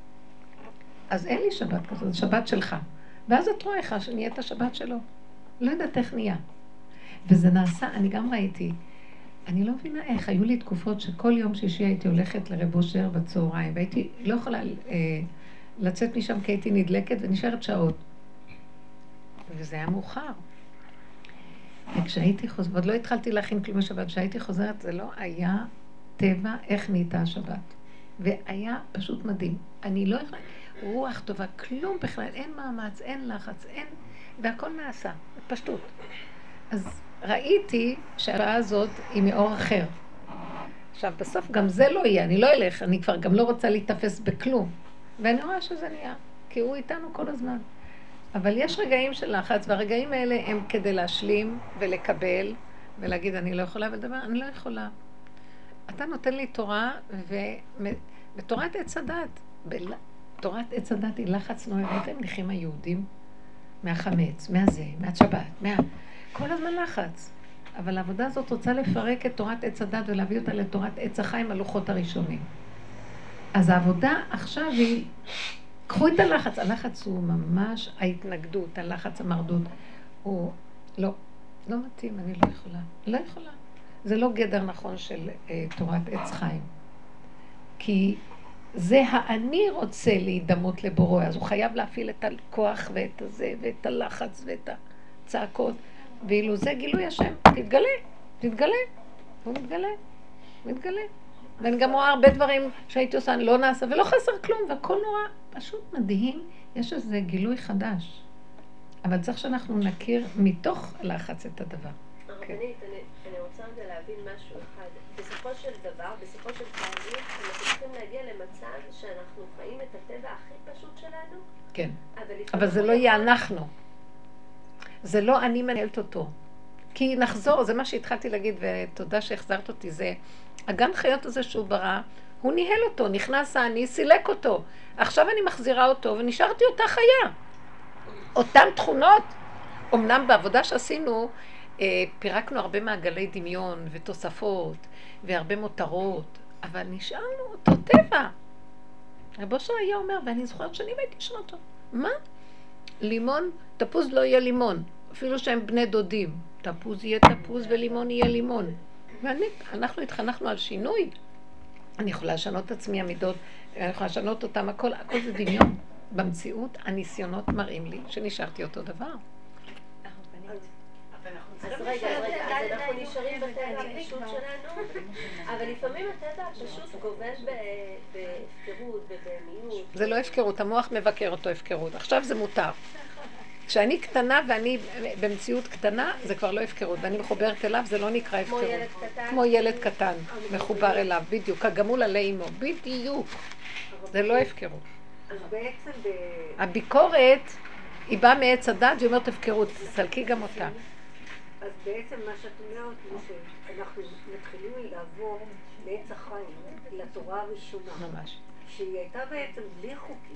אז אין לי שבת כזאת, זה שבת שלך. ואז את רואה איך שנהיית השבת שלו. לא יודעת איך נהיה. וזה נעשה, אני גם ראיתי, אני לא מבינה איך, היו לי תקופות שכל יום שישי הייתי הולכת לרב אושר בצהריים, והייתי לא יכולה לצאת משם כי הייתי נדלקת ונשארת שעות. וזה היה מאוחר. וכשהייתי חוזרת, ועוד לא התחלתי להכין כלום השבת, כשהייתי חוזרת זה לא היה טבע איך נהייתה השבת. והיה פשוט מדהים. אני לא יכולה, רוח טובה, כלום בכלל, אין מאמץ, אין לחץ, אין, והכל נעשה, פשטות. אז ראיתי שהשעה הזאת היא מאור אחר. עכשיו, בסוף גם זה לא יהיה, אני לא אלך, אני כבר גם לא רוצה להתאפס בכלום. ואני רואה שזה נהיה, כי הוא איתנו כל הזמן. אבל יש רגעים של לחץ, והרגעים האלה הם כדי להשלים ולקבל, ולהגיד, אני לא יכולה ולדבר, אני לא יכולה. אתה נותן לי תורה, ובתורת עץ הדת, תורת עץ הדת היא לחץ נוער, הייתם נכים היהודים מהחמץ, מהשבת, כל הזמן לחץ. אבל העבודה הזאת רוצה לפרק את תורת עץ הדת ולהביא אותה לתורת עץ החיים, הלוחות הראשונים. אז העבודה עכשיו היא, קחו את הלחץ, הלחץ הוא ממש ההתנגדות, הלחץ המרדות, הוא לא מתאים, אני לא יכולה. זה לא גדר נכון של תורת עץ חיים. כי זה האני רוצה להידמות לבורא, אז הוא חייב להפעיל את הכוח ואת הזה, ואת הלחץ ואת הצעקות, ואילו זה גילוי השם, תתגלה, הוא מתגלה. ואני גם רואה הרבה דברים שהייתי עושה, אני לא נעשה, ולא חסר כלום, והכל נורא פשוט מדהים, יש איזה גילוי חדש. אבל צריך שאנחנו נכיר מתוך לחץ את הדבר. הרב הרבנית, אני רוצה רגע להבין משהו אחד. בסופו של דבר, בסופו של תהליך, אנחנו צריכים להגיע למצב שאנחנו חיים את הטבע הכי פשוט שלנו. כן. אבל זה לא יהיה אנחנו. זה לא אני מנהלת אותו. כי נחזור, זה מה שהתחלתי להגיד, ותודה שהחזרת אותי, זה הגן חיות הזה שהוא ברא, הוא ניהל אותו, נכנס אני, סילק אותו. עכשיו אני מחזירה אותו ונשארתי אותה חיה. אותן תכונות, אמנם בעבודה שעשינו, פירקנו הרבה מעגלי דמיון ותוספות והרבה מותרות, אבל נשארנו אותו טבע. רבו שר היה אומר, ואני זוכרת שאני הייתי שואל אותו, מה? לימון, תפוז לא יהיה לימון, אפילו שהם בני דודים. תפוז יהיה תפוז ולימון יהיה לימון. ואנחנו התחנכנו על שינוי. אני יכולה לשנות את עצמי המידות, אני יכולה לשנות אותם, הכל זה דמיון. במציאות הניסיונות מראים לי שנשארתי אותו דבר. אז רגע, אז אנחנו נשארים בטבע הפשוט שלנו, אבל לפעמים הטבע הפשוט גובל בהפקרות ובמיעוט. זה לא הפקרות, המוח מבקר אותו הפקרות. עכשיו זה מותר. כשאני קטנה ואני במציאות קטנה, זה כבר לא הפקרות, ואני מחוברת אליו, זה לא נקרא הפקרות. כמו ילד קטן. כמו ילד קטן, מחובר אליו, בדיוק, הגמול עלי אמו, בדיוק. זה לא הפקרות. אז בעצם הביקורת היא באה מעץ הדת, והיא אומרת הפקרות, תסלקי גם אותה. אז בעצם מה שאת אומרת הוא שאנחנו מתחילים לעבור לעץ החיים, לתורה הראשונה. ממש. שהיא הייתה בעצם בלי חוקים.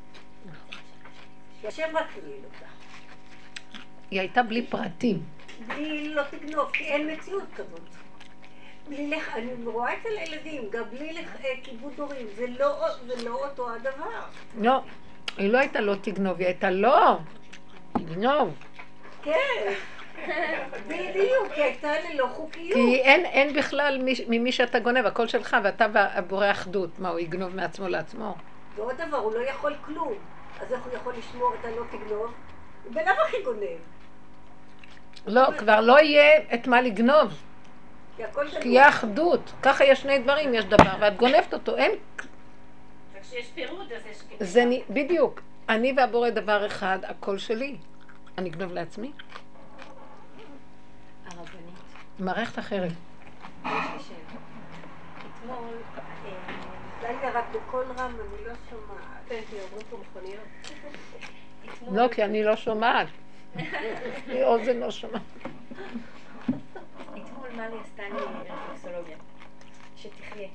שהשם רק ניהל אותה. היא הייתה בלי פרטים. בלי לא תגנוב, כי אין מציאות כזאת. אני רואה אצל הילדים, גם בלי כיבוד הורים, זה לא אותו הדבר. לא, היא לא הייתה לא תגנוב, היא הייתה לא תגנוב. כן, בדיוק, כי הייתה ללא חוקיות. כי אין בכלל ממי שאתה גונב, הכל שלך, ואתה בורא אחדות. מה, הוא יגנוב מעצמו לעצמו? ועוד דבר, הוא לא יכול כלום. אז איך הוא יכול לשמור את הלא תגנוב? הוא בלב הכי גונב. לא, כבר לא יהיה את מה לגנוב. כי יהיה אחדות. ככה יש שני דברים, יש דבר, ואת גונבת אותו. אין... וכשיש פירוד, אז יש... זה בדיוק. אני והבורא דבר אחד, הכל שלי. אני אגנוב לעצמי? הרבנית. מערכת אחרת. יש לי שאלה. אתמול... רגע, רק בכל רם, אני לא שומעת. כן, כי עוברים פה מכוניות. לא, כי אני לא שומעת. היא אוזן לא שומעת. אתמול מלי עשתה לי רפלקסולוגיה, שתחיה.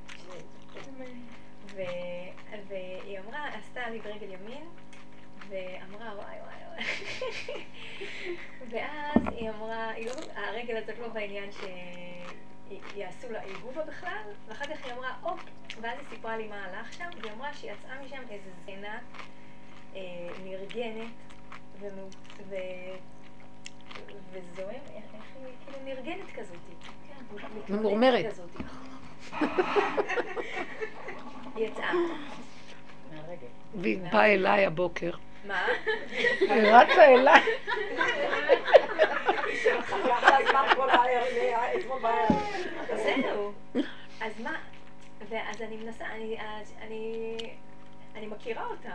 והיא אמרה, עשתה לי ברגל ימין, ואמרה וואי וואי וואי. ואז היא אמרה, הרגל הזאת לא בעניין שיעשו לה עיגובה בכלל, ואחר כך היא אמרה, ואז היא סיפרה לי מה הלך שם, והיא אמרה שהיא יצאה משם איזו זינה נרגנת וזוהם, איך היא כאילו נרגנת כזאת. ממורמרת. היא יצאה. והיא באה אליי הבוקר. מה? היא רצה אליי. זהו. אז מה? ואז אני מנסה, אני מכירה אותה.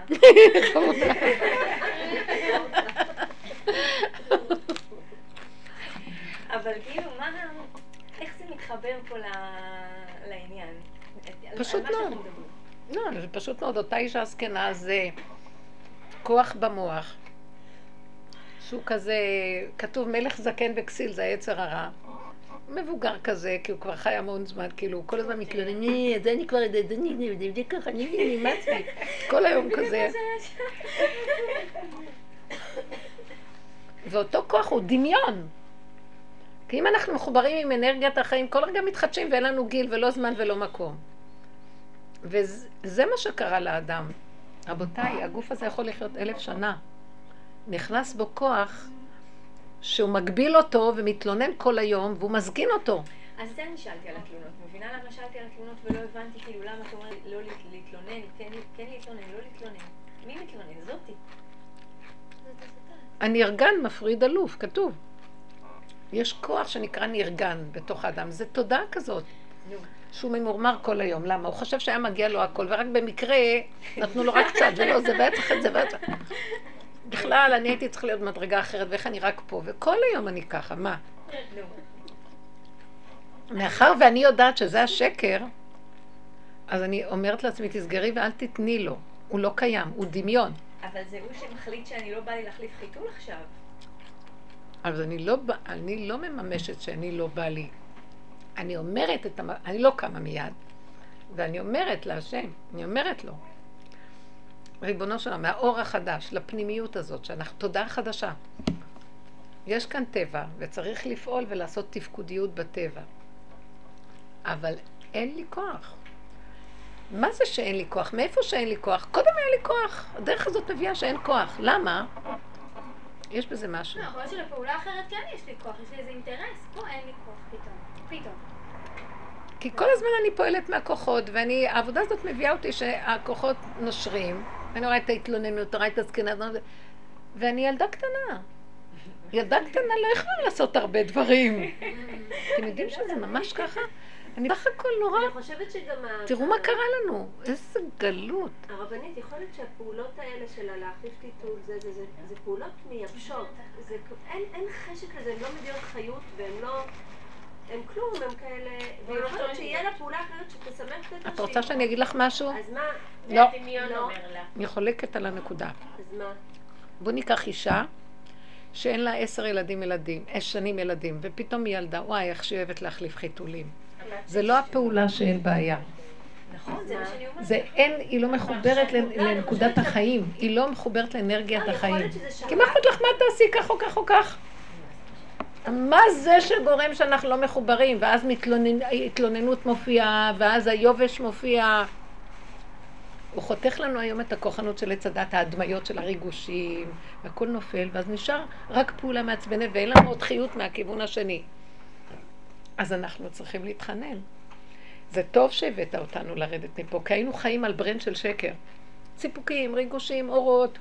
אבל כאילו, איך זה מתחבר פה לעניין? פשוט מאוד. לא, זה פשוט מאוד. אותה אישה זקנה זה כוח במוח. שהוא כזה, כתוב מלך זקן וכסיל, זה היצר הרע. מבוגר כזה, כי הוא כבר חי המון זמן, כאילו, הוא כל הזמן מתלונן, אז אני כבר, זה ככה, אני נמאס לי. כל היום כזה. ואותו כוח הוא דמיון. כי אם אנחנו מחוברים עם אנרגיית החיים, כל רגע מתחדשים ואין לנו גיל ולא זמן ולא מקום. וזה מה שקרה לאדם. רבותיי, הגוף הזה יכול לחיות 1000 שנה. נכנס בו כוח שהוא מגביל אותו ומתלונן כל היום והוא מסגין אותו. אז זה אני שאלתי על התלונות. מבינה למה שאלתי על התלונות ולא הבנתי כאילו למה אתה אומר לא להתלונן, כן להתלונן, לא להתלונן. מי מתלונן? זאתי. הנרגן מפריד אלוף, כתוב. יש כוח שנקרא נרגן בתוך האדם. זה תודעה כזאת. שהוא ממורמר כל היום. למה? הוא חושב שהיה מגיע לו הכל, ורק במקרה נתנו לו רק קצת, ולא, זה בטח את זה בטח. בכלל, אני הייתי צריך להיות מדרגה אחרת, ואיך אני רק פה, וכל היום אני ככה, מה? מאחר ואני יודעת שזה השקר, אז אני אומרת לעצמי, תסגרי ואל תתני לו. הוא לא קיים, הוא דמיון. אבל זה הוא שמחליט שאני לא בא לי להחליף חיתול עכשיו. אז אני לא מממשת שאני לא בא לי. אני אומרת אני לא קמה מיד. ואני אומרת להשם, אני אומרת לו. ריבונו שלנו, מהאור החדש, לפנימיות הזאת, שאנחנו תודעה חדשה. יש כאן טבע, וצריך לפעול ולעשות תפקודיות בטבע. אבל אין לי כוח. מה זה שאין לי כוח? מאיפה שאין לי כוח? קודם היה לי כוח. הדרך הזאת מביאה שאין כוח. למה? יש בזה משהו. לא, יכול להיות שלפעולה אחרת כן יש לי כוח, יש לי איזה אינטרס. פה אין לי כוח פתאום. כי כל הזמן אני פועלת מהכוחות, העבודה הזאת מביאה אותי שהכוחות נושרים, ואני רואה את ההתלוננות, רואה את הזקנה, ואני ילדה קטנה. ילדה קטנה לא יכולה לעשות הרבה דברים. אתם יודעים שזה ממש ככה? אני בסך הכל נורא. אני חושבת שגם תראו מה קרה לנו, איזה גלות. הרבנית, יכול להיות שהפעולות האלה של להחליף טיטול, זה פעולות מייבשות. אין חשק לזה, הן לא מביאות חיות, והן לא... הם כלום, הם כאלה... ויכול להיות שיהיה לה פעולה אחרת שתסמך את הנשים. את רוצה שאני אגיד לך משהו? אז מה? לא. לא. אני חולקת על הנקודה. אז מה? בוא ניקח אישה שאין לה 10 שנים ילדים, ופתאום היא ילדה, וואי, איך שהיא אוהבת להחליף חיתולים. זה לא הפעולה שאין בעיה. נכון, זה מה שאני אומרת. זה אין, היא לא מחוברת לנקודת החיים, היא לא מחוברת לאנרגיית החיים. כי מה אכפת לך מה תעשי כך או כך או כך? מה זה שגורם שאנחנו לא מחוברים, ואז התלוננות מופיעה, ואז היובש מופיע. הוא חותך לנו היום את הכוחנות של הצדת, ההדמיות של הריגושים, והכל נופל, ואז נשאר רק פעולה מעצבנת, ואין לנו עוד חיות מהכיוון השני. אז אנחנו צריכים להתחנן. זה טוב שהבאת אותנו לרדת מפה, כי היינו חיים על ברן של שקר. סיפוקים, ריגושים, אורות.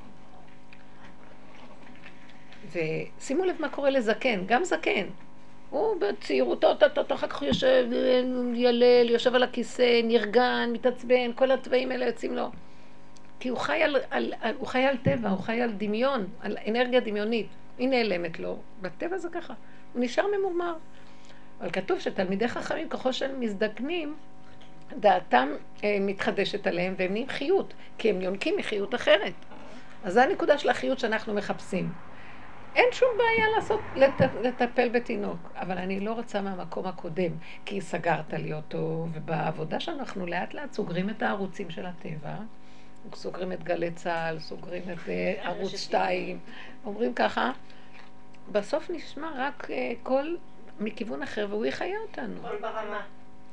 ושימו לב מה קורה לזקן, גם זקן. הוא בצעירותו, אחר כך יושב, ילל, יושב על הכיסא, נרגן, מתעצבן, כל הצבעים האלה יוצאים לו. כי הוא חי על טבע, הוא חי על דמיון, על אנרגיה דמיונית. היא נעלמת לו, בטבע זה ככה. הוא נשאר ממורמר. אבל כתוב שתלמידי חכמים, ככל שהם מזדקנים, דעתם מתחדשת עליהם, והם נהיים חיות, כי הם יונקים מחיות אחרת. אז זו הנקודה של החיות שאנחנו מחפשים. אין שום בעיה לטפל בתינוק, אבל אני לא רוצה מהמקום הקודם, כי סגרת לי אותו, ובעבודה שאנחנו לאט לאט סוגרים את הערוצים של הטבע, סוגרים את גלי צהל, סוגרים את ערוץ 2, אומרים ככה, בסוף נשמע רק קול מכיוון אחר, והוא יחיה אותנו. כל ברמה.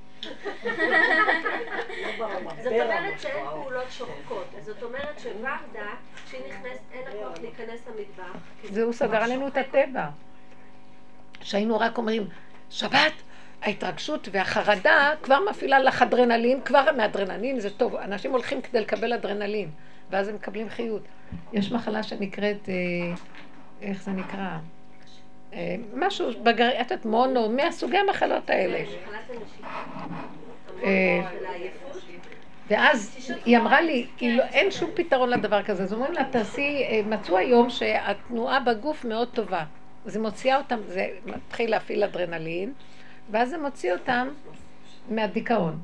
זאת אומרת שאין פעולות שוחקות. זאת אומרת שוורדה, כשהיא נכנסת, אין לה כוח להיכנס למטבח. זהו סגר עלינו את הטבע. שהיינו רק אומרים, שבת, ההתרגשות והחרדה כבר מפעילה לך אדרנלין, כבר מאדרנלין זה טוב. אנשים הולכים כדי לקבל אדרנלין, ואז הם מקבלים חיות. יש מחלה שנקראת, איך זה נקרא? משהו בגריאטת מונו, מהסוגי המחלות האלה. ואז היא אמרה לי, אין שום פתרון לדבר כזה. אז אומרים לה, מצאו היום שהתנועה בגוף מאוד טובה. זה מוציאה אותם, זה מתחיל להפעיל אדרנלין, ואז זה מוציא אותם מהדיכאון.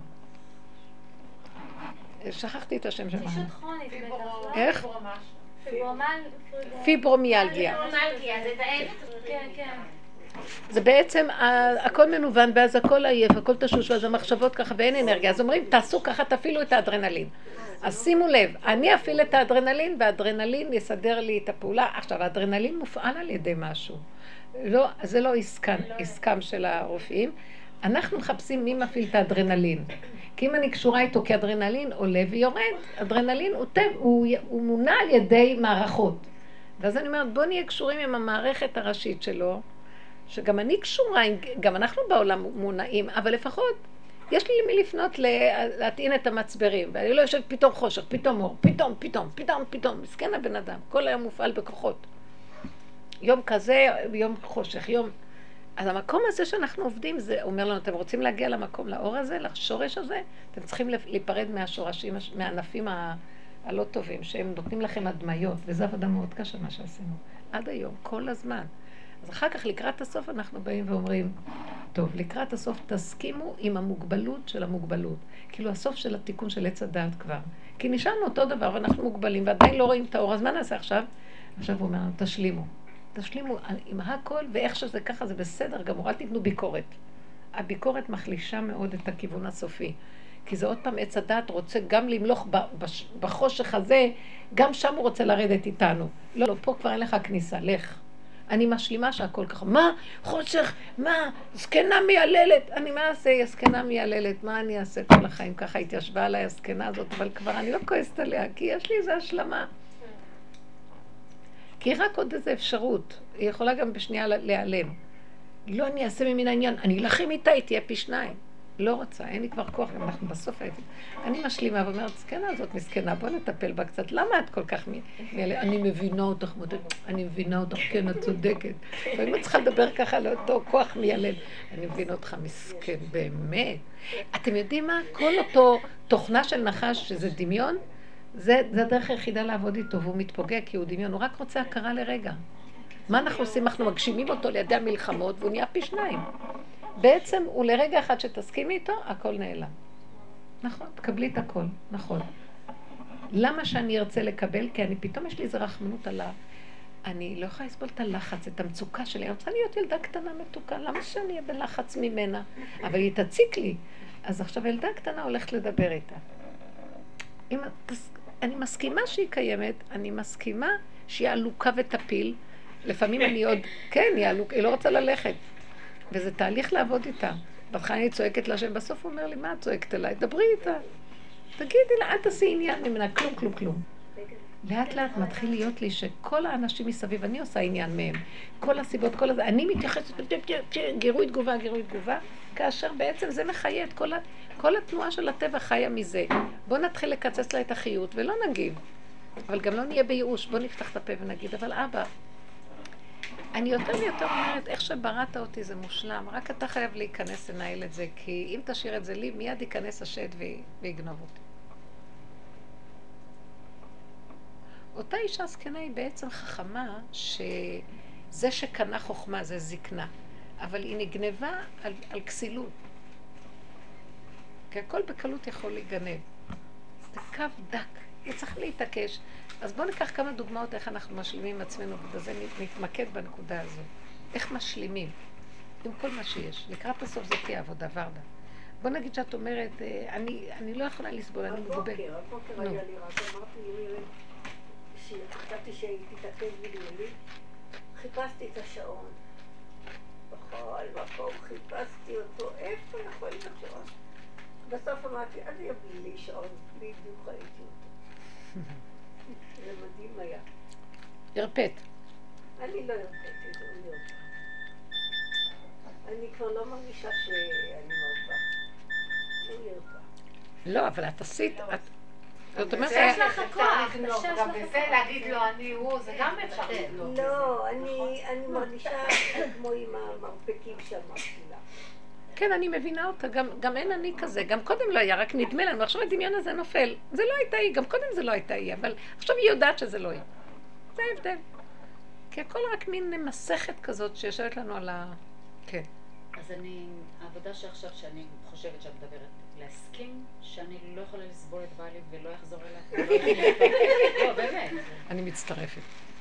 שכחתי את השם שלנו. תשישות כרונית בטח. איך? פיברומיאלגיה. פיברומיאלגיה. זה דאב. כן, כן. זה בעצם, הכל מנוון, ואז הכל עייף, הכל תשוש, ואז המחשבות ככה, ואין אנרגיה. אז אומרים, תעשו ככה, תפעילו את האדרנלין. אז שימו לב, אני אפעיל את האדרנלין, והאדרנלין יסדר לי את הפעולה. עכשיו, האדרנלין מופעל על ידי משהו. לא, זה לא עסקם של הרופאים. אנחנו מחפשים מי מפעיל את האדרנלין. כי אם אני קשורה איתו, כי אדרנלין עולה ויורד, אדרנלין הוא מונע על ידי מערכות. ואז אני אומרת, בוא נהיה קשורים עם המערכת הראשית שלו, שגם אני קשורה, גם אנחנו בעולם מונעים, אבל לפחות יש לי למי לפנות להטעין את המצברים, ואני לא יושב פתאום חושך, פתאום אור, פתאום, מסכן הבן אדם, כל היום מופעל בכוחות. יום כזה, יום חושך, יום... אז המקום הזה שאנחנו עובדים, זה אומר לנו, אתם רוצים להגיע למקום, לאור הזה, לשורש הזה, אתם צריכים להיפרד מהשורשים, מהענפים הלא טובים, שהם נותנים לכם הדמיות, וזו עבודה מאוד קשה מה שעשינו. עד היום, כל הזמן. אז אחר כך לקראת הסוף אנחנו באים ואומרים, טוב, לקראת הסוף תסכימו עם המוגבלות של המוגבלות. כאילו הסוף של התיקון של עץ הדעת כבר. כי נשארנו אותו דבר ואנחנו מוגבלים ועדיין לא רואים את האור. אז מה נעשה עכשיו? עכשיו הוא אומר, תשלימו. תשלימו עם הכל, ואיך שזה ככה זה בסדר גמור, אל תיתנו ביקורת. הביקורת מחלישה מאוד את הכיוון הסופי. כי זה עוד פעם עץ הדעת רוצה גם למלוך בחושך הזה, גם שם הוא רוצה לרדת איתנו. לא, לא, פה כבר אין לך כניסה, לך. אני משלימה שהכל ככה. מה? חושך? מה? זקנה מייללת. אני מה אעשה? היא זקנה מייללת. מה אני אעשה כל החיים? ככה התיישבה עליי הזקנה הזאת, אבל כבר אני לא כועסת עליה, כי יש לי איזו השלמה. כי היא רק עוד איזו אפשרות. היא יכולה גם בשנייה להיעלם. לא, אני אעשה ממין העניין. אני אלחם איתה, היא תהיה פי שניים. לא רוצה, אין לי כבר כוח, אנחנו בסוף הייתי. אני משלימה ואומרת, זקנה הזאת מסכנה, בוא נטפל בה קצת. למה את כל כך אני מבינה אותך, אני מבינה אותך, כן, את צודקת. ואני לא צריכה לדבר ככה על אותו כוח מיילד. אני מבינה אותך מסכן, באמת. אתם יודעים מה? כל אותו תוכנה של נחש, שזה דמיון, זה הדרך היחידה לעבוד איתו, והוא מתפוגע כי הוא דמיון, הוא רק רוצה הכרה לרגע. מה אנחנו עושים? אנחנו מגשימים אותו לידי המלחמות, והוא נהיה פי שניים. בעצם הוא לרגע אחד שתסכימי איתו, הכל נעלם. נכון, תקבלי את הכל, נכון. למה שאני ארצה לקבל? כי אני פתאום יש לי איזו רחמנות על אני לא יכולה לסבול את הלחץ, את המצוקה שלי. אני רוצה להיות ילדה קטנה מתוקה, למה שאני אהיה בלחץ ממנה? אבל היא תציק לי. אז עכשיו ילדה קטנה הולכת לדבר איתה. אני מסכימה שהיא קיימת, אני מסכימה שהיא עלוקה ותפיל. לפעמים אני עוד, כן, היא לא רוצה ללכת. וזה תהליך לעבוד איתה. בהתחלה אני צועקת לה שם, בסוף הוא אומר לי, מה את צועקת אליי? דברי איתה. תגידי לה, אל תעשי עניין ממנה, כלום, כלום, כלום. לאט לאט מתחיל להיות לי שכל האנשים מסביב, אני עושה עניין מהם. כל הסיבות, כל הזה, אני מתייחסת, גירוי תגובה, כאשר בעצם זה מחיה את כל התנועה של הטבע חיה מזה. בוא נתחיל לקצץ לה את החיות ולא נגיב. אבל גם לא נהיה בייאוש, בוא נפתח את הפה ונגיד, אבל אבא, אני יותר ויותר אומרת, איך שבראת אותי זה מושלם, רק אתה חייב להיכנס לנהל את זה, כי אם תשאיר את זה לי, מיד ייכנס השד ויגנוב אותי. אותה אישה זקנה היא בעצם חכמה, שזה שקנה חוכמה, זה זקנה, אבל היא נגנבה על כסילות. כי הכל בקלות יכול להיגנב. זה קו דק, היא צריך להתעקש. אז בואו ניקח כמה דוגמאות איך אנחנו משלימים עצמנו, ובזה נתמקד בנקודה הזו. איך משלימים עם כל מה שיש. לקראת הסוף זה תהיה עבודה ורדה. בואו נגיד שאת אומרת, אני לא יכולה לסבול, אני מגובה. הבוקר היה לי רק, אמרתי לילד, שחשבתי שהייתי תתעכב בגללי, חיפשתי את השעון. בכל מקום חיפשתי אותו, איפה יכול להיות שעון? בסוף אמרתי, אז יביא לי שעון, בדיוק ראיתי אותו. זה מדהים היה. הרפאת. אני לא הרפאתי, זה הוא ירפא. אני כבר לא מרגישה שאני מרפא. הוא ירפא. לא, אבל את עשית, זאת אומרת, יש לך הכוח, גם בזה להגיד לו אני הוא, זה גם אפשר לגלות. לא, אני מרגישה כמו עם המרפקים שאמרתי לה. כן, אני מבינה אותה, גם אין אני כזה, גם קודם לא היה, רק נדמה לנו, עכשיו הדמיון הזה נופל. זה לא הייתה היא, גם קודם זה לא הייתה היא, אבל עכשיו היא יודעת שזה לא היא. זה ההבדל. כי הכל רק מין מסכת כזאת שיושבת לנו על כן. אז העבודה שעכשיו שאני חושבת שאת מדברת, להסכים שאני לא יכולה לסבול את בעלי ולא יחזור אליי. לא, באמת. אני מצטרפת.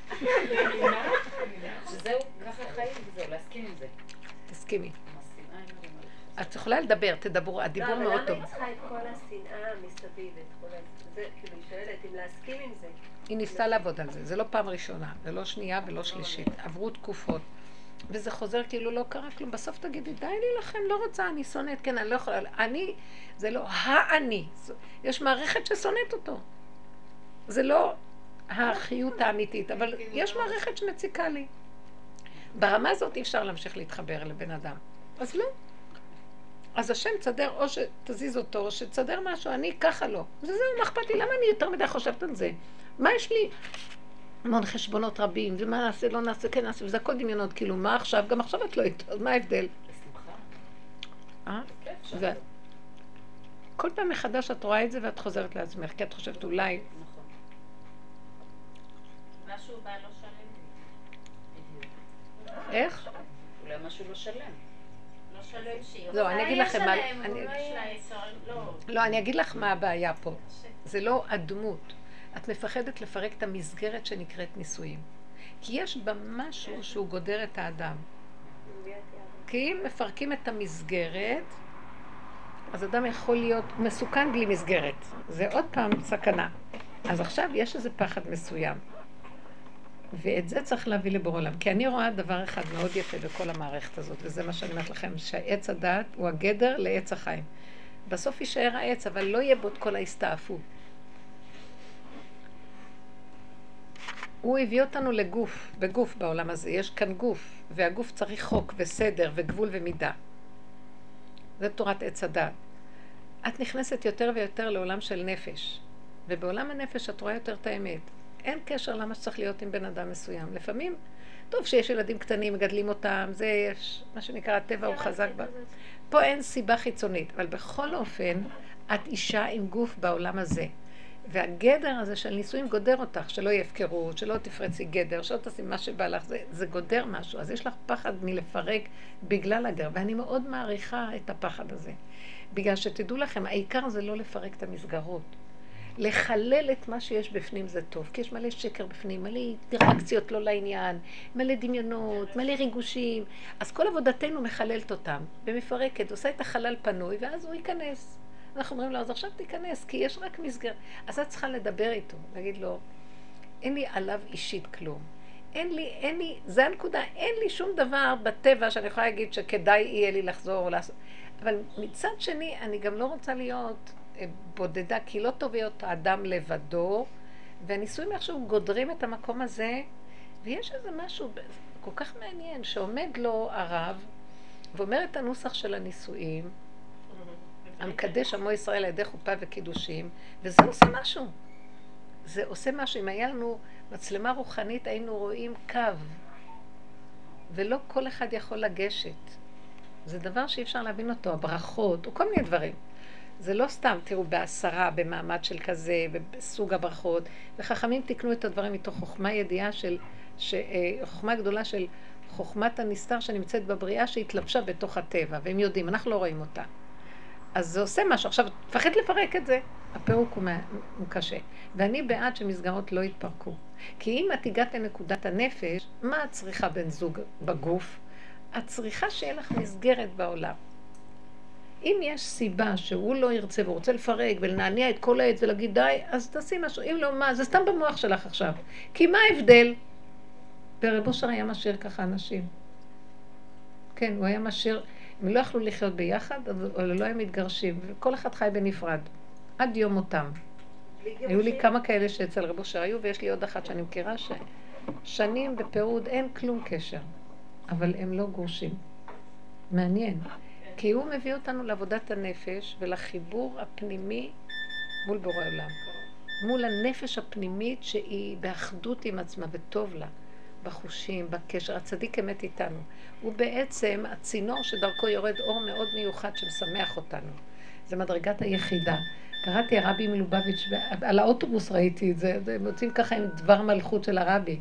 שזהו, ככה חיים וזהו, להסכים עם זה. תסכימי. את יכולה לדבר, תדברו, הדיבור מאוד טוב. אבל למה היא צריכה את כל השנאה מסביב, את כל זה, כאילו היא שואלת אם להסכים עם זה. היא ניסתה לעבוד על זה, זה לא פעם ראשונה, ולא שנייה ולא שלישית, עברו תקופות, וזה חוזר כאילו לא קרה כלום, בסוף תגידי, די לי לכם, לא רוצה, אני שונאת, כן, אני לא יכולה, אני, זה לא האני, יש מערכת ששונאת אותו, זה לא החיות האמיתית, אבל יש מערכת שמציקה לי. ברמה הזאת אי אפשר להמשיך להתחבר לבן אדם, אז לא. אז השם צדר, או שתזיז אותו, או שצדר משהו, אני ככה לא. וזהו, מה אכפת לי? למה אני יותר מדי חושבת על זה? מה יש לי? המון חשבונות רבים, ומה נעשה, לא נעשה, כן נעשה, וזה הכל דמיונות, כאילו, מה עכשיו? גם עכשיו את לא איתו, אז מה ההבדל? בשמחה. כל פעם מחדש את רואה את זה ואת חוזרת לעצמך, כי את חושבת אולי... משהו בא לא שלם. איך? אולי משהו לא שלם. לא שלם שהיא לא, אני אגיד לכם מה... לא. לא, אני אגיד לך מה הבעיה פה. זה לא הדמות. את מפחדת לפרק את המסגרת שנקראת נישואים. כי יש בה משהו שהוא גודר את האדם. כי אם מפרקים את המסגרת, אז אדם יכול להיות מסוכן בלי מסגרת. זה עוד פעם סכנה. אז עכשיו יש איזה פחד מסוים. ואת זה צריך להביא לבורא עולם. כי אני רואה דבר אחד מאוד יפה בכל המערכת הזאת, וזה מה שאני אומרת לכם, שהעץ הדעת הוא הגדר לעץ החיים. בסוף יישאר העץ, אבל לא יהיה בו את כל ההסתעפות. הוא הביא אותנו לגוף, בגוף בעולם הזה. יש כאן גוף, והגוף צריך חוק וסדר וגבול ומידה. זה תורת עץ הדעת. את נכנסת יותר ויותר לעולם של נפש, ובעולם הנפש את רואה יותר את האמת. אין קשר למה שצריך להיות עם בן אדם מסוים. לפעמים, טוב שיש ילדים קטנים, מגדלים אותם, זה יש, מה שנקרא, הטבע הוא חזק בה. פה אין סיבה חיצונית, אבל בכל אופן, את אישה עם גוף בעולם הזה. והגדר הזה של נישואים גודר אותך, שלא יהיה הפקרות, שלא תפרצי גדר, שלא תשים מה שבא לך, זה גודר משהו. אז יש לך פחד מלפרק בגלל הגדר, ואני מאוד מעריכה את הפחד הזה. בגלל שתדעו לכם, העיקר זה לא לפרק את המסגרות. לחלל את מה שיש בפנים זה טוב, כי יש מלא שקר בפנים, מלא אינטראקציות לא לעניין, מלא דמיונות, מלא ריגושים. אז כל עבודתנו מחללת אותם, ומפרקת, עושה את החלל פנוי, ואז הוא ייכנס. אנחנו אומרים לו, אז עכשיו תיכנס, כי יש רק מסגרת. אז את צריכה לדבר איתו, להגיד לו, אין לי עליו אישית כלום. אין לי, זה הנקודה, אין לי שום דבר בטבע שאני יכולה להגיד שכדאי יהיה לי לחזור או לעשות. אבל מצד שני, אני גם לא רוצה להיות בודדה, כי לא טוב להיות האדם לבדו, והנישואים איכשהו גודרים את המקום הזה, ויש איזה משהו כל כך מעניין, שעומד לו הרב, ואומר את הנוסח של הנישואים, המקדש עמו ישראל על ידי חופה וקידושים, וזה עושה משהו. זה עושה משהו. אם היה לנו מצלמה רוחנית, היינו רואים קו, ולא כל אחד יכול לגשת. זה דבר שאי אפשר להבין אותו, הברכות, או כל מיני דברים. זה לא סתם, תראו, בעשרה, במעמד של כזה, בסוג הברכות, וחכמים תקנו את הדברים מתוך חוכמה ידיעה חוכמה גדולה של חוכמת הנסתר שנמצאת בבריאה, שהתלבשה בתוך הטבע, והם יודעים, אנחנו לא רואים אותה. אז זה עושה משהו. עכשיו, תפחד לפרק את זה. הפירוק הוא קשה. ואני בעד שמסגרות לא יתפרקו. כי אם את הגעת לנקודת הנפש, מה את צריכה בן זוג בגוף? את צריכה שיהיה לך מסגרת בעולם. אם יש סיבה שהוא לא ירצה והוא רוצה לפרק ולנענע את כל העץ ולהגיד די, אז תעשי משהו. אם לא, מה? זה סתם במוח שלך עכשיו. כי מה ההבדל? רב אושר היה משאיר ככה אנשים. כן, הוא היה משאיר... הם לא יכלו לחיות ביחד, אבל לא הם מתגרשים, וכל אחד חי בנפרד, עד יום מותם. היו לי כמה כאלה שאצל רב אושר היו, ויש לי עוד אחת שאני מכירה ששנים בפירוד אין כלום קשר, אבל הם לא גורשים. מעניין, כי הוא מביא אותנו לעבודת הנפש ולחיבור הפנימי מול בורא עולם. מול הנפש הפנימית שהיא באחדות עם עצמה וטוב לה. בחושים, בקשר, הצדיק אמת איתנו. הוא בעצם הצינור שדרכו יורד אור מאוד מיוחד שמשמח אותנו. זה מדרגת היחידה. קראתי הרבי מלובביץ', על האוטובוס ראיתי את זה, הם יוצאים ככה עם דבר מלכות של הרבי.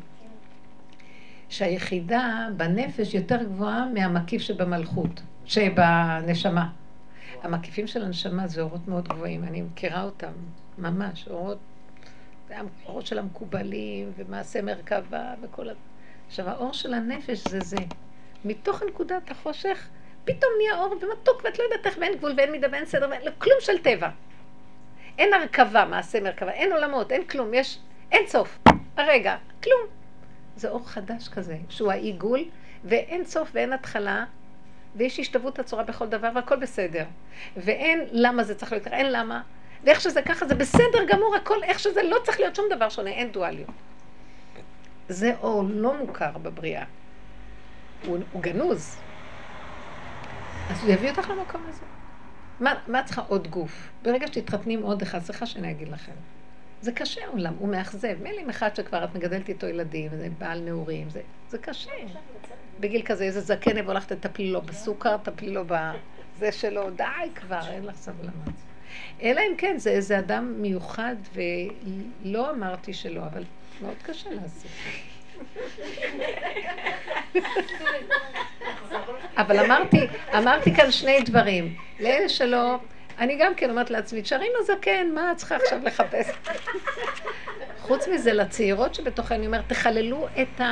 שהיחידה בנפש יותר גבוהה מהמקיף שבמלכות, שבנשמה. המקיפים של הנשמה זה אורות מאוד גבוהים, אני מכירה אותם, ממש, אורות של המקובלים ומעשה מרכבה וכל עכשיו, האור של הנפש זה זה. מתוך נקודת החושך, פתאום נהיה אור ומתוק, ואת לא יודעת איך ואין גבול ואין מידה ואין סדר, ואין כלום של טבע. אין הרכבה, מעשה מרכבה, אין עולמות, אין כלום, אין סוף. הרגע, כלום. זה אור חדש כזה, שהוא העיגול, ואין סוף ואין התחלה, ויש השתוות הצורה בכל דבר, והכל בסדר. ואין למה זה צריך להיות, אין למה. ואיך שזה ככה, זה בסדר גמור, הכל, איך שזה לא צריך להיות שום דבר שונה, אין דואליות. זה אור לא מוכר בבריאה. הוא גנוז. אז הוא יביא אותך למקום הזה. מה צריכה עוד גוף? ברגע שתתחתנים עוד אחד, סליחה שאני אגיד לכם. זה קשה עולם, הוא מאכזב. מילא אחד שכבר את מגדלת איתו ילדים, זה בעל נעורים, זה קשה. בגיל כזה, איזה זקן יבוא לך, תטפלי לו בסוכר, תטפלי לו בזה שלו, די כבר, אין לך סבלנות. אלא אם כן, זה איזה אדם מיוחד, ולא אמרתי שלא, אבל מאוד קשה לעשות. אבל אמרתי כאן שני דברים. לאלה שלא, אני גם כן אומרת לעצמי, תשארי עם הזקן, מה את צריכה עכשיו לחפש? חוץ מזה, לצעירות שבתוכה אני אומרת, תחללו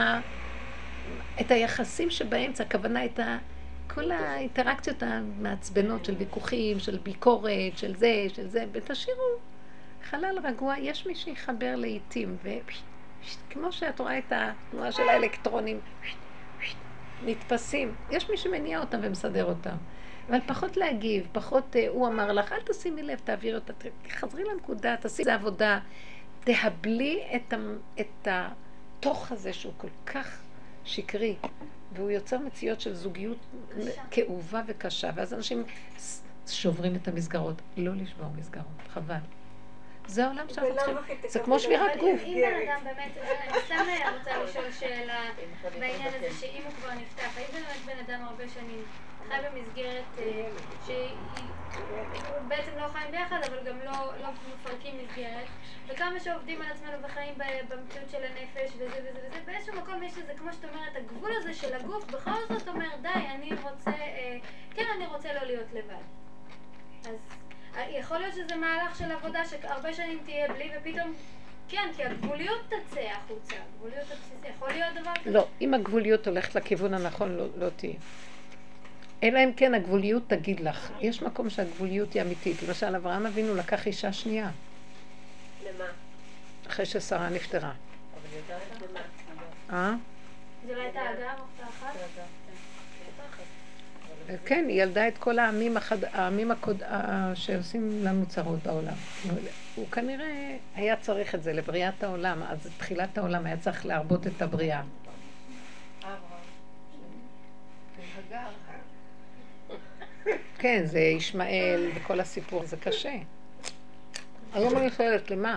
את היחסים שבאמצע, הכוונה את כל האינטראקציות המעצבנות של ויכוחים, של ביקורת, של זה, ותשאירו חלל רגוע, יש מי שיחבר לעיתים, וכמו שאת רואה את התנועה של האלקטרונים, נתפסים, יש מי שמניע אותם ומסדר אותם. אבל פחות להגיב, פחות, הוא אמר לך, אל תשימי לב, תעביר אותה, תחזרי לנקודה, תעשי זה עבודה, תהבלי את התוך הזה שהוא כל כך שקרי, והוא יוצר מציאות של זוגיות כאובה וקשה, ואז אנשים שוברים את המסגרות. לא לשבור מסגרות, חבל. זה העולם שאנחנו צריכים, זה כמו שבירת גוף. אם בן אדם באמת, אני סתם רוצה לשאול שאלה בעניין הזה, שאם הוא כבר נפתח, האם באמת בן אדם הרבה שנים חי במסגרת שהוא בעצם לא חיים ביחד, אבל גם לא מפרקים מסגרת, וכמה שעובדים על עצמנו וחיים במציאות של הנפש וזה וזה וזה, באיזשהו מקום יש לזה, כמו שאת אומרת, הגבול הזה של הגוף, בכל זאת אומר, די, אני רוצה לא להיות לבד. אז יכול להיות שזה מהלך של עבודה שהרבה שנים תהיה בלי, ופתאום, כן, כי הגבוליות תצא החוצה, הגבוליות הבסיסית, יכול להיות דבר כזה? לא, אם הגבוליות הולכת לכיוון הנכון, לא תהיה. אלא אם כן הגבוליות תגיד לך, יש מקום שהגבוליות היא אמיתית. למשל, אברהם אבינו לקח אישה שנייה. למה? אחרי ששרה נפטרה. אבל יודעת למה? זה לא הייתה אגב או אחת? כן, היא ילדה את כל העמים שעושים לנו צרות בעולם. הוא כנראה היה צריך את זה לבריאת העולם, אז תחילת העולם היה צריך להרבות את הבריאה. כן, זה ישמעאל וכל הסיפור, זה קשה. היום אני שואלת, למה?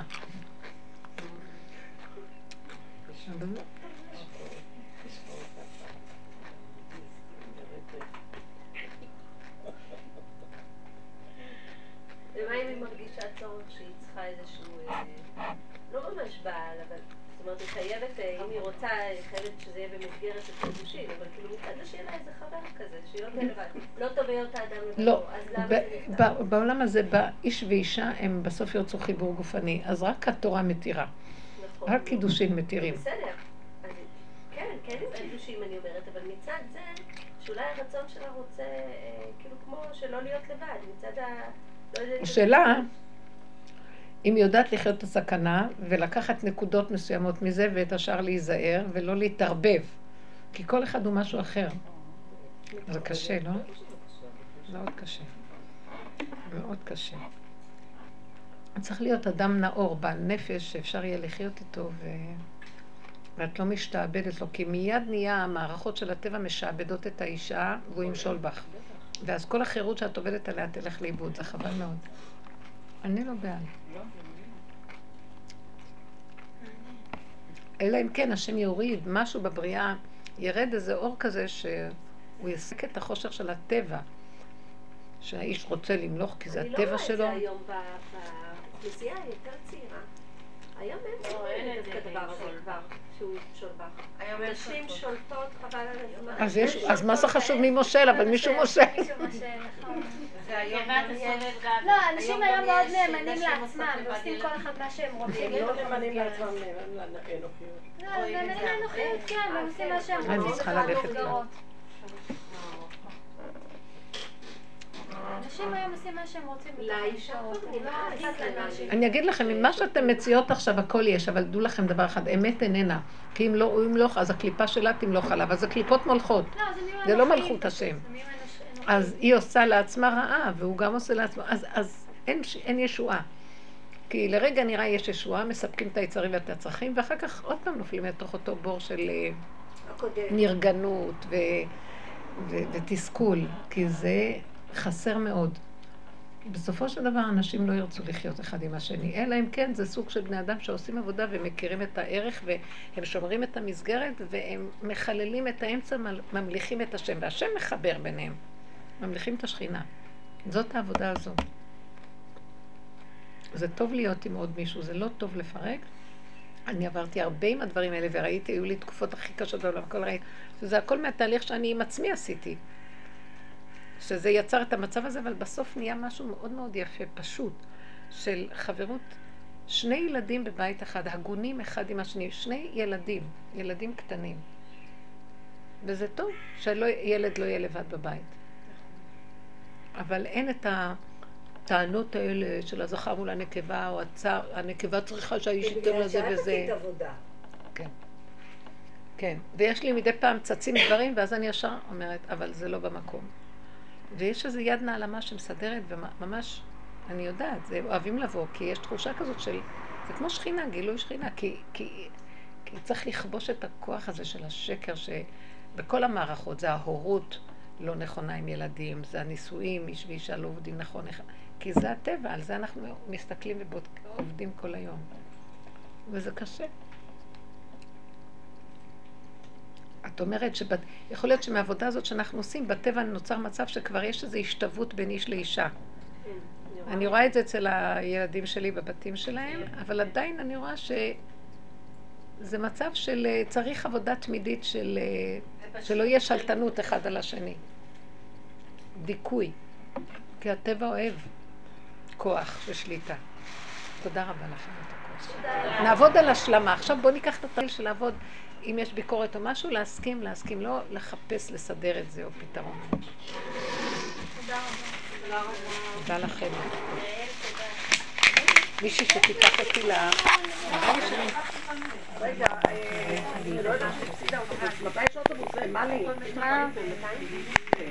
ומה אם היא מרגישה צורך שהיא צריכה איזשהו, לא ממש בעל, אבל זאת אומרת, היא חייבת, אם היא רוצה, היא חייבת שזה יהיה במסגרת של קידושין, אבל כאילו מצד השאלה איזה חבר כזה, שהיא לא תהיה לבד. לא טוב להיות האדם לבדו, לא, אז למה זה נפתח? בעולם הזה, איש ואישה הם בסוף ירצו חיבור גופני, אז רק התורה מתירה. נכון. רק קידושין מתירים. בסדר. אז כן, כן עם קידושים אני אומרת, אבל מצד זה, שאולי הרצון שלה רוצה, כאילו כמו שלא להיות לבד, מצד ה... השאלה, אם היא יודעת לחיות את הסכנה ולקחת נקודות מסוימות מזה ואת השאר להיזהר ולא להתערבב, כי כל אחד הוא משהו אחר. זה קשה, לא? מאוד קשה. מאוד קשה. צריך להיות אדם נאור בנפש שאפשר יהיה לחיות איתו ואת לא משתעבדת לו, כי מיד נהיה המערכות של הטבע משעבדות את האישה והוא ימשול בך. ואז כל החירות שאת עובדת עליה תלך לאיבוד, זה חבל מאוד. אני לא בעד. אלא אם כן, השם יוריד משהו בבריאה, ירד איזה אור כזה שהוא יסק את החושך של הטבע, שהאיש רוצה למלוך כי זה הטבע שלו. אני לא רואה את זה היום באוכלוסייה היותר צעירה. היום אין את הדבר הזה כבר, שהוא שולבך. נשים שולטות, חבל על הזמן. אז מה זה חשוב מי מושל, אבל מישהו מושל. לא, אנשים היום מאוד נאמנים לעצמם, ועושים כל אחד מה שהם רוצים. הם לא נאמנים לעצמם, נאמנים לאנוכיות. לא, נאמנים לאנוכיות, כן, הם עושים מה שהם רוצים. אני צריכה ללכת כבר. אנשים היום עושים מה שהם רוצים. לאישה אני אגיד לכם, אם מה שאתם מציעות עכשיו הכל יש, אבל דעו לכם דבר אחד, אמת איננה. כי אם לא, הוא ימלוך, אז הקליפה שלה תמלוך עליו, אז הקליפות מולכות. זה לא מלכות השם. אז היא עושה לעצמה רעה, והוא גם עושה לעצמה, אז אין ישועה. כי לרגע נראה יש ישועה, מספקים את היצרים ואת הצרכים, ואחר כך עוד פעם נופלים לתוך אותו בור של נרגנות ותסכול, כי זה חסר מאוד. בסופו של דבר אנשים לא ירצו לחיות אחד עם השני, אלא אם כן זה סוג של בני אדם שעושים עבודה ומכירים את הערך והם שומרים את המסגרת והם מחללים את האמצע, ממליכים את השם, והשם מחבר ביניהם, ממליכים את השכינה. זאת העבודה הזאת. זה טוב להיות עם עוד מישהו, זה לא טוב לפרק, אני עברתי הרבה עם הדברים האלה, וראיתי, היו לי תקופות הכי קשות בעולם, הכל ראיתי. שזה הכל מהתהליך שאני עם עצמי עשיתי. שזה יצר את המצב הזה, אבל בסוף נהיה משהו מאוד מאוד יפה, פשוט, של חברות. 2 ילדים בבית אחד, הגונים אחד עם השני, 2 ילדים קטנים. וזה טוב שילד לא יהיה לבד בבית. אבל אין את הטענות האלה של הזכר מול הנקבה, או הנקבה צריכה שהאיש ייתן לזה וזה. בגלל שאת עשית עבודה. כן. כן. ויש לי מדי פעם צצים דברים, ואז אני ישר אומרת, אבל זה לא במקום. ויש איזו יד נעלמה שמסדרת, וממש, אני יודעת, זה אוהבים לבוא, כי יש תחושה כזאת של, זה כמו שכינה, גילוי שכינה, כי צריך לכבוש את הכוח הזה של השקר, שבכל המערכות זה ההורות לא נכונה עם ילדים, זה הנישואים, איש ואישה לא עובדים נכון, כי זה הטבע, על זה אנחנו מסתכלים ועובדים כל היום. וזה קשה. את אומרת שיכול להיות שמהעבודה הזאת שאנחנו עושים, בטבע נוצר מצב שכבר יש איזו השתוות בין איש לאישה. אני רואה את זה אצל הילדים שלי בבתים שלהם, אבל עדיין אני רואה שזה מצב של צריך עבודה תמידית שלא יהיה שלטנות אחד על השני. דיכוי. כי הטבע אוהב כוח ושליטה. תודה רבה לכם את הכוח. נעבוד על השלמה. עכשיו בואו ניקח את התהליך של לעבוד. אם יש ביקורת או משהו, להסכים, לא לחפש, לסדר את זה או פתרון. תודה רבה. תודה לכם. מישהי שתיקח אותי רגע, אני לא יודעת שתפסידה אותך. מתי יש אוטובוס? מה לי?